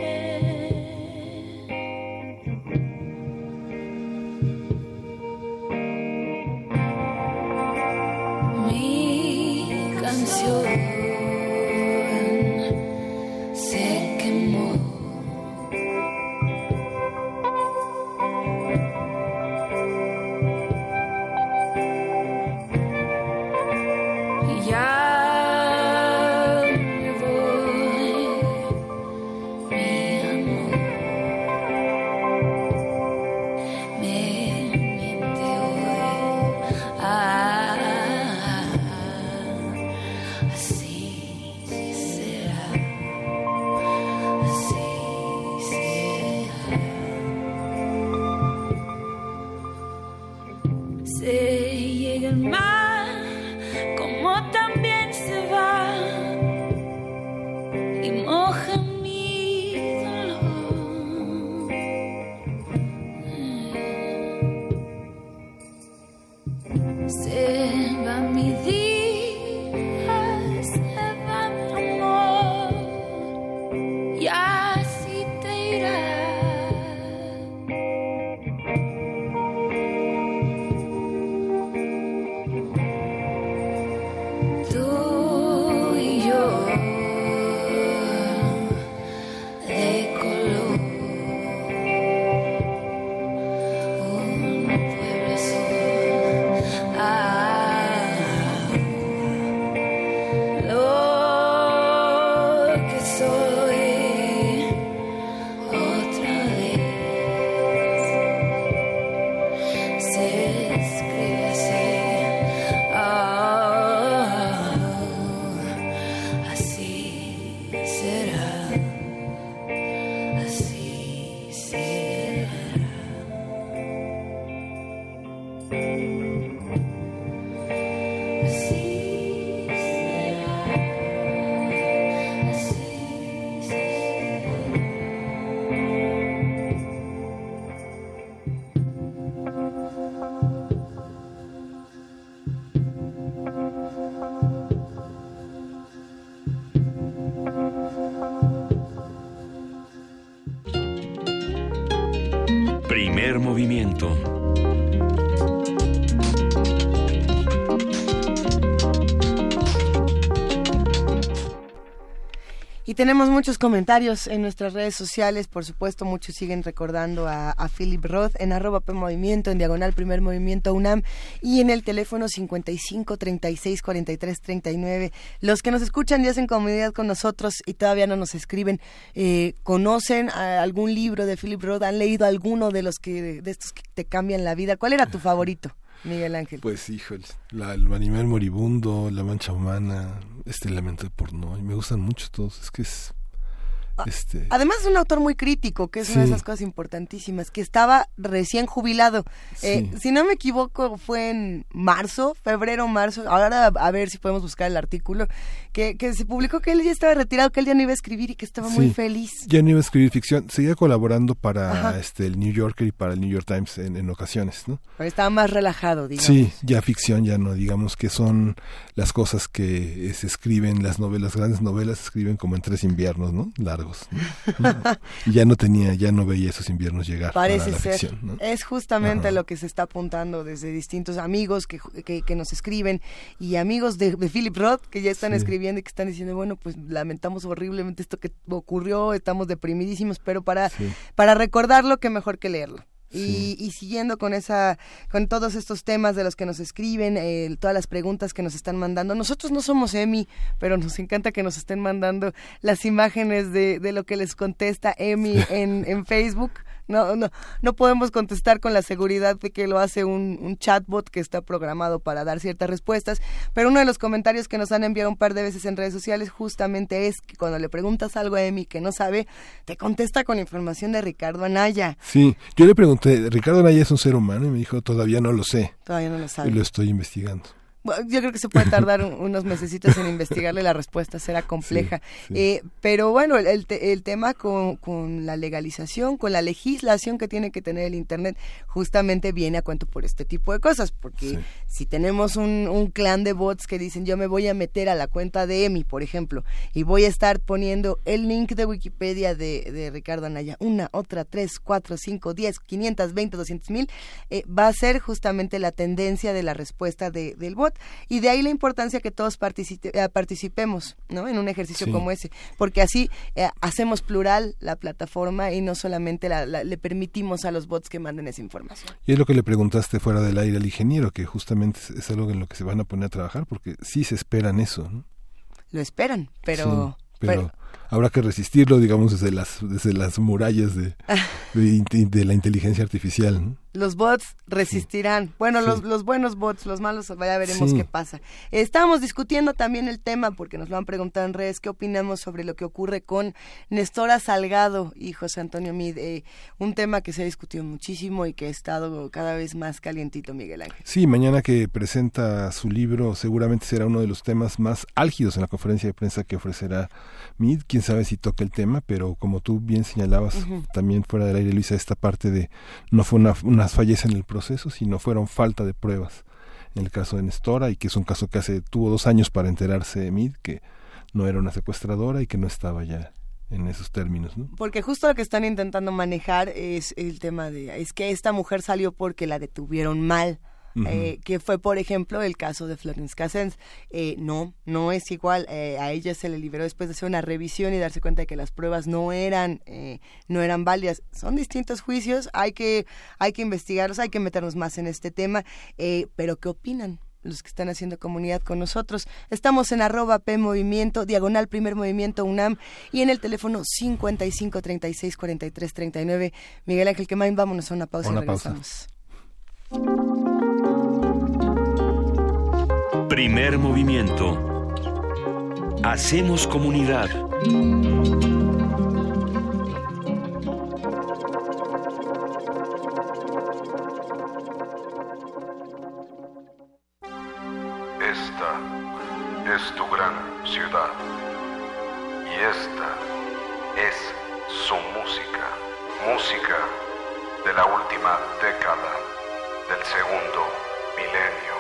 Mi canción se quemó. Y ya me voy, mi amor. Me miente hoy. Ah, así será, así será. Se llega el mar, como también se va, y moja mi dolor. Se va mi día, se va mi amor, y así te irás. Tú y yo, de color, un pueblo azul. Ah, lo que soy otra vez se escribe así. Ah, así será, así será. Así será, así será. Primer movimiento. Y tenemos muchos comentarios en nuestras redes sociales, por supuesto, muchos siguen recordando a, a Philip Roth en arroba P Movimiento, en diagonal Primer Movimiento UNAM y en el teléfono cincuenta y cinco, treinta y seis, cuarenta y tres, treinta y nueve. Los que nos escuchan y hacen comunidad con nosotros y todavía no nos escriben, eh, ¿conocen a algún libro de Philip Roth? ¿Han leído alguno de los que de estos que te cambian la vida? ¿Cuál era tu favorito, Miguel Ángel? Pues híjole, la, el animal moribundo, La mancha humana, este Lamento de porno, y me gustan mucho todos, es que es este además es un autor muy crítico, que es sí. una de esas cosas importantísimas, que estaba recién jubilado. Sí. Eh, si no me equivoco, fue en marzo, febrero, marzo, ahora a ver si podemos buscar el artículo, que, que se publicó que él ya estaba retirado, que él ya no iba a escribir y que estaba sí. muy feliz. Ya no iba a escribir ficción, seguía colaborando para Ajá. este el New Yorker y para el New York Times en, en ocasiones, ¿no? Pero estaba más relajado, digamos. Sí, ya ficción, ya no, digamos que son las cosas que se escriben, las novelas, grandes novelas se escriben como en tres inviernos, ¿no? Largos, ¿no? Y ya no tenía, ya no veía esos inviernos llegar. Parece para la ser, ficción, ¿no? es justamente Ajá. lo que se está apuntando desde distintos amigos que, que, que nos escriben y amigos de, de Philip Roth que ya están Sí. escribiendo y que están diciendo, bueno, pues lamentamos horriblemente esto que ocurrió, estamos deprimidísimos, pero para, Sí. para recordarlo, qué mejor que leerlo. Y, y siguiendo con esa, con todos estos temas de los que nos escriben, eh, todas las preguntas que nos están mandando. Nosotros no somos Emi, pero nos encanta que nos estén mandando las imágenes de, de lo que les contesta Emi en, en Facebook. No, no, no podemos contestar con la seguridad de que lo hace un, un chatbot que está programado para dar ciertas respuestas, pero uno de los comentarios que nos han enviado un par de veces en redes sociales justamente es que cuando le preguntas algo a Emi que no sabe, te contesta con información de Ricardo Anaya. Sí, yo le pregunté, ¿Ricardo Anaya es un ser humano? Y me dijo, todavía no lo sé. Todavía no lo sabe. Y lo estoy investigando. Yo creo que se puede tardar un, unos mesecitos en investigarle, la respuesta será compleja. Sí, sí. Eh, pero bueno, el, el, te, el tema con, con la legalización, con la legislación que tiene que tener el Internet, justamente viene a cuento por este tipo de cosas, porque sí. si tenemos un, un clan de bots que dicen yo me voy a meter a la cuenta de Emi, por ejemplo, y voy a estar poniendo el link de Wikipedia de, de Ricardo Anaya, una, otra, tres, cuatro, cinco, diez, quinientos, veinte, doscientos mil, eh, va a ser justamente la tendencia de la respuesta de, del bot. Y de ahí la importancia que todos participe, eh, participemos, ¿no? En un ejercicio sí. como ese, porque así eh, hacemos plural la plataforma y no solamente la, la, le permitimos a los bots que manden esa información. Y es lo que le preguntaste fuera del aire al ingeniero, que justamente es, es algo en lo que se van a poner a trabajar, porque sí se esperan eso, ¿no? Lo esperan, pero... Sí, pero, pero habrá que resistirlo, digamos, desde las desde las murallas de, de, de la inteligencia artificial, ¿no? Los bots resistirán. Sí. Bueno, sí. Los, los buenos bots, los malos, ya veremos sí. qué pasa. Estábamos discutiendo también el tema, porque nos lo han preguntado en redes, ¿qué opinamos sobre lo que ocurre con Nestora Salgado y José Antonio Meade? Eh, un tema que se ha discutido muchísimo y que ha estado cada vez más calientito, Miguel Ángel. Sí, mañana que presenta su libro, seguramente será uno de los temas más álgidos en la conferencia de prensa que ofrecerá Meade. Quién sabe si toca el tema, pero como tú bien señalabas, uh-huh. también fuera del aire, Luisa, esta parte de no fue una, unas fallas en el proceso, sino fueron falta de pruebas en el caso de Nestora, y que es un caso que hace tuvo dos años para enterarse de Meade, que no era una secuestradora y que no estaba ya en esos términos, ¿no? Porque justo lo que están intentando manejar es el tema de, es que esta mujer salió porque la detuvieron mal. Uh-huh. Eh, que fue, por ejemplo, el caso de Florence Cassens. Eh, no, no es igual. Eh, a ella se le liberó después de hacer una revisión y darse cuenta de que las pruebas no eran, eh, no eran válidas. Son distintos juicios, hay que, hay que investigarlos, hay que meternos más en este tema. Eh, pero ¿qué opinan los que están haciendo comunidad con nosotros? Estamos en arroba P Movimiento, diagonal Primer Movimiento UNAM, y en el teléfono cincuenta y cinco, treinta y seis, cuarenta y tres, treinta y nueve. Miguel Ángel Quemain, vámonos a una pausa una y regresamos. Pausa. Primer movimiento. Hacemos comunidad. Esta es tu gran ciudad. Y esta es su música. Música de la última década del segundo milenio.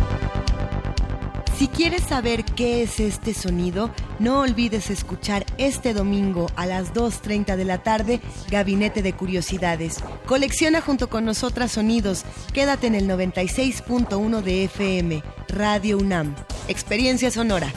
Si quieres saber qué es este sonido, no olvides escuchar este domingo a las dos treinta de la tarde Gabinete de Curiosidades. Colecciona junto con nosotras sonidos. Quédate en el noventa y seis punto uno de F M, Radio UNAM. Experiencia sonora.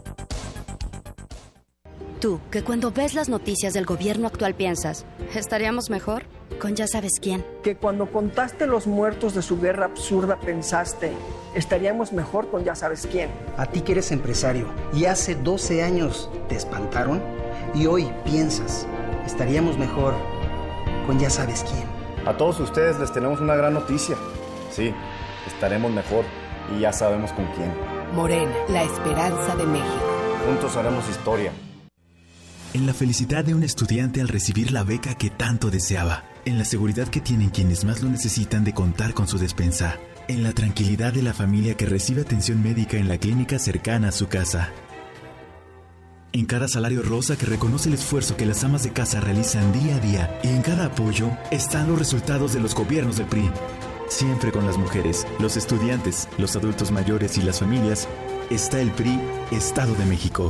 Tú, que cuando ves las noticias del gobierno actual piensas, ¿estaríamos mejor? Con ya sabes quién. Que cuando contaste los muertos de su guerra absurda pensaste, estaríamos mejor con ya sabes quién. A ti que eres empresario y hace doce años te espantaron y hoy piensas, estaríamos mejor con ya sabes quién. A todos ustedes les tenemos una gran noticia. Sí, estaremos mejor y ya sabemos con quién. Morena, la esperanza de México. Juntos haremos historia. En la felicidad de un estudiante al recibir la beca que tanto deseaba. En la seguridad que tienen quienes más lo necesitan de contar con su despensa. En la tranquilidad de la familia que recibe atención médica en la clínica cercana a su casa. En cada salario rosa que reconoce el esfuerzo que las amas de casa realizan día a día. Y en cada apoyo están los resultados de los gobiernos del P R I. Siempre con las mujeres, los estudiantes, los adultos mayores y las familias, está el P R I, Estado de México.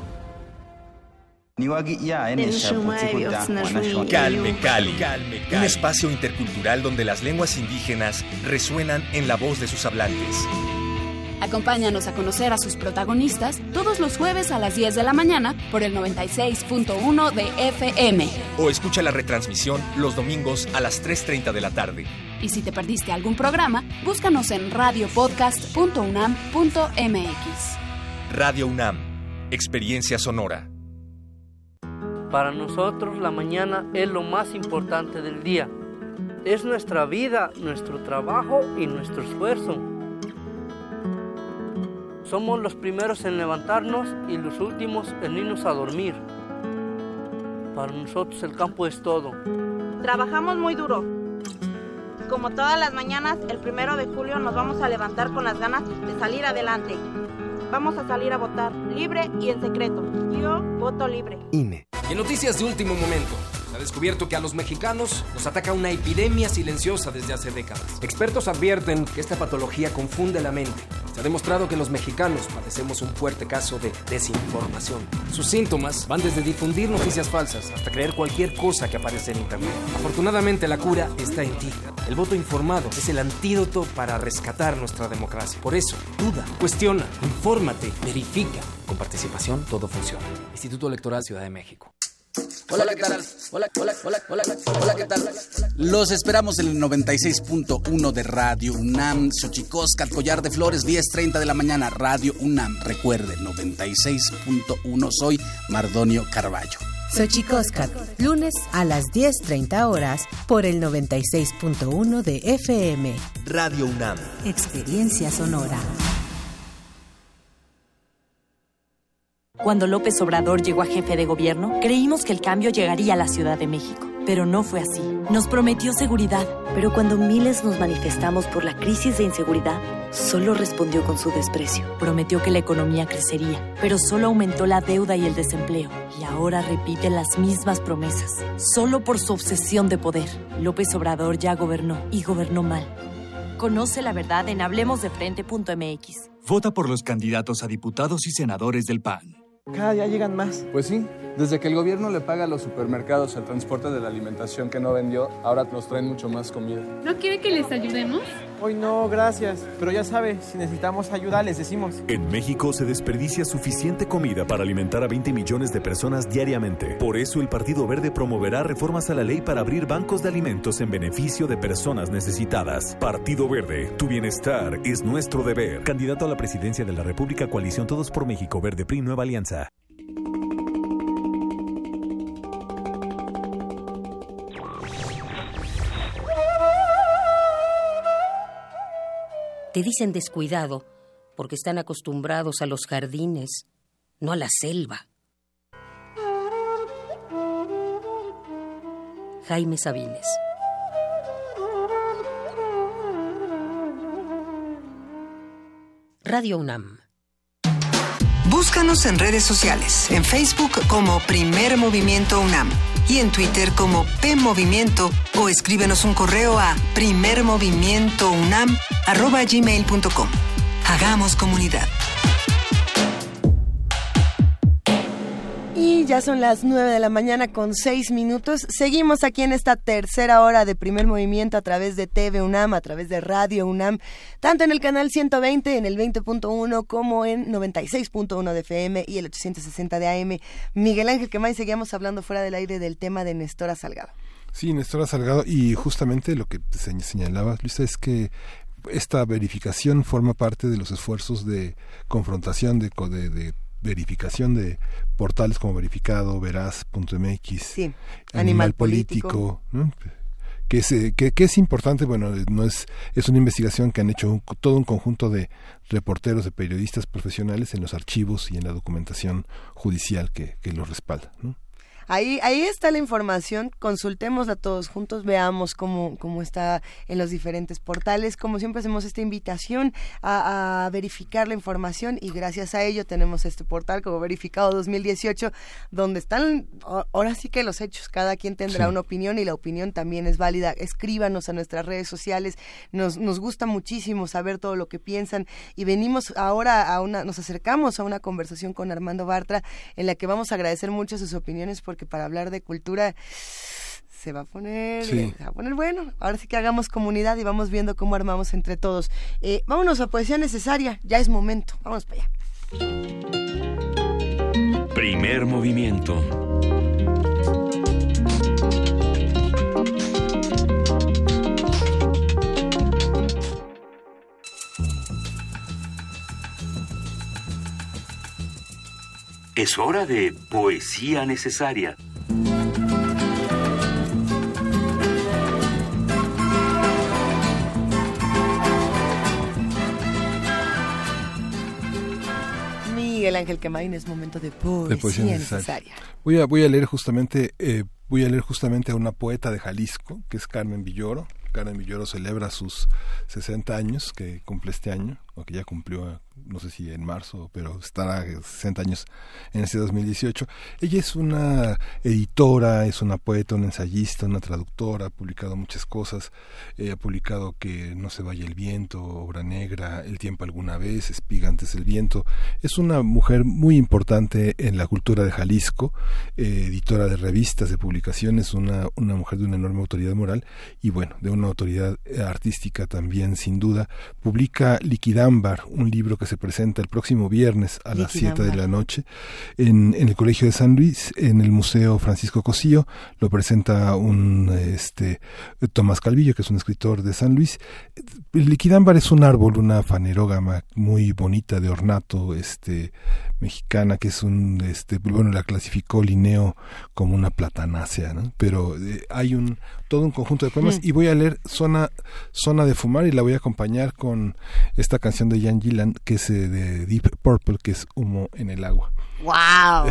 Calme Cali, un espacio intercultural donde las lenguas indígenas resuenan en la voz de sus hablantes. Acompáñanos a conocer a sus protagonistas todos los jueves a las diez de la mañana por el noventa y seis punto uno de F M. O escucha la retransmisión los domingos a las tres treinta de la tarde. Y si te perdiste algún programa, búscanos en radio podcast punto unam punto m x. Radio UNAM, experiencia sonora. Para nosotros la mañana es lo más importante del día. Es nuestra vida, nuestro trabajo y nuestro esfuerzo. Somos los primeros en levantarnos y los últimos en irnos a dormir. Para nosotros el campo es todo. Trabajamos muy duro. Como todas las mañanas, el primero de julio nos vamos a levantar con las ganas de salir adelante. Vamos a salir a votar, libre y en secreto. Yo voto libre. I N E. Y en noticias de último momento, se ha descubierto que a los mexicanos nos ataca una epidemia silenciosa desde hace décadas. Expertos advierten que esta patología confunde la mente. Se ha demostrado que los mexicanos padecemos un fuerte caso de desinformación. Sus síntomas van desde difundir noticias falsas hasta creer cualquier cosa que aparece en internet. Afortunadamente, la cura está en ti. El voto informado es el antídoto para rescatar nuestra democracia. Por eso, duda, cuestiona, infórmate, verifica. Con participación, todo funciona. Instituto Electoral Ciudad de México. Hola, ¿qué tal? Hola, hola, hola, hola, hola, ¿qué tal? Los esperamos en el noventa y seis punto uno de Radio UNAM, Xochicóscat, Collar de Flores, diez treinta de la mañana, Radio UNAM. Recuerde, noventa y seis punto uno, soy Mardonio Carballo. Xochicóscat, lunes a las diez treinta horas por el noventa y seis punto uno de F M. Radio UNAM. Experiencia sonora. Cuando López Obrador llegó a jefe de gobierno, creímos que el cambio llegaría a la Ciudad de México. Pero no fue así. Nos prometió seguridad. Pero cuando miles nos manifestamos por la crisis de inseguridad, solo respondió con su desprecio. Prometió que la economía crecería, pero solo aumentó la deuda y el desempleo. Y ahora repite las mismas promesas, solo por su obsesión de poder. López Obrador ya gobernó, y gobernó mal. Conoce la verdad en hablemos de frente punto m x. Vota por los candidatos a diputados y senadores del P A N. Cada día llegan más. Pues sí, desde que el gobierno le paga a los supermercados el transporte de la alimentación que no vendió, ahora nos traen mucho más comida. ¿No quiere que les ayudemos? Hoy no, gracias. Pero ya sabe, si necesitamos ayuda, les decimos. En México se desperdicia suficiente comida para alimentar a veinte millones de personas diariamente. Por eso el Partido Verde promoverá reformas a la ley para abrir bancos de alimentos en beneficio de personas necesitadas. Partido Verde, tu bienestar es nuestro deber. Candidato a la presidencia de la República, Coalición Todos por México, Verde P R I, Nueva Alianza. Te dicen descuidado porque están acostumbrados a los jardines, no a la selva. Jaime Sabines. Radio UNAM. Búscanos en redes sociales, en Facebook como Primer Movimiento UNAM y en Twitter como P Movimiento, o escríbenos un correo a primermovimientounam arroba gmail punto com. Hagamos comunidad. Y ya son las nueve de la mañana con seis minutos. Seguimos aquí en esta tercera hora de Primer Movimiento a través de T V UNAM, a través de Radio UNAM, tanto en el canal ciento veinte, en el veinte punto uno, como en noventa y seis punto uno de F M y el ochocientos sesenta de A M. Miguel Ángel Quemain, seguíamos hablando fuera del aire del tema de Nestora Salgado. Sí, Nestora Salgado, y justamente lo que señalabas, Luisa, es que esta verificación forma parte de los esfuerzos de confrontación, de, de, de verificación de portales como Verificado, Veraz punto m x, sí, Animal, Animal Político, Político. ¿no? que, es, que, que es importante. Bueno, no es es una investigación que han hecho un, todo un conjunto de reporteros, de periodistas profesionales en los archivos y en la documentación judicial que, que los respalda, ¿no? Ahí, ahí está la información, consultémosla todos juntos, veamos cómo, cómo está en los diferentes portales. Como siempre hacemos esta invitación a, a verificar la información, y gracias a ello tenemos este portal como Verificado dos mil dieciocho, donde están ahora sí que los hechos, cada quien tendrá sí. una opinión, y la opinión también es válida. Escríbanos a nuestras redes sociales, nos, nos gusta muchísimo saber todo lo que piensan, y venimos ahora a una, nos acercamos a una conversación con Armando Bartra, en la que vamos a agradecer mucho sus opiniones, porque para hablar de cultura se va a poner sí. se va a poner bueno. Ahora sí que hagamos comunidad y vamos viendo cómo armamos entre todos. Eh, vámonos a Poesía Necesaria, ya es momento, vamos para allá. Primer movimiento. Es hora de poesía necesaria. Miguel Ángel Quemain, es momento de poesía, de poesía necesaria. necesaria. Voy a, voy a leer justamente, eh, voy a leer justamente a una poeta de Jalisco, que es Carmen Villoro. Carmen Villoro celebra sus sesenta años, que cumple este año, o que ya cumplió, no sé si en marzo, pero estará sesenta años en este dos mil dieciocho. Ella es una editora, es una poeta, una ensayista, una traductora, ha publicado muchas cosas, eh, ha publicado Que no se vaya el viento, Obra Negra, El tiempo alguna vez, Espiga antes del viento. Es una mujer muy importante en la cultura de Jalisco, eh, editora de revistas, de publicaciones, una, una mujer de una enorme autoridad moral y bueno, de una autoridad artística también, sin duda. Publica Liquidámbar, un libro que se presenta el próximo viernes a las siete de la noche en, en el Colegio de San Luis, en el Museo Francisco Cosío. Lo presenta un este Tomás Calvillo, que es un escritor de San Luis. Liquidámbar es un árbol, una fanerógama muy bonita de ornato este mexicana, que es un este bueno, la clasificó Linneo como una platanácea, ¿no? Pero eh, hay un todo un conjunto de poemas mm. y voy a leer Zona Zona de Fumar y la voy a acompañar con esta canción de Ian Gillan, que es eh, de Deep Purple, que es Humo en el agua. ¡Wow!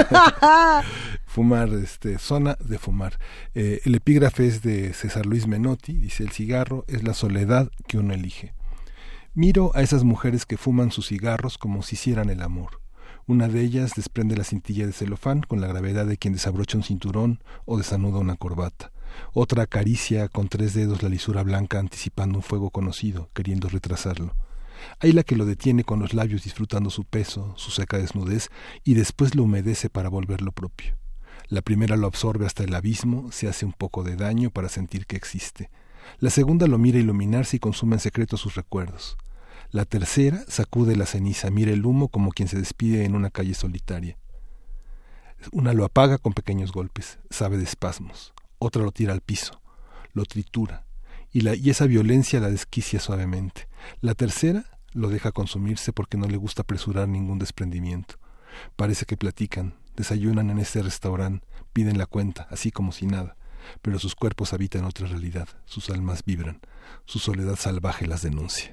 Fumar, este, Zona de Fumar. Eh, el epígrafe es de César Luis Menotti, dice: el cigarro es la soledad que uno elige. Miro a esas mujeres que fuman sus cigarros como si hicieran el amor. Una de ellas desprende la cintilla de celofán con la gravedad de quien desabrocha un cinturón o desanuda una corbata. Otra acaricia con tres dedos la lisura blanca anticipando un fuego conocido, queriendo retrasarlo. Hay la que lo detiene con los labios disfrutando su peso, su seca desnudez, y después lo humedece para volverlo propio. La primera lo absorbe hasta el abismo, se hace un poco de daño para sentir que existe. La segunda lo mira iluminarse y consume en secreto sus recuerdos. La tercera sacude la ceniza, mira el humo como quien se despide en una calle solitaria. Una lo apaga con pequeños golpes, sabe de espasmos. Otra lo tira al piso, lo tritura, y, la, y esa violencia la desquicia suavemente. La tercera lo deja consumirse porque no le gusta apresurar ningún desprendimiento. Parece que platican, desayunan en este restaurante, piden la cuenta, así como si nada, pero sus cuerpos habitan otra realidad, sus almas vibran, su soledad salvaje las denuncia.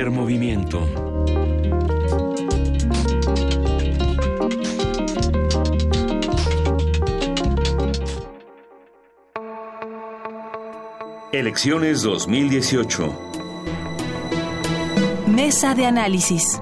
Primer movimiento. Elecciones dos mil dieciocho. Mesa de análisis.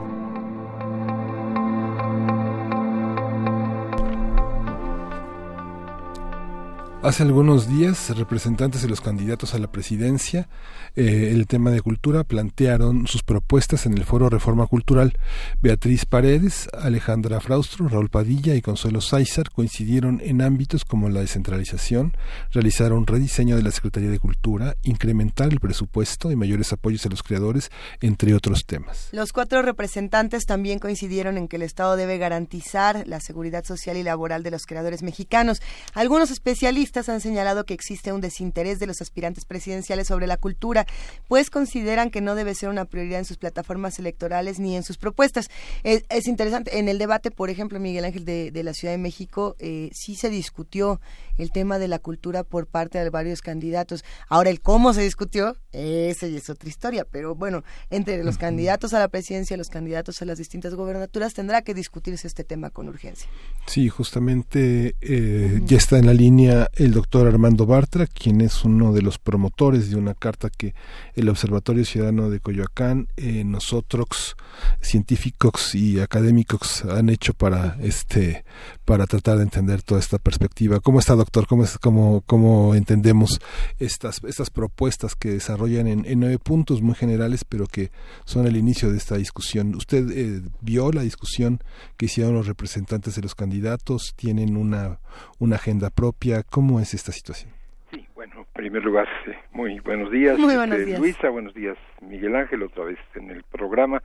Hace algunos días, representantes de los candidatos a la presidencia, eh, el tema de cultura, plantearon sus propuestas en el Foro Reforma Cultural. Beatriz Paredes, Alejandra Fraustro, Raúl Padilla y Consuelo Sáizar coincidieron en ámbitos como la descentralización, realizar un rediseño de la Secretaría de Cultura, incrementar el presupuesto y mayores apoyos a los creadores, entre otros temas. Los cuatro representantes también coincidieron en que el Estado debe garantizar la seguridad social y laboral de los creadores mexicanos. Algunos especialistas han señalado que existe un desinterés de los aspirantes presidenciales sobre la cultura, pues consideran que no debe ser una prioridad en sus plataformas electorales ni en sus propuestas. Es, es interesante, en el debate, por ejemplo, Miguel Ángel, de, de la Ciudad de México, eh, sí se discutió el tema de la cultura por parte de varios candidatos. Ahora, el cómo se discutió, esa es otra historia, pero bueno, entre los candidatos a la presidencia y los candidatos a las distintas gobernaturas tendrá que discutirse este tema con urgencia. Sí, justamente eh, uh-huh. ya está en la línea el doctor Armando Bartra, quien es uno de los promotores de una carta que el Observatorio Ciudadano de Coyoacán, eh, nosotros, científicos y académicos han hecho para este para tratar de entender toda esta perspectiva. ¿Cómo está, doctor? ¿Cómo es, cómo, cómo entendemos estas estas propuestas que desarrollan en, en nueve puntos muy generales, pero que son el inicio de esta discusión? ¿Usted eh, vio la discusión que hicieron los representantes de los candidatos? ¿Tienen una una agenda propia? ¿Cómo es esta situación? Sí, bueno, en primer lugar, eh, muy buenos días. Muy buenos este, días. Luisa, buenos días, Miguel Ángel, otra vez en el programa.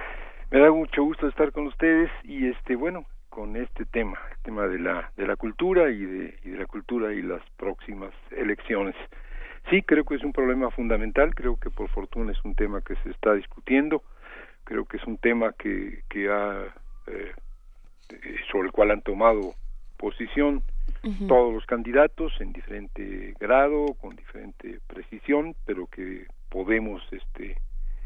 Me da mucho gusto estar con ustedes y este, bueno, con este tema, el tema de la de la cultura y de, y de la cultura y las próximas elecciones. Sí, creo que es un problema fundamental, creo que por fortuna es un tema que se está discutiendo, creo que es un tema que, que ha, eh, sobre el cual han tomado posición uh-huh. todos los candidatos en diferente grado, con diferente precisión, pero que podemos este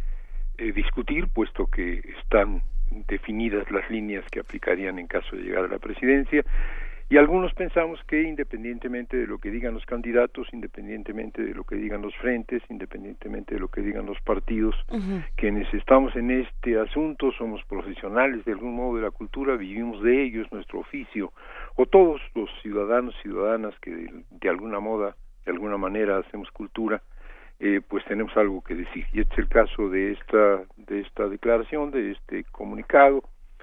eh, discutir, puesto que están definidas las líneas que aplicarían en caso de llegar a la presidencia, y algunos pensamos que independientemente de lo que digan los candidatos, independientemente de lo que digan los frentes, independientemente de lo que digan los partidos, uh-huh. quienes estamos en este asunto somos profesionales de algún modo de la cultura, vivimos de ello, es nuestro oficio, o todos los ciudadanos y ciudadanas que de, de alguna moda, de alguna manera hacemos cultura, eh, pues tenemos algo que decir. Y este es el caso de esta de esta declaración, de este comunicado,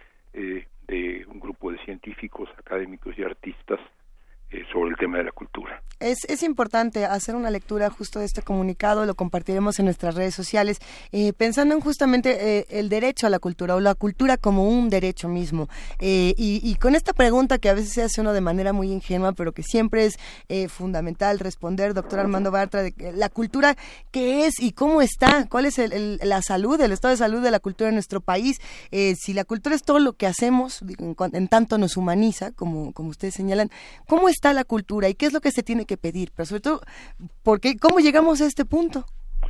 eh, de un grupo de científicos, académicos y artistas eh, sobre el tema de la cultura. Es, es importante hacer una lectura justo de este comunicado, lo compartiremos en nuestras redes sociales, eh, pensando en justamente eh, el derecho a la cultura o la cultura como un derecho mismo. Eh, y, y con esta pregunta que a veces se hace uno de manera muy ingenua, pero que siempre es eh, fundamental responder, doctor Armando Bartra, de la cultura, ¿qué es y cómo está? ¿Cuál es el, el, la salud, el estado de salud de la cultura en nuestro país? Eh, si la cultura es todo lo que hacemos, en, en tanto nos humaniza, como, como ustedes señalan, ¿cómo está la cultura y qué es lo que se tiene que pedir? Pero sobre todo, ¿por qué, ¿cómo llegamos a este punto?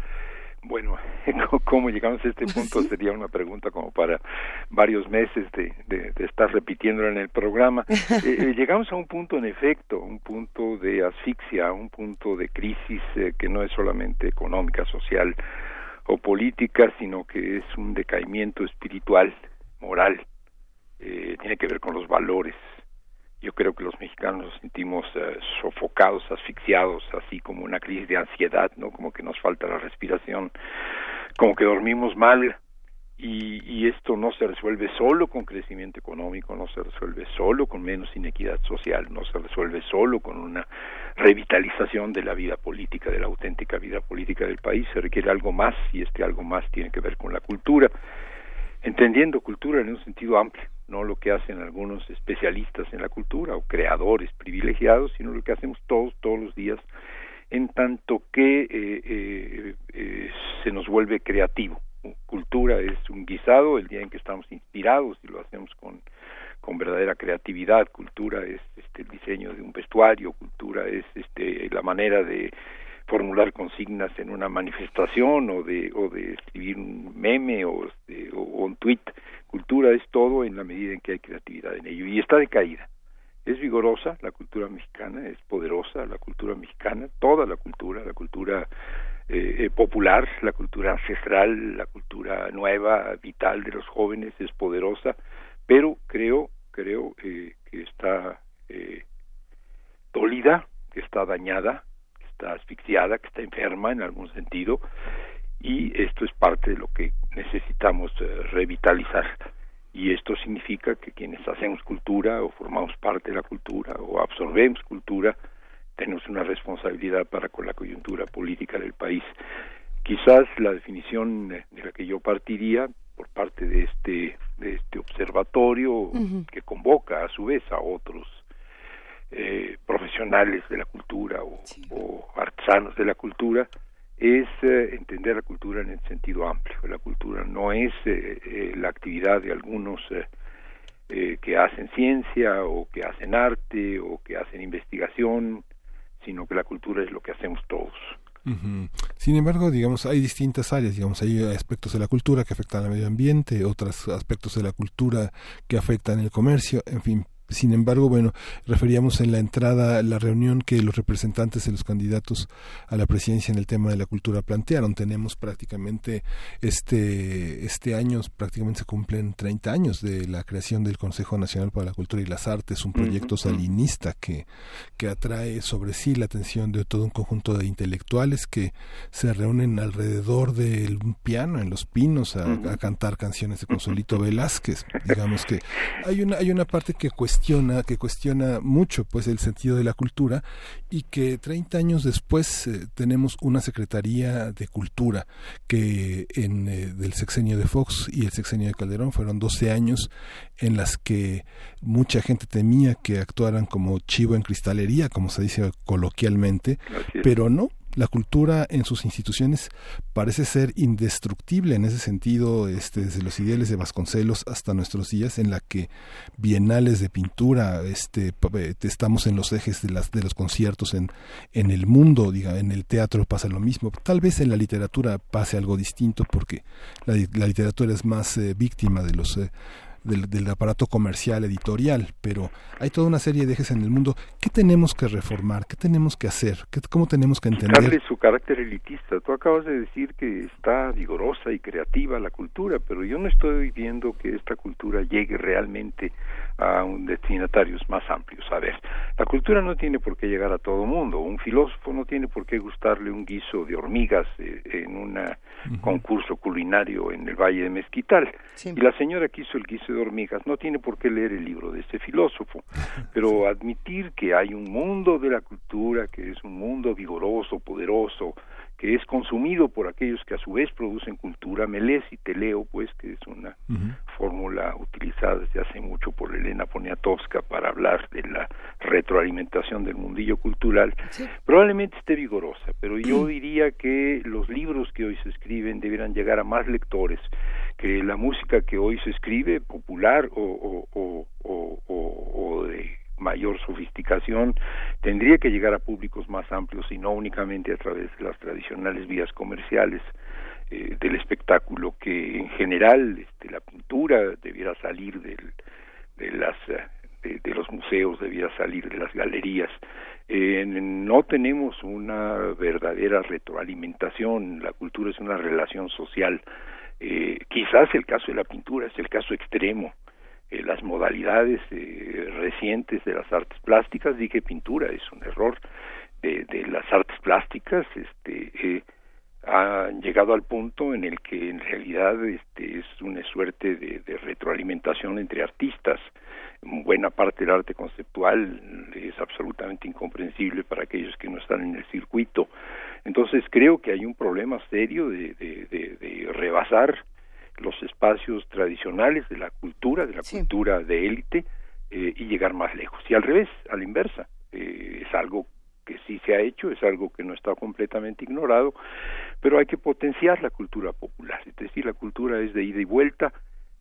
Bueno, ¿cómo llegamos a este punto? ¿Sí? Sería una pregunta como para varios meses de, de, de estar repitiéndola en el programa. Eh, llegamos a un punto, en efecto, un punto de asfixia, un punto de crisis eh, que no es solamente económica, social o política, sino que es un decaimiento espiritual, moral, eh, tiene que ver con los valores. Yo creo que los mexicanos nos sentimos uh, sofocados, asfixiados, así como una crisis de ansiedad, ¿no? Como que nos falta la respiración, como que dormimos mal, y, y esto no se resuelve solo con crecimiento económico, no se resuelve solo con menos inequidad social, no se resuelve solo con una revitalización de la vida política, de la auténtica vida política del país. Se requiere algo más, y este algo más tiene que ver con la cultura, entendiendo cultura en un sentido amplio, no lo que hacen algunos especialistas en la cultura o creadores privilegiados, sino lo que hacemos todos, todos los días, en tanto que eh, eh, eh, se nos vuelve creativo. Cultura es un guisado el día en que estamos inspirados y lo hacemos con, con verdadera creatividad. Cultura es este, el diseño de un vestuario, cultura es este, la manera de formular consignas en una manifestación o de o de escribir un meme o, de, o, o un tweet. Cultura es todo en la medida en que hay creatividad en ello, y está decaída. Es vigorosa la cultura mexicana, es poderosa la cultura mexicana, toda la cultura, la cultura eh, popular, la cultura ancestral, la cultura nueva, vital de los jóvenes es poderosa, pero creo, creo eh, que está eh, dolida, que está dañada, que está asfixiada, que está enferma en algún sentido, y esto es parte de lo que necesitamos eh, revitalizar. Y esto significa que quienes hacemos cultura o formamos parte de la cultura o absorbemos cultura, tenemos una responsabilidad para con la coyuntura política del país. Quizás la definición de la que yo partiría por parte de este de este observatorio uh-huh. que convoca a su vez a otros eh, profesionales de la cultura o, sí. o artesanos de la cultura, es eh, entender la cultura en el sentido amplio. La cultura no es eh, eh, la actividad de algunos eh, eh, que hacen ciencia o que hacen arte o que hacen investigación, sino que la cultura es lo que hacemos todos. Uh-huh. Sin embargo, digamos, hay distintas áreas, digamos, hay aspectos de la cultura que afectan al medio ambiente, otros aspectos de la cultura que afectan el comercio, en fin. Sin embargo, bueno, referíamos en la entrada la reunión que los representantes de los candidatos a la presidencia en el tema de la cultura plantearon. Tenemos prácticamente este este año, prácticamente se cumplen treinta años de la creación del Consejo Nacional para la Cultura y las Artes, un proyecto salinista que, que atrae sobre sí la atención de todo un conjunto de intelectuales que se reúnen alrededor de un piano en Los Pinos a, a cantar canciones de Consuelito Velázquez. Digamos que hay una hay una parte que cuestiona Cuestiona, que cuestiona mucho pues el sentido de la cultura, y que treinta años después eh, tenemos una Secretaría de Cultura que en eh, del sexenio de Fox y el sexenio de Calderón fueron doce años en las que mucha gente temía que actuaran como chivo en cristalería, como se dice coloquialmente, pero no. La cultura en sus instituciones parece ser indestructible en ese sentido, este, desde los ideales de Vasconcelos hasta nuestros días, en la que bienales de pintura, este, estamos en los ejes de las de los conciertos en en el mundo, diga, en el teatro pasa lo mismo. Tal vez en la literatura pase algo distinto, porque la, la literatura es más eh, víctima de los eh, Del, del aparato comercial, editorial, pero hay toda una serie de ejes en el mundo. ¿Qué tenemos que reformar? ¿Qué tenemos que hacer? ¿Qué, ¿Cómo tenemos que entender? Darle su carácter elitista. Tú acabas de decir que está vigorosa y creativa la cultura, pero yo no estoy viendo que esta cultura llegue realmente a un destinatarios más amplios. A ver, la cultura no tiene por qué llegar a todo mundo. Un filósofo no tiene por qué gustarle un guiso de hormigas eh, en un uh-huh. concurso culinario en el Valle de Mezquital. Sí. Y la señora que hizo el guiso de hormigas no tiene por qué leer el libro de ese filósofo, pero sí. admitir que hay un mundo de la cultura que es un mundo vigoroso, poderoso, que es consumido por aquellos que a su vez producen cultura. Me lees y te leo, pues, que es una uh-huh. fórmula utilizada desde hace mucho por Elena Poniatowska para hablar de la retroalimentación del mundillo cultural. Sí. Probablemente esté vigorosa, pero yo diría que los libros que hoy se escriben debieran llegar a más lectores, que la música que hoy se escribe, popular o, o, o, o, o, o de mayor sofisticación, tendría que llegar a públicos más amplios y no únicamente a través de las tradicionales vías comerciales eh, del espectáculo, que en general este, la pintura debiera salir del, de las de, de los museos, debiera salir de las galerías. Eh, no tenemos una verdadera retroalimentación. La cultura es una relación social. Eh, quizás el caso de la pintura es el caso extremo. Eh, las modalidades eh, recientes de las artes plásticas, dije pintura, es un error, de, de las artes plásticas este eh, han llegado al punto en el que en realidad este es una suerte de, de retroalimentación entre artistas. Buena parte del arte conceptual es absolutamente incomprensible para aquellos que no están en el circuito. Entonces creo que hay un problema serio de, de, de, de rebasar los espacios tradicionales de la cultura, de la sí. cultura de élite, eh, y llegar más lejos. Y al revés, a la inversa, eh, es algo que sí se ha hecho, es algo que no está completamente ignorado, pero hay que potenciar la cultura popular. Es decir, la cultura es de ida y vuelta,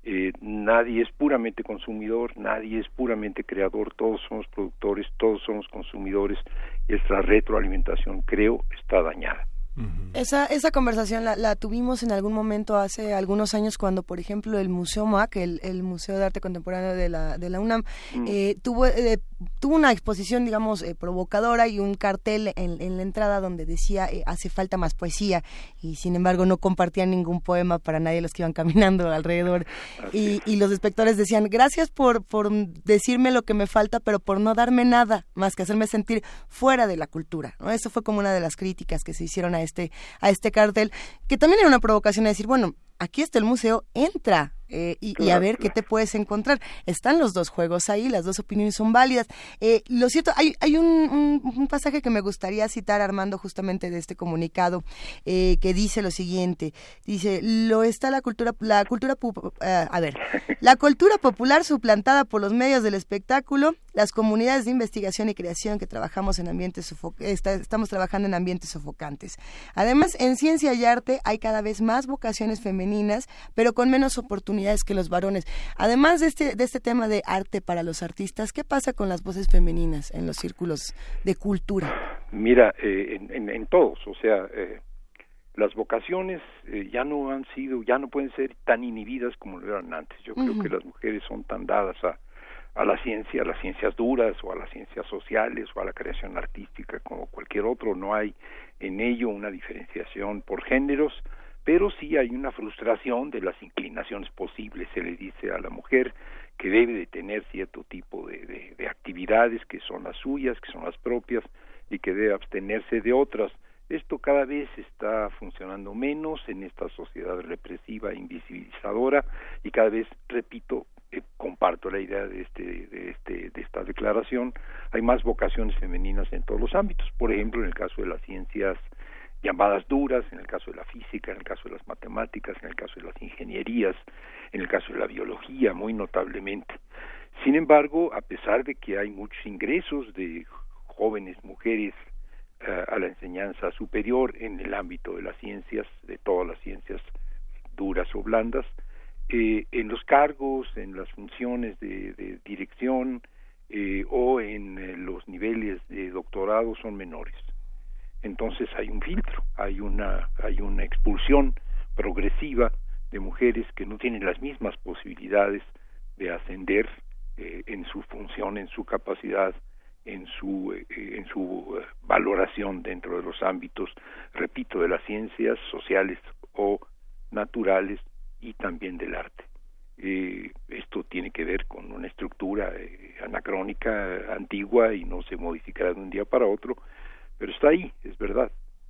Eh, nadie es puramente consumidor, nadie es puramente creador, todos somos productores, todos somos consumidores. Esta retroalimentación, creo, está dañada. Esa, esa conversación la, la tuvimos en algún momento hace algunos años cuando, por ejemplo, el Museo MOAC, el, el Museo de Arte Contemporáneo de la, de la UNAM, mm. eh, tuvo, eh, tuvo una exposición, digamos, eh, provocadora y un cartel en, en la entrada donde decía eh, hace falta más poesía, y sin embargo no compartían ningún poema para nadie los que iban caminando alrededor. Y, y los espectadores decían, gracias por, por decirme lo que me falta, pero por no darme nada más que hacerme sentir fuera de la cultura, ¿no? Eso fue como una de las críticas que se hicieron a este a este cartel, que también era una provocación a decir, bueno, aquí está el museo, entra eh, y, claro, y a ver claro. qué te puedes encontrar. Están los dos juegos ahí, las dos opiniones son válidas. Eh, lo cierto, hay, hay un, un, un pasaje que me gustaría citar, Armando, justamente de este comunicado, eh, que dice lo siguiente, dice, lo está la cultura, la cultura, uh, a ver, la cultura popular suplantada por los medios del espectáculo, las comunidades de investigación y creación que trabajamos en ambientes sofo- está, estamos trabajando en ambientes sofocantes. Además, en ciencia y arte hay cada vez más vocaciones femeninas, pero con menos oportunidades que los varones. Además de este de este tema de arte para los artistas, ¿qué pasa con las voces femeninas en los círculos de cultura? Mira, eh, en, en, en todos, o sea, eh, las vocaciones eh, ya no han sido, ya no pueden ser tan inhibidas como lo eran antes. Yo uh-huh. creo que las mujeres son tan dadas a a la ciencia, a las ciencias duras o a las ciencias sociales o a la creación artística como cualquier otro. No hay en ello una diferenciación por géneros, pero sí hay una frustración de las inclinaciones posibles. Se le dice a la mujer que debe de tener cierto tipo de, de, de actividades que son las suyas, que son las propias, y que debe abstenerse de otras. Esto cada vez está funcionando menos en esta sociedad represiva, invisibilizadora, y cada vez, repito, eh, comparto la idea de este, de este, de esta declaración. Hay más vocaciones femeninas en todos los ámbitos. Por ejemplo, en el caso de las ciencias llamadas duras, en el caso de la física, en el caso de las matemáticas, en el caso de las ingenierías, en el caso de la biología, muy notablemente. Sin embargo, a pesar de que hay muchos ingresos de jóvenes mujeres uh, a la enseñanza superior en el ámbito de las ciencias, de todas las ciencias duras o blandas, eh, en los cargos, en las funciones de, de dirección eh, o en eh, los niveles de doctorado son menores. Entonces hay un filtro, hay una hay una expulsión progresiva de mujeres que no tienen las mismas posibilidades de ascender eh, en su función, en su capacidad, en su eh, en su uh, valoración dentro de los ámbitos, repito, de las ciencias sociales o naturales y también del arte. Eh, esto tiene que ver con una estructura eh, anacrónica, antigua, y no se modificará de un día para otro, pero está ahí, es verdad.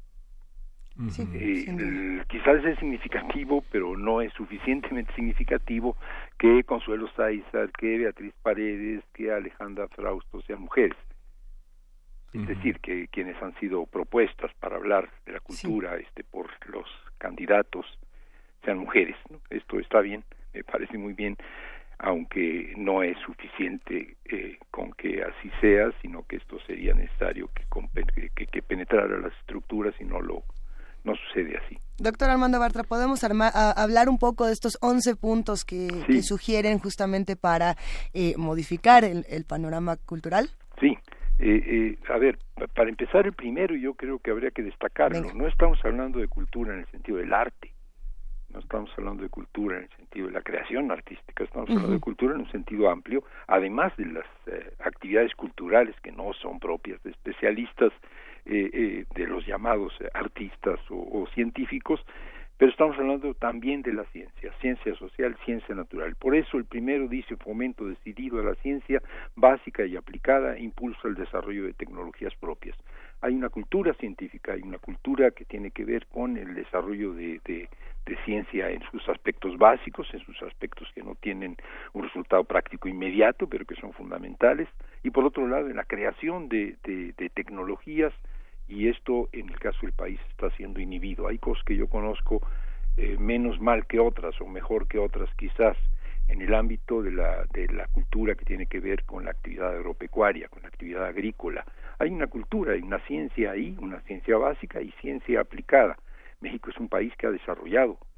Sí, eh, el, quizás es significativo, pero no es suficientemente significativo que Consuelo Sáizar, que Beatriz Paredes, que Alejandra Frausto sean mujeres. Es uh-huh. decir, que quienes han sido propuestas para hablar de la cultura sí. este por los candidatos sean mujeres, ¿no? Esto está bien, me parece muy bien, aunque no es suficiente eh, con que así sea, sino que esto sería necesario que, que, que penetrara las estructuras, y no lo no sucede así. Doctor Armando Bartra, ¿podemos armar, a, hablar un poco de estos once puntos que, sí. que sugieren justamente para eh, modificar el, el panorama cultural? Sí, eh, eh, a ver, para empezar, el primero yo creo que habría que destacarlo. Venga. No estamos hablando de cultura en el sentido del arte, no estamos hablando de cultura en el sentido de la creación artística, estamos uh-huh. hablando de cultura en un sentido amplio, además de las eh, actividades culturales que no son propias de especialistas, eh, eh, de los llamados eh, artistas o, o científicos, pero estamos hablando también de la ciencia, ciencia social, ciencia natural. Por eso el primero dice fomento decidido a la ciencia básica y aplicada, impulso al desarrollo de tecnologías propias. Hay una cultura científica, hay una cultura que tiene que ver con el desarrollo de, de, de ciencia en sus aspectos básicos, en sus aspectos que no tienen un resultado práctico inmediato, pero que son fundamentales, y por otro lado en la creación de, de, de tecnologías, y esto en el caso del país está siendo inhibido. Hay cosas que yo conozco eh, menos mal que otras, o mejor que otras quizás, en el ámbito de la, de la cultura que tiene que ver con la actividad agropecuaria, con la actividad agrícola. Hay una cultura, hay una ciencia ahí, una ciencia básica y ciencia aplicada. México es un país que ha desarrollado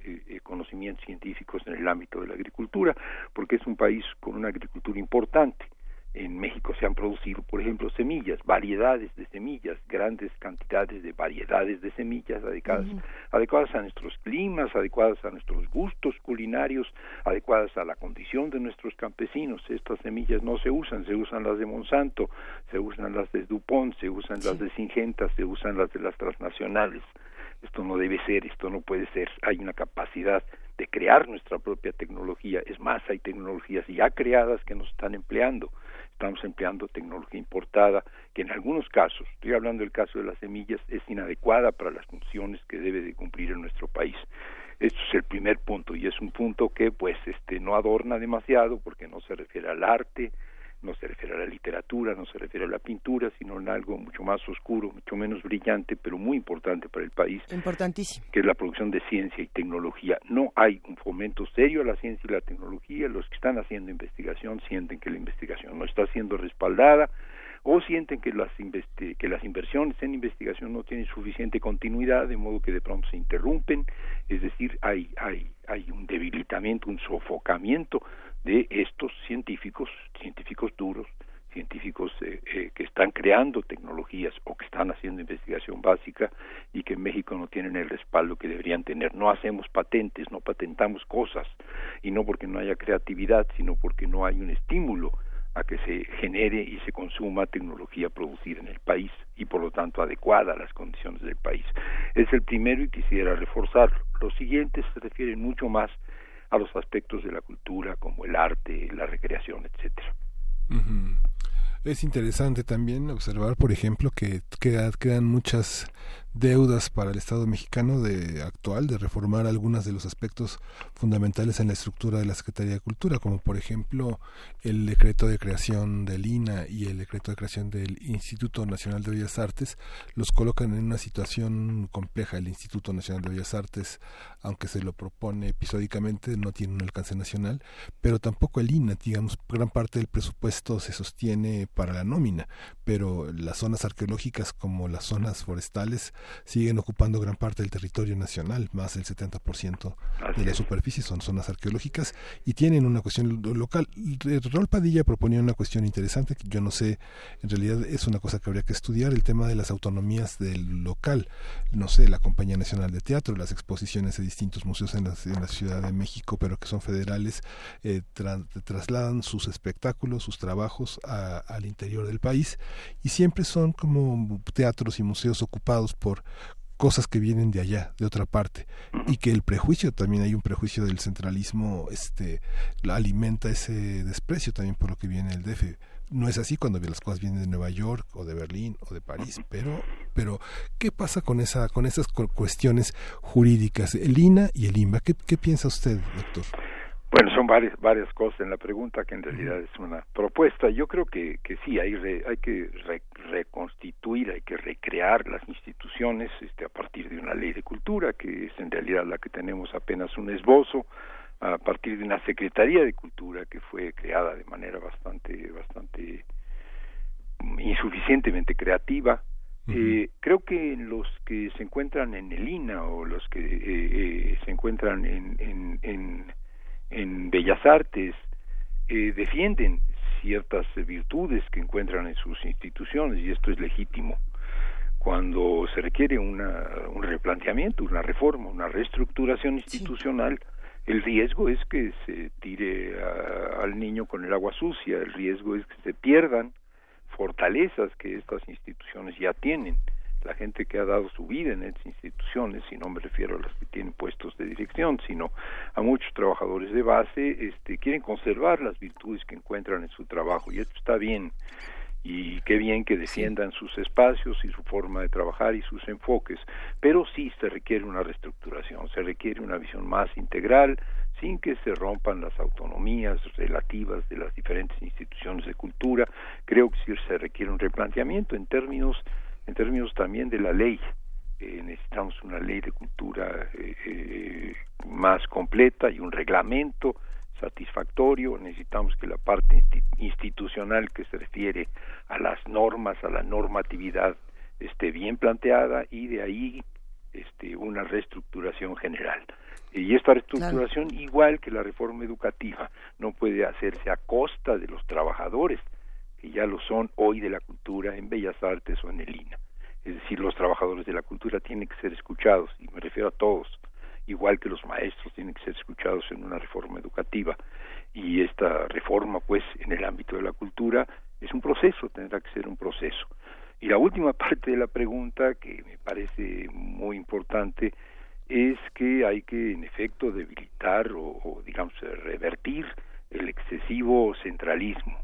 eh, eh, conocimientos científicos en el ámbito de la agricultura, porque es un país con una agricultura importante. En México se han producido, por ejemplo, semillas, variedades de semillas, grandes cantidades de variedades de semillas adecuadas, uh-huh. adecuadas a nuestros climas, adecuadas a nuestros gustos culinarios, adecuadas a la condición de nuestros campesinos. Estas semillas no se usan, se usan las de Monsanto, se usan las de DuPont, se usan sí. las de Syngenta, se usan las de las transnacionales. Esto no debe ser, esto no puede ser. Hay una capacidad de crear nuestra propia tecnología. Es más, hay tecnologías ya creadas que nos están empleando. Estamos empleando tecnología importada que en algunos casos, estoy hablando del caso de las semillas, es inadecuada para las funciones que debe de cumplir en nuestro país. Esto es el primer punto, y es un punto que pues este no adorna demasiado porque no se refiere al arte, no se refiere a la literatura, no se refiere a la pintura, sino en algo mucho más oscuro, mucho menos brillante, pero muy importante para el país. Importantísimo. Que es la producción de ciencia y tecnología. No hay un fomento serio a la ciencia y la tecnología. Los que están haciendo investigación sienten que la investigación no está siendo respaldada, o sienten que las, investi- que las inversiones en investigación no tienen suficiente continuidad, de modo que de pronto se interrumpen. Es decir, hay, hay, hay un debilitamiento, un sofocamiento de estos científicos, científicos duros, científicos eh, eh, que están creando tecnologías o que están haciendo investigación básica y que en México no tienen el respaldo que deberían tener. No hacemos patentes, no patentamos cosas, y no porque no haya creatividad, sino porque no hay un estímulo a que se genere y se consuma tecnología producida en el país y por lo tanto adecuada a las condiciones del país. Es el primero y quisiera reforzarlo. Los siguientes se refieren mucho más a los aspectos de la cultura como el arte, la recreación, etcétera. Uh-huh. Es interesante también observar, por ejemplo, que quedan muchas deudas para el Estado mexicano de actual de reformar algunos de los aspectos fundamentales en la estructura de la Secretaría de Cultura, como por ejemplo el decreto de creación del I N A y el decreto de creación del Instituto Nacional de Bellas Artes. Los colocan en una situación compleja. El Instituto Nacional de Bellas Artes, aunque se lo propone episódicamente, no tiene un alcance nacional, pero tampoco el I N A. Digamos, gran parte del presupuesto se sostiene para la nómina, pero las zonas arqueológicas como las zonas forestales siguen ocupando gran parte del territorio nacional. Más del setenta por ciento de la superficie son zonas arqueológicas y tienen una cuestión local. Raúl Padilla proponía una cuestión interesante que yo no sé, en realidad es una cosa que habría que estudiar, el tema de las autonomías del local. No sé, la Compañía Nacional de Teatro, las exposiciones de distintos museos en la, en la Ciudad de México, pero que son federales, eh, tra- trasladan sus espectáculos, sus trabajos a, al interior del país, y siempre son como teatros y museos ocupados por cosas que vienen de allá, de otra parte, y que el prejuicio, también hay un prejuicio del centralismo, este, alimenta ese desprecio también por lo que viene del D F. No es así cuando las cosas vienen de Nueva York o de Berlín o de París, pero pero ¿qué pasa con esa con esas cuestiones jurídicas, el I N A y el I N B A? ¿Qué, qué piensa usted, doctor? Bueno, son varias varias cosas en la pregunta que en realidad es una propuesta. Yo creo que que sí hay re, hay que re, reconstituir, hay que recrear las instituciones este a partir de una ley de cultura, que es en realidad la que tenemos apenas un esbozo, a partir de una Secretaría de Cultura que fue creada de manera bastante bastante insuficientemente creativa. Uh-huh. Eh, creo que los que se encuentran en el I N A o los que eh, eh, se encuentran en en, en en Bellas Artes eh, defienden ciertas virtudes que encuentran en sus instituciones, y esto es legítimo. Cuando se requiere una, un replanteamiento, una reforma, una reestructuración institucional, sí. El riesgo es que se tire a, al niño con el agua sucia, el riesgo es que se pierdan fortalezas que estas instituciones ya tienen. La gente que ha dado su vida en estas instituciones, y no me refiero a las que tienen puestos de dirección, sino a muchos trabajadores de base, este, quieren conservar las virtudes que encuentran en su trabajo, y esto está bien, y qué bien que defiendan sí. sus espacios y su forma de trabajar y sus enfoques, pero sí se requiere una reestructuración, se requiere una visión más integral, sin que se rompan las autonomías relativas de las diferentes instituciones de cultura. Creo que sí se requiere un replanteamiento en términos en términos también de la ley. Eh, necesitamos una ley de cultura eh, eh, más completa y un reglamento satisfactorio. Necesitamos que la parte institucional que se refiere a las normas, a la normatividad, esté bien planteada, y de ahí este, una reestructuración general. Y esta reestructuración, claro, igual que la reforma educativa, no puede hacerse a costa de los trabajadores, que ya lo son hoy de la cultura en Bellas Artes o en el I N A. Es decir, los trabajadores de la cultura tienen que ser escuchados, y me refiero a todos, igual que los maestros tienen que ser escuchados en una reforma educativa. Y esta reforma, pues, en el ámbito de la cultura, es un proceso, tendrá que ser un proceso. Y la última parte de la pregunta, que me parece muy importante, es que hay que, en efecto, debilitar o, o digamos, revertir el excesivo centralismo.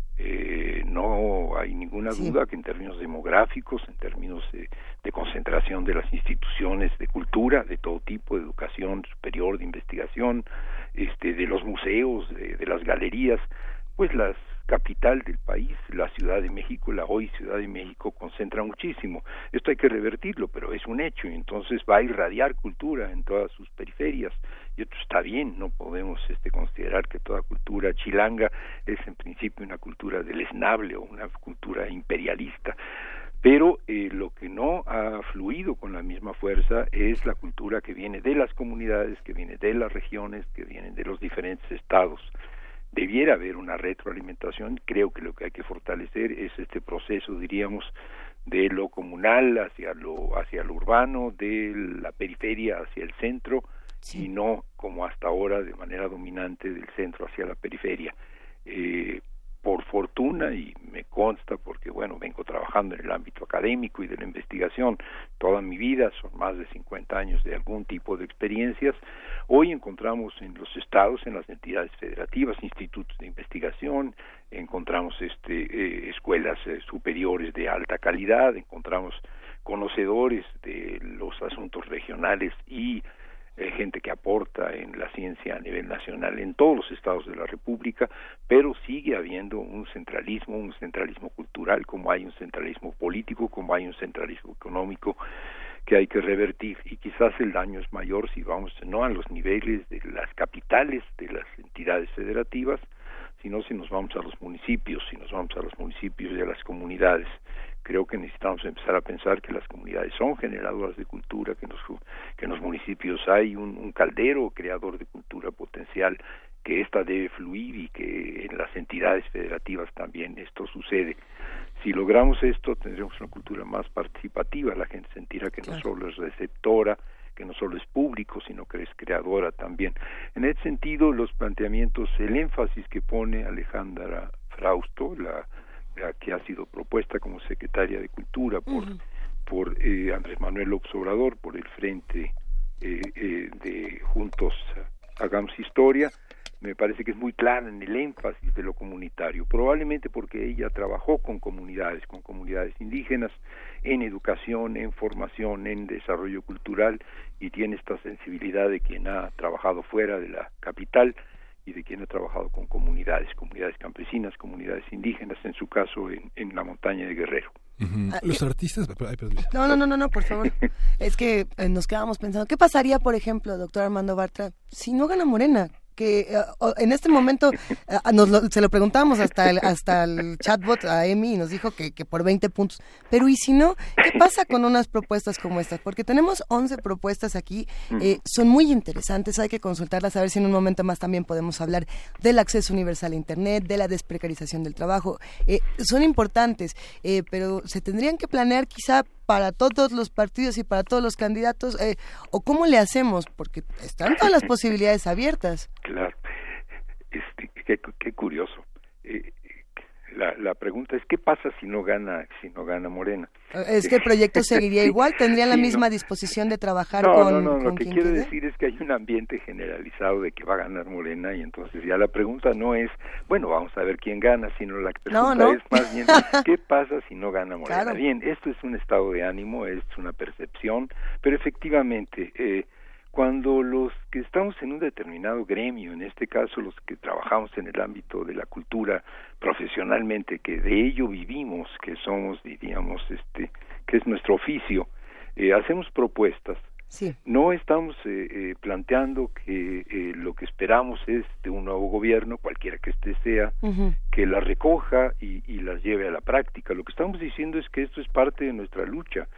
Eh, no hay ninguna duda que en términos demográficos, en términos de, de concentración de las instituciones de cultura, de todo tipo, de educación superior, de investigación, este, de los museos, de, de las galerías, pues la capital del país, la Ciudad de México, la hoy Ciudad de México, concentra muchísimo. Esto hay que revertirlo, pero es un hecho, y entonces va a irradiar cultura en todas sus periferias, y esto está bien. No podemos este, considerar que toda cultura chilanga es en principio una cultura deleznable o una cultura imperialista, pero eh, lo que no ha fluido con la misma fuerza es la cultura que viene de las comunidades, que viene de las regiones, que viene de los diferentes estados. Debiera haber una retroalimentación. Creo que lo que hay que fortalecer es este proceso, diríamos, de lo comunal hacia lo hacia lo urbano, de la periferia hacia el centro, sí, y no como hasta ahora de manera dominante del centro hacia la periferia. Eh, por fortuna, y me consta porque, bueno, vengo trabajando en el ámbito académico y de la investigación toda mi vida, son más de cincuenta años de algún tipo de experiencias. Hoy encontramos en los estados, en las entidades federativas, institutos de investigación, encontramos este eh, escuelas eh, superiores de alta calidad, encontramos conocedores de los asuntos regionales y eh, gente que aporta en la ciencia a nivel nacional en todos los estados de la República, pero sigue habiendo un centralismo, un centralismo cultural, como hay un centralismo político, como hay un centralismo económico, que hay que revertir, y quizás el daño es mayor si vamos no a los niveles de las capitales de las entidades federativas, sino si nos vamos a los municipios, si nos vamos a los municipios y a las comunidades. Creo que necesitamos empezar a pensar que las comunidades son generadoras de cultura, que en los, que en los municipios hay un, un caldero creador de cultura potencial, que ésta debe fluir y que en las entidades federativas también esto sucede. Si logramos esto, tendremos una cultura más participativa, la gente sentirá que claro, no solo es receptora, que no solo es público, sino que es creadora también. En ese sentido, los planteamientos, el énfasis que pone Alejandra Frausto, la, la que ha sido propuesta como secretaria de Cultura por, uh-huh. por eh, Andrés Manuel López Obrador, por el Frente eh, eh, de Juntos Hagamos Historia, me parece que es muy clara en el énfasis de lo comunitario, probablemente porque ella trabajó con comunidades, con comunidades indígenas, en educación, en formación, en desarrollo cultural, y tiene esta sensibilidad de quien ha trabajado fuera de la capital y de quien ha trabajado con comunidades, comunidades campesinas, comunidades indígenas, en su caso en, en la montaña de Guerrero. Uh-huh. Los artistas... Ay, perdón. No, no, no, no, no, por favor. Es que eh, nos quedábamos pensando, ¿qué pasaría, por ejemplo, doctor Armando Bartra, si no gana Morena? Que uh, en este momento uh, nos lo, se lo preguntábamos hasta el, hasta el chatbot a Emi y nos dijo que, que por veinte puntos. Pero ¿y si no? ¿Qué pasa con unas propuestas como estas? Porque tenemos once propuestas aquí, eh, son muy interesantes, hay que consultarlas, a ver si en un momento más también podemos hablar del acceso universal a Internet, de la desprecarización del trabajo. Eh, son importantes, eh, pero se tendrían que planear quizá para todos los partidos y para todos los candidatos, eh, o cómo le hacemos, porque están todas las posibilidades abiertas. Claro, este, qué, qué curioso. Eh, la, la pregunta es, ¿qué pasa si no gana si no gana Morena? Es que el proyecto seguiría igual, tendrían la sí, misma no. disposición de trabajar no, con No, no, no, con lo que quiero decir es que hay un ambiente generalizado de que va a ganar Morena, y entonces ya la pregunta no es, bueno, vamos a ver quién gana, sino la pregunta no, no. es más bien, ¿qué pasa si no gana Morena? Claro. Bien, esto es un estado de ánimo, es una percepción, pero efectivamente... Eh, Cuando los que estamos en un determinado gremio, en este caso los que trabajamos en el ámbito de la cultura profesionalmente, que de ello vivimos, que somos, diríamos, este, que es nuestro oficio, eh, hacemos propuestas. Sí. No estamos eh, eh, planteando que eh, lo que esperamos es de un nuevo gobierno, cualquiera que este sea, uh-huh. que las recoja y, y las lleve a la práctica. Lo que estamos diciendo es que esto es parte de nuestra lucha,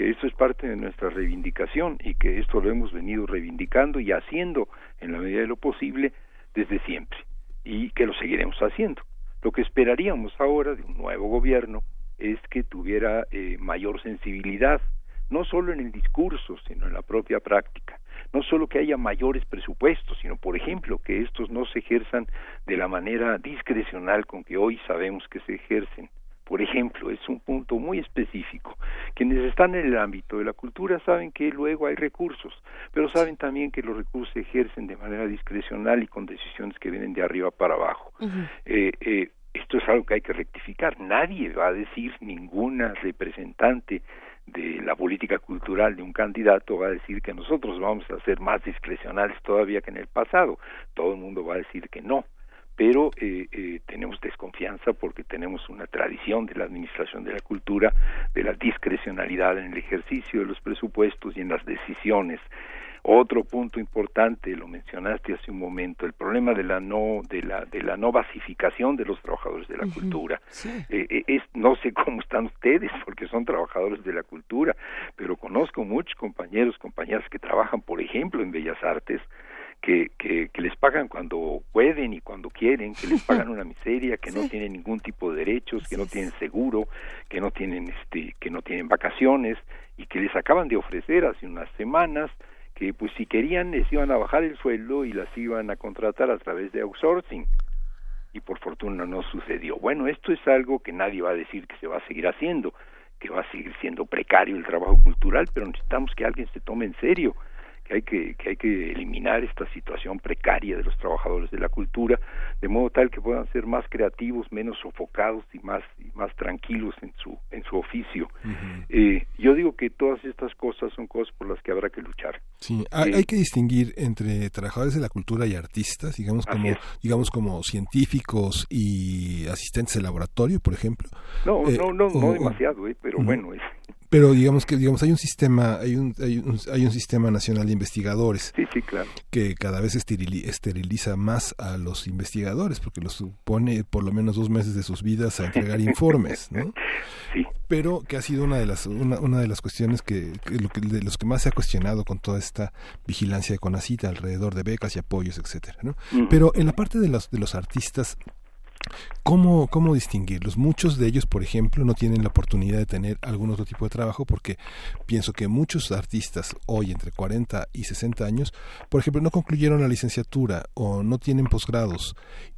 que esto es parte de nuestra reivindicación y que esto lo hemos venido reivindicando y haciendo en la medida de lo posible desde siempre, y que lo seguiremos haciendo. Lo que esperaríamos ahora de un nuevo gobierno es que tuviera eh, mayor sensibilidad, no solo en el discurso, sino en la propia práctica. No solo que haya mayores presupuestos, sino, por ejemplo, que estos no se ejerzan de la manera discrecional con que hoy sabemos que se ejercen. Por ejemplo, es un punto muy específico. Quienes están en el ámbito de la cultura saben que luego hay recursos, pero saben también que los recursos se ejercen de manera discrecional y con decisiones que vienen de arriba para abajo. Uh-huh. eh, eh, esto es algo que hay que rectificar. Nadie va a decir, ninguna representante de la política cultural de un candidato va a decir que nosotros vamos a ser más discrecionales todavía que en el pasado. Todo el mundo va a decir que no. Pero eh, eh, tenemos desconfianza porque tenemos una tradición de la administración de la cultura, de la discrecionalidad en el ejercicio de los presupuestos y en las decisiones. Otro punto importante, lo mencionaste hace un momento, el problema de la no de la de la no basificación de los trabajadores de la uh-huh. cultura. Sí. Eh, es no sé cómo están ustedes porque son trabajadores de la cultura, pero conozco muchos compañeros, compañeras que trabajan, por ejemplo, en Bellas Artes. Que, que, que les pagan cuando pueden y cuando quieren, que les pagan una miseria, que sí. no tienen ningún tipo de derechos, que no tienen seguro, que no tienen este, que no tienen vacaciones, y que les acaban de ofrecer hace unas semanas que pues si querían les iban a bajar el sueldo y las iban a contratar a través de outsourcing, y por fortuna no sucedió. Bueno, esto es algo que nadie va a decir que se va a seguir haciendo, que va a seguir siendo precario el trabajo cultural, pero necesitamos que alguien se tome en serio que hay que, que hay que eliminar esta situación precaria de los trabajadores de la cultura, de modo tal que puedan ser más creativos, menos sofocados y más y más tranquilos en su en su oficio. Uh-huh. Eh, yo digo que todas estas cosas son cosas por las que habrá que luchar. Sí, hay, eh, hay que distinguir entre trabajadores de la cultura y artistas, digamos como digamos como científicos y asistentes de laboratorio, por ejemplo. No, eh, no, no, o, no demasiado, eh, pero uh-huh. bueno, es Pero digamos que digamos hay un sistema hay un, hay un hay un sistema nacional de investigadores sí, sí, claro. que cada vez esterili, esteriliza más a los investigadores porque los supone por lo menos dos meses de sus vidas a entregar informes, ¿no? Sí. Pero que ha sido una de las una, una de las cuestiones que, que, lo que de los que más se ha cuestionado con toda esta vigilancia de CONACYT alrededor de becas y apoyos, etcétera, ¿no? Uh-huh. Pero en la parte de los de los artistas, ¿Cómo, ¿Cómo distinguirlos? Muchos de ellos, por ejemplo, no tienen la oportunidad de tener algún otro tipo de trabajo porque pienso que muchos artistas hoy entre cuarenta y sesenta años, por ejemplo, no concluyeron la licenciatura o no tienen posgrados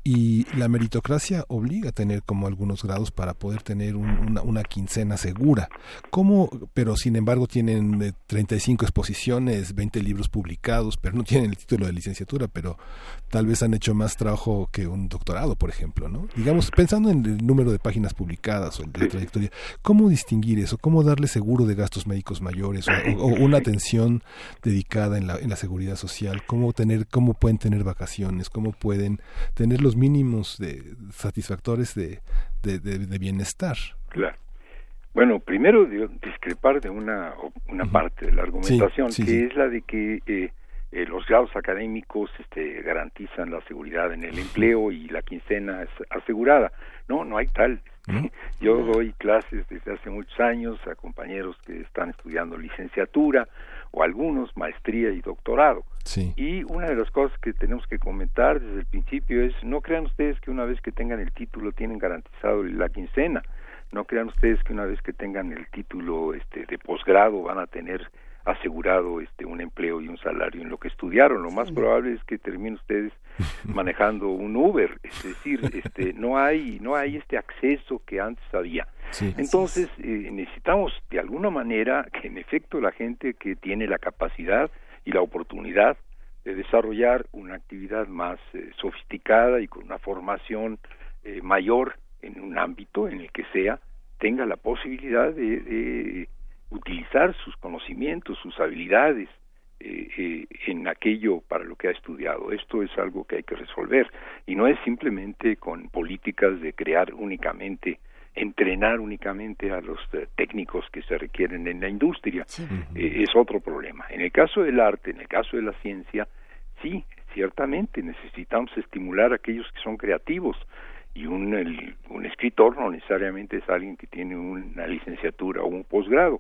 y la meritocracia obliga a tener como algunos grados para poder tener un, una, una quincena segura. ¿Cómo? Pero sin embargo tienen eh, treinta y cinco exposiciones, veinte libros publicados, pero no tienen el título de licenciatura, pero tal vez han hecho más trabajo que un doctorado, por ejemplo, ¿no? Digamos, pensando en el número de páginas publicadas o el de sí. trayectoria, ¿cómo distinguir eso? ¿Cómo darle seguro de gastos médicos mayores o, o una atención dedicada en la, en la seguridad social? ¿Cómo tener, cómo pueden tener vacaciones? ¿Cómo pueden tener los mínimos de satisfactores de, de, de, de bienestar? Claro. Bueno, primero discrepar de una, una uh-huh. parte de la argumentación, sí, sí, que sí. es la de que eh, Eh, los grados académicos este, garantizan la seguridad en el empleo y la quincena es asegurada. No, no hay tal. ¿Mm? Yo doy clases desde hace muchos años a compañeros que están estudiando licenciatura o algunos maestría y doctorado. Sí. Y una de las cosas que tenemos que comentar desde el principio es, no crean ustedes que una vez que tengan el título tienen garantizado la quincena. No crean ustedes que una vez que tengan el título este, de posgrado van a tener asegurado este un empleo y un salario en lo que estudiaron. Lo más sí. probable es que terminen ustedes manejando un Uber, es decir, este no hay no hay este acceso que antes había. Sí. Entonces eh, necesitamos de alguna manera que en efecto la gente que tiene la capacidad y la oportunidad de desarrollar una actividad más eh, sofisticada y con una formación eh, mayor en un ámbito en el que sea, tenga la posibilidad de, de utilizar sus conocimientos, sus habilidades eh, eh, en aquello para lo que ha estudiado. Esto es algo que hay que resolver y no es simplemente con políticas de crear únicamente, entrenar únicamente a los eh, técnicos que se requieren en la industria. Sí. Eh, es otro problema. En el caso del arte, en el caso de la ciencia, sí, ciertamente necesitamos estimular a aquellos que son creativos. Y un, el, un escritor no necesariamente es alguien que tiene una licenciatura o un posgrado.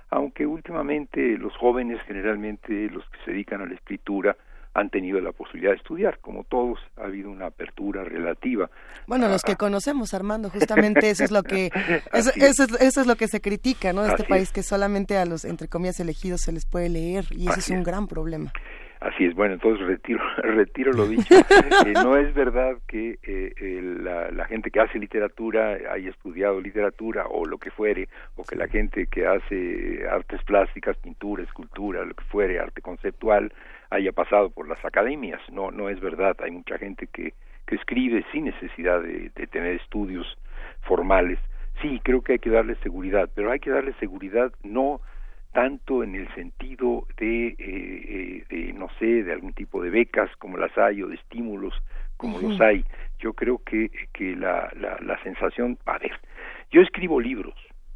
aunque últimamente los jóvenes, generalmente los que se dedican a la escritura, han tenido la posibilidad de estudiar, como todos, ha habido una apertura relativa. Bueno, a, los que conocemos, Armando, justamente eso es lo que eso, eso, es, eso es lo que se critica, ¿no? De este país, es. que solamente a los, entre comillas, elegidos se les puede leer, y ese así es un es. gran problema. Así es, bueno, entonces retiro retiro lo dicho. eh, no es verdad que eh, eh, la, la gente que hace literatura haya estudiado literatura o lo que fuere, o que la gente que hace artes plásticas, pintura, escultura, lo que fuere, arte conceptual, haya pasado por las academias. No, no es verdad. Hay mucha gente que, que escribe sin necesidad de, de tener estudios formales. Sí, creo que hay que darle seguridad, pero hay que darle seguridad no tanto en el sentido de, eh, de, no sé, de algún tipo de becas como las hay, o de estímulos como uh-huh. los hay. Yo creo que, que la, la, la sensación, a ver, yo escribo libros,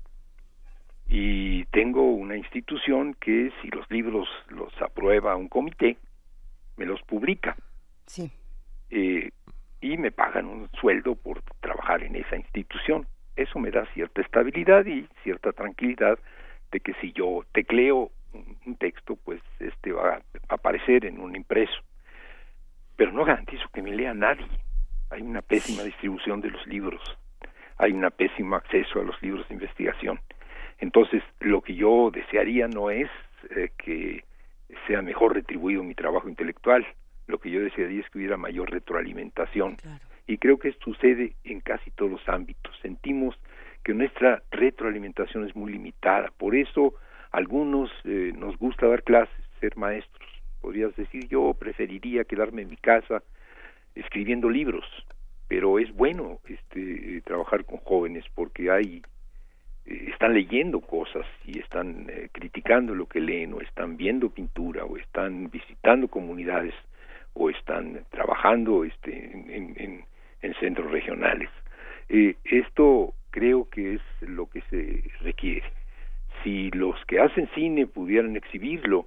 y tengo una institución que si los libros los aprueba un comité, me los publica. Sí. Eh, y me pagan un sueldo por trabajar en esa institución. Eso me da cierta estabilidad y cierta tranquilidad de que si yo tecleo un texto, pues este va a aparecer en un impreso. Pero no garantizo que me lea nadie. Hay una pésima distribución de los libros. Hay un pésimo acceso a los libros de investigación. Entonces, lo que yo desearía no es eh, que sea mejor retribuido mi trabajo intelectual. Lo que yo desearía es que hubiera mayor retroalimentación. Claro. Y creo que esto sucede en casi todos los ámbitos. Sentimos que nuestra retroalimentación es muy limitada. Por eso, a algunos eh, nos gusta dar clases, ser maestros. Podrías decir, yo preferiría quedarme en mi casa escribiendo libros, pero es bueno este eh, trabajar con jóvenes porque hay eh, están leyendo cosas y están eh, criticando lo que leen, o están viendo pintura, o están visitando comunidades, o están trabajando este en, en, en centros regionales. Eh, esto creo que es lo que se requiere. Si los que hacen cine pudieran exhibirlo,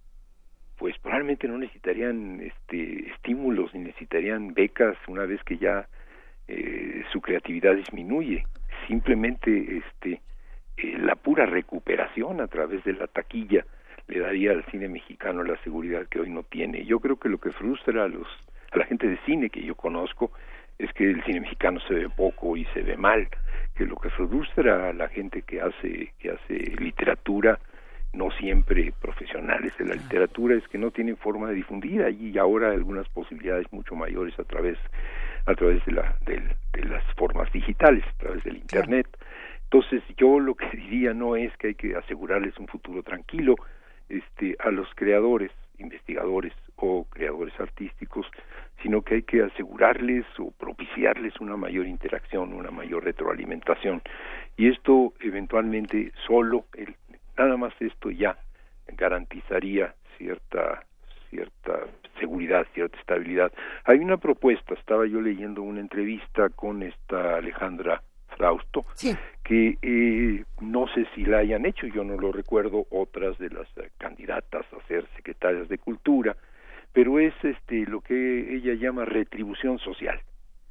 pues probablemente no necesitarían este estímulos, ni necesitarían becas una vez que ya eh, su creatividad disminuye. Simplemente este eh, la pura recuperación a través de la taquilla le daría al cine mexicano la seguridad que hoy no tiene. Yo creo que lo que frustra a los a la gente de cine que yo conozco es que el cine mexicano se ve poco y se ve mal, que lo que frustra a la gente que hace que hace literatura, no siempre profesionales de la literatura, es que no tienen forma de difundir. Allí ahora algunas posibilidades mucho mayores a través a través de la de, de las formas digitales, a través del internet. Entonces yo lo que diría no es que hay que asegurarles un futuro tranquilo este a los creadores, investigadores o creadores artísticos, sino que hay que asegurarles o propiciarles una mayor interacción, una mayor retroalimentación. Y esto eventualmente solo, el, nada más esto ya garantizaría cierta cierta seguridad, cierta estabilidad. Hay una propuesta, estaba yo leyendo una entrevista con esta Alejandra Frausto, sí. que eh, no sé si la hayan hecho, yo no lo recuerdo, otras de las eh, candidatas a ser secretarias de Cultura, pero es este lo que ella llama retribución social,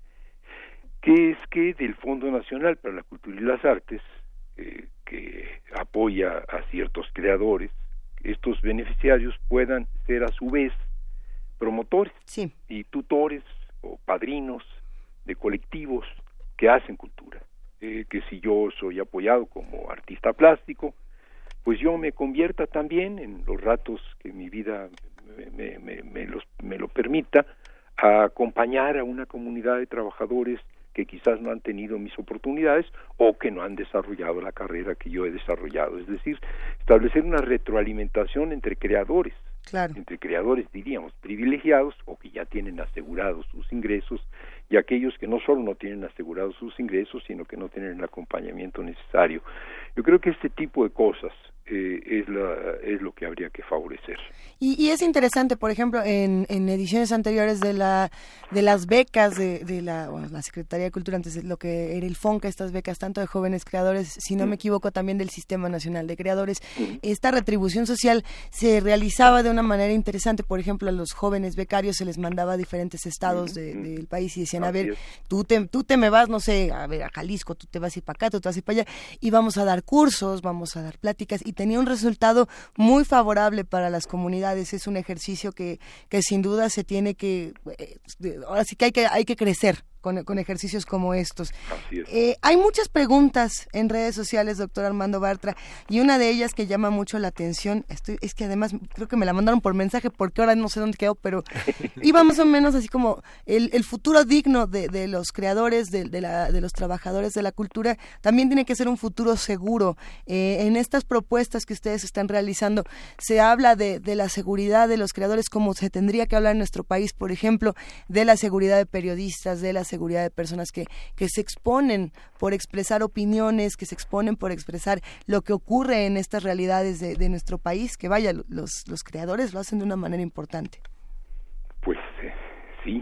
que es que del Fondo Nacional para la Cultura y las Artes, eh, que apoya a ciertos creadores, estos beneficiarios puedan ser a su vez promotores sí. y tutores o padrinos de colectivos que hacen cultura. Eh, que si yo soy apoyado como artista plástico, pues yo me convierta también, en los ratos que mi vida me, me, me, los, me lo permita, a acompañar a una comunidad de trabajadores que quizás no han tenido mis oportunidades o que no han desarrollado la carrera que yo he desarrollado. Es decir, establecer una retroalimentación entre creadores, claro. entre creadores, diríamos, privilegiados o que ya tienen asegurados sus ingresos, y aquellos que no solo no tienen asegurados sus ingresos, sino que no tienen el acompañamiento necesario. Yo creo que este tipo de cosas eh, es la es lo que habría que favorecer. Y, y es interesante, por ejemplo, en, en ediciones anteriores de la de las becas de, de la, bueno, la Secretaría de Cultura, antes de lo que era el FONCA, estas becas tanto de jóvenes creadores, si no mm. me equivoco, también del Sistema Nacional de Creadores, mm. esta retribución social se realizaba de una manera interesante. Por ejemplo, a los jóvenes becarios se les mandaba a diferentes estados mm. de, mm. del país y decían, a ver, tú te, tú te me vas, no sé, a ver, a Jalisco, tú te vas a ir para acá, tú te vas a ir para allá, y vamos a dar cursos, vamos a dar pláticas, y tenía un resultado muy favorable para las comunidades. Es un ejercicio que, que sin duda se tiene que, eh, ahora sí que hay que, hay que crecer con, con ejercicios como estos. Así es. Eh, hay muchas preguntas en redes sociales, doctor Armando Bartra, y una de ellas que llama mucho la atención, estoy, es que además creo que me la mandaron por mensaje porque ahora no sé dónde quedó, pero iba más o menos así como el, el futuro digno de, de los creadores, de, de, la, de los trabajadores de la cultura, también tiene que ser un futuro seguro. Eh, en estas propuestas que ustedes están realizando, se habla de, de la seguridad de los creadores como se tendría que hablar en nuestro país, por ejemplo, de la seguridad de periodistas, de la seguridad de personas que, que se exponen por expresar opiniones, que se exponen por expresar lo que ocurre en estas realidades de, de nuestro país, que vaya, los, los creadores lo hacen de una manera importante. Pues eh, sí,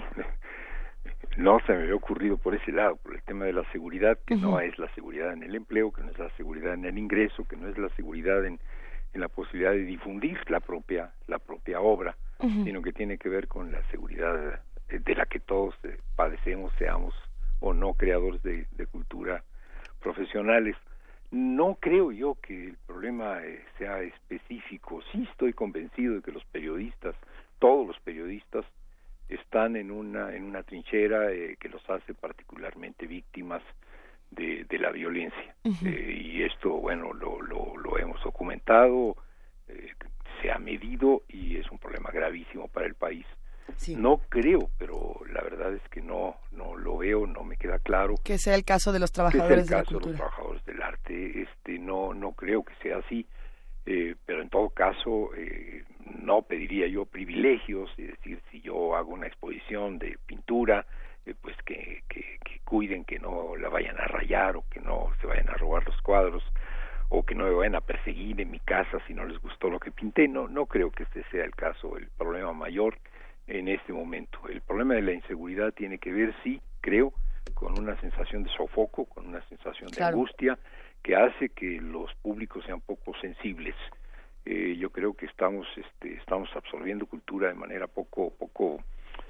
no se me había ocurrido por ese lado, por el tema de la seguridad, que uh-huh. no es la seguridad en el empleo, que no es la seguridad en el ingreso, que no es la seguridad en, en la posibilidad de difundir la propia, la propia obra, uh-huh. sino que tiene que ver con la seguridad de la que todos eh, padecemos, seamos o no creadores de, de cultura profesionales. No creo yo que el problema eh, sea específico. Sí estoy convencido de que los periodistas, todos los periodistas, están en una en una trinchera eh, que los hace particularmente víctimas de, de la violencia. Uh-huh. Eh, y esto, bueno, lo, lo, lo hemos documentado, eh, se ha medido y es un problema gravísimo para el país. Sí. No creo, pero la verdad es que no no lo veo, no me queda claro. Que sea el caso de los trabajadores de la cultura. Que sea el caso de, de los trabajadores del arte, este, no no creo que sea así, eh, pero en todo caso eh, no pediría yo privilegios, es decir, si yo hago una exposición de pintura, eh, pues que, que, que cuiden que no la vayan a rayar o que no se vayan a robar los cuadros o que no me vayan a perseguir en mi casa si no les gustó lo que pinté. No no creo que este sea el caso, el problema mayor en este momento. El problema de la inseguridad tiene que ver, sí, creo, con una sensación de sofoco, con una sensación de claro. angustia, que hace que los públicos sean poco sensibles. Eh, yo creo que estamos este, estamos absorbiendo cultura de manera poco, poco,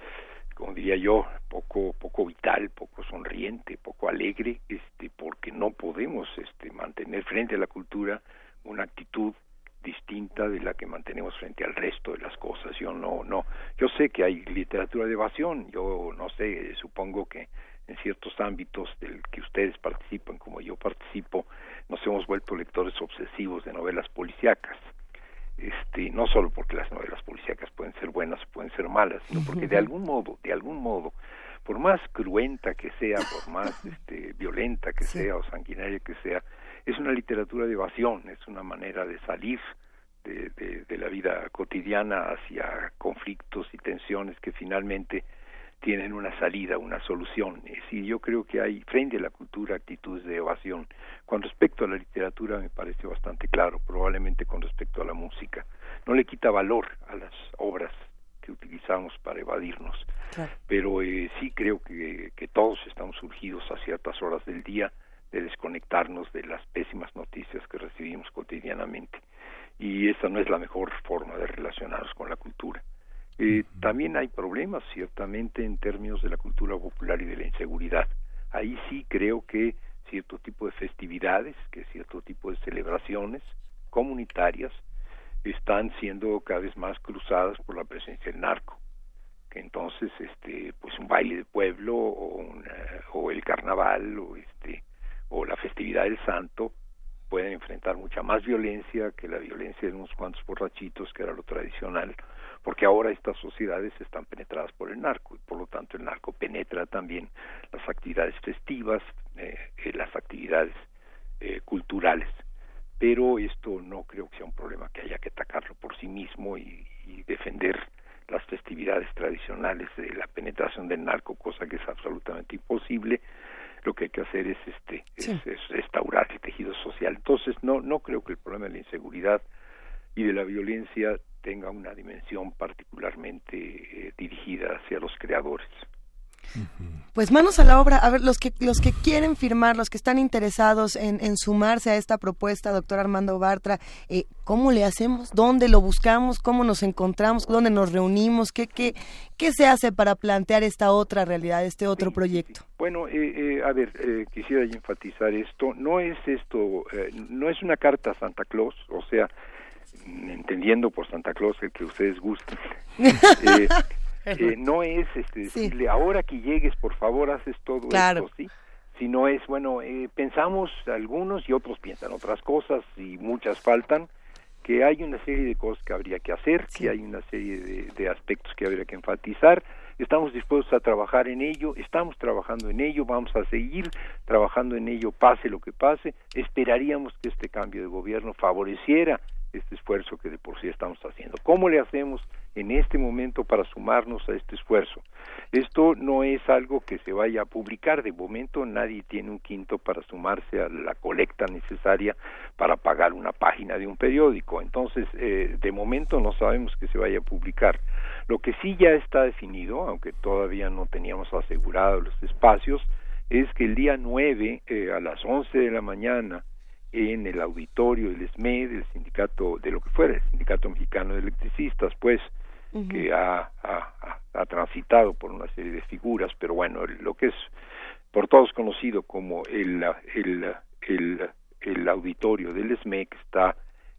como diría yo, poco, poco vital, poco sonriente, poco alegre, este, porque no podemos este, mantener frente a la cultura una actitud distinta de la que mantenemos frente al resto de las cosas. Yo no, no, yo sé que hay literatura de evasión, yo no sé, supongo que en ciertos ámbitos del que ustedes participan, como yo participo, nos hemos vuelto lectores obsesivos de novelas policíacas. Este, no solo porque las novelas policíacas pueden ser buenas o pueden ser malas, sino porque de algún modo, de algún modo, por más cruenta que sea, por más este, violenta que sí. sea o sanguinaria que sea, es una literatura de evasión, es una manera de salir de, de, de la vida cotidiana hacia conflictos y tensiones que finalmente tienen una salida, una solución. Es decir, yo creo que hay frente a la cultura actitudes de evasión. Con respecto a la literatura me parece bastante claro, probablemente con respecto a la música. No le quita valor a las obras que utilizamos para evadirnos, claro. pero eh, sí creo que, que todos estamos surgidos a ciertas horas del día de desconectarnos de las pésimas noticias que recibimos cotidianamente, y esa no es la mejor forma de relacionarnos con la cultura. Eh, uh-huh. También hay problemas, ciertamente, en términos de la cultura popular y de la inseguridad. Ahí sí creo que cierto tipo de festividades, que cierto tipo de celebraciones comunitarias están siendo cada vez más cruzadas por la presencia del narco. Que entonces, este, pues un baile de pueblo o, una, o el carnaval o este o la festividad del santo pueden enfrentar mucha más violencia que la violencia de unos cuantos borrachitos, que era lo tradicional, porque ahora estas sociedades están penetradas por el narco, y por lo tanto el narco penetra también las actividades festivas, eh, eh, las actividades eh, culturales. Pero esto no creo que sea un problema que haya que atacarlo por sí mismo y, y defender las festividades tradicionales de la penetración del narco, cosa que es absolutamente imposible. Lo que hay que hacer es este sí. es, es restaurar el tejido social. Entonces no no creo que el problema de la inseguridad y de la violencia tenga una dimensión particularmente eh, dirigida hacia los creadores. Pues manos a la obra. A ver, los que los que quieren firmar, los que están interesados en, en sumarse a esta propuesta, doctor Armando Bartra, eh, ¿cómo le hacemos? ¿Dónde lo buscamos? ¿Cómo nos encontramos? ¿Dónde nos reunimos? ¿Qué qué qué se hace para plantear esta otra realidad, este otro proyecto? Bueno, eh, eh, a ver, eh, quisiera enfatizar esto. No es esto, eh, no es una carta a Santa Claus, o sea, entendiendo por Santa Claus el que ustedes gusten. eh, Eh, no es este, decirle, sí. ahora que llegues, por favor, haces todo claro. esto, ¿sí? Sino es, bueno, eh, pensamos algunos y otros piensan otras cosas y muchas faltan, que hay una serie de cosas que habría que hacer, sí. que hay una serie de, de aspectos que habría que enfatizar. Estamos dispuestos a trabajar en ello, estamos trabajando en ello, vamos a seguir trabajando en ello, pase lo que pase. Esperaríamos que este cambio de gobierno favoreciera este esfuerzo que de por sí estamos haciendo. ¿Cómo le hacemos en este momento para sumarnos a este esfuerzo? Esto no es algo que se vaya a publicar, de momento nadie tiene un quinto para sumarse a la colecta necesaria para pagar una página de un periódico, entonces eh, de momento no sabemos que se vaya a publicar. Lo que sí ya está definido, aunque todavía no teníamos asegurados los espacios, es que el día nueve eh, a las once de la mañana en el auditorio del E S M E, del sindicato, de lo que fuera, el Sindicato Mexicano de Electricistas, pues, uh-huh. que ha, ha, ha transitado por una serie de figuras, pero bueno, lo que es por todos conocido como el, el, el, el auditorio del E S M E, que está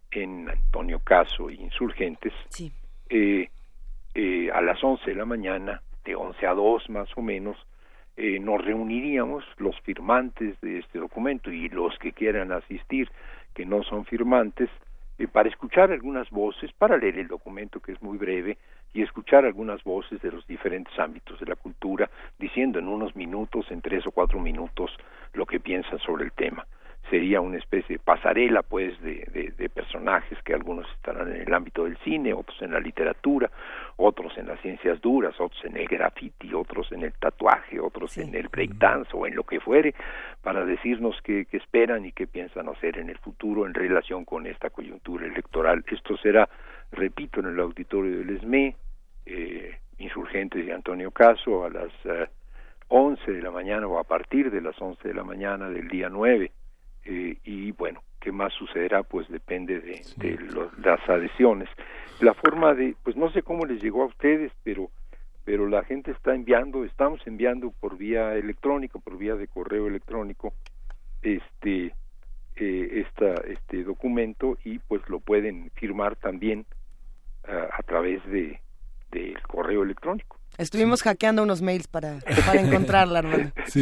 en Antonio Caso y Insurgentes, sí. eh, eh, a las once de la mañana, de once a dos más o menos, Eh, nos reuniríamos los firmantes de este documento y los que quieran asistir que no son firmantes eh, para escuchar algunas voces, para leer el documento que es muy breve y escuchar algunas voces de los diferentes ámbitos de la cultura diciendo en unos minutos, en tres o cuatro minutos lo que piensan sobre el tema. Sería una especie de pasarela pues de, de, de personajes que algunos estarán en el ámbito del cine, otros en la literatura, otros en las ciencias duras, otros en el graffiti, otros en el tatuaje, otros sí. en el breakdance o en lo que fuere, para decirnos qué, qué esperan y qué piensan hacer en el futuro en relación con esta coyuntura electoral. Esto será, repito, en el auditorio del E S M E, eh, Insurgentes de Antonio Caso, a las eh, once de la mañana o a partir de las once de la mañana del día nueve. Eh, y bueno, ¿qué más sucederá? Pues depende de, sí. de lo, las adhesiones. La forma de, pues no sé cómo les llegó a ustedes, pero pero la gente está enviando, estamos enviando por vía electrónica, por vía de correo electrónico, este eh, esta, este documento y pues lo pueden firmar también uh, a través de del correo electrónico. Estuvimos hackeando unos mails para, para encontrarla, hermano. Sí,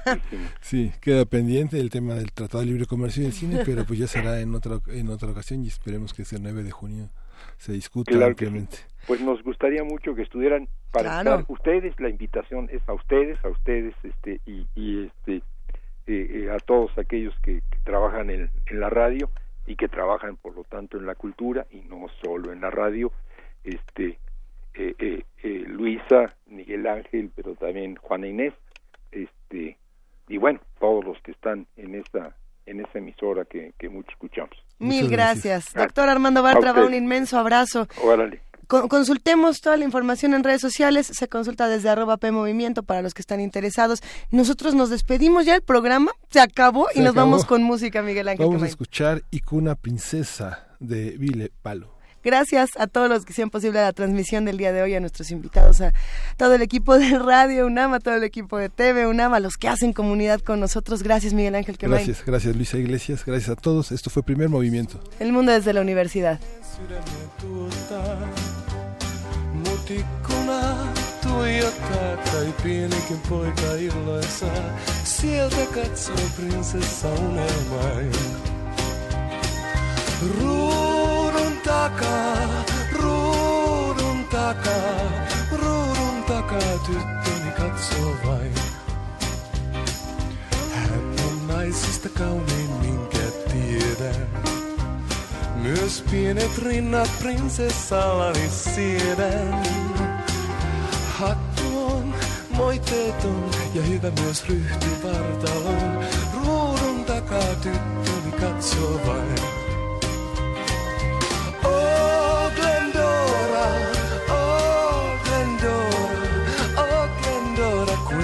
sí, queda pendiente el tema del Tratado de Libre Comercio y el cine, pero pues ya será en otra en otra ocasión y esperemos que ese nueve de junio se discuta claro ampliamente. Sí. Pues nos gustaría mucho que estuvieran para claro. estar ustedes, la invitación es a ustedes, a ustedes este y, y este eh, eh, a todos aquellos que, que trabajan en, en la radio y que trabajan por lo tanto en la cultura y no solo en la radio, este Eh, eh, eh, Luisa, Miguel Ángel, pero también Juana Inés, este y bueno, todos los que están en esta en esta emisora que, que mucho escuchamos. Mil gracias. gracias. Doctor Armando Bartra, va un inmenso abrazo. Órale. Con, consultemos toda la información en redes sociales, se consulta desde arroba P Movimiento para los que están interesados. Nosotros nos despedimos ya, el programa se acabó se y nos acabó. Vamos con música, Miguel Ángel. Vamos Camay. a escuchar Icuna Princesa de Vile Palo. Gracias a todos los que hicieron posible la transmisión del día de hoy, a nuestros invitados, a todo el equipo de Radio UNAM, a todo el equipo de T V UNAM, a los que hacen comunidad con nosotros. Gracias, Miguel Ángel Quemain. Gracias, gracias Luisa Iglesias, gracias a todos. Esto fue Primer Movimiento. El mundo desde la universidad. Ruudun takaa, ruudun takaa, ruudun takaa tyttöni katsoo vain. Hän on naisista kaunein, minkä tiedän. Myös pienet rinnat prinsessallani siedän. Hattu on moitteeton ja hyvä myös ryhty vartalon. Ruudun takaa tyttöni katsoo vain. Oh Glendora, oh Glendora, oh Glendora,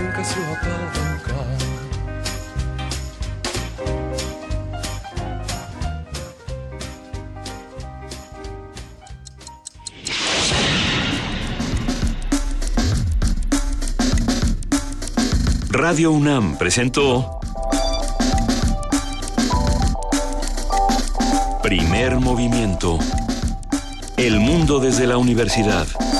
Radio UNAM presentó Primer Movimiento. El mundo desde la universidad.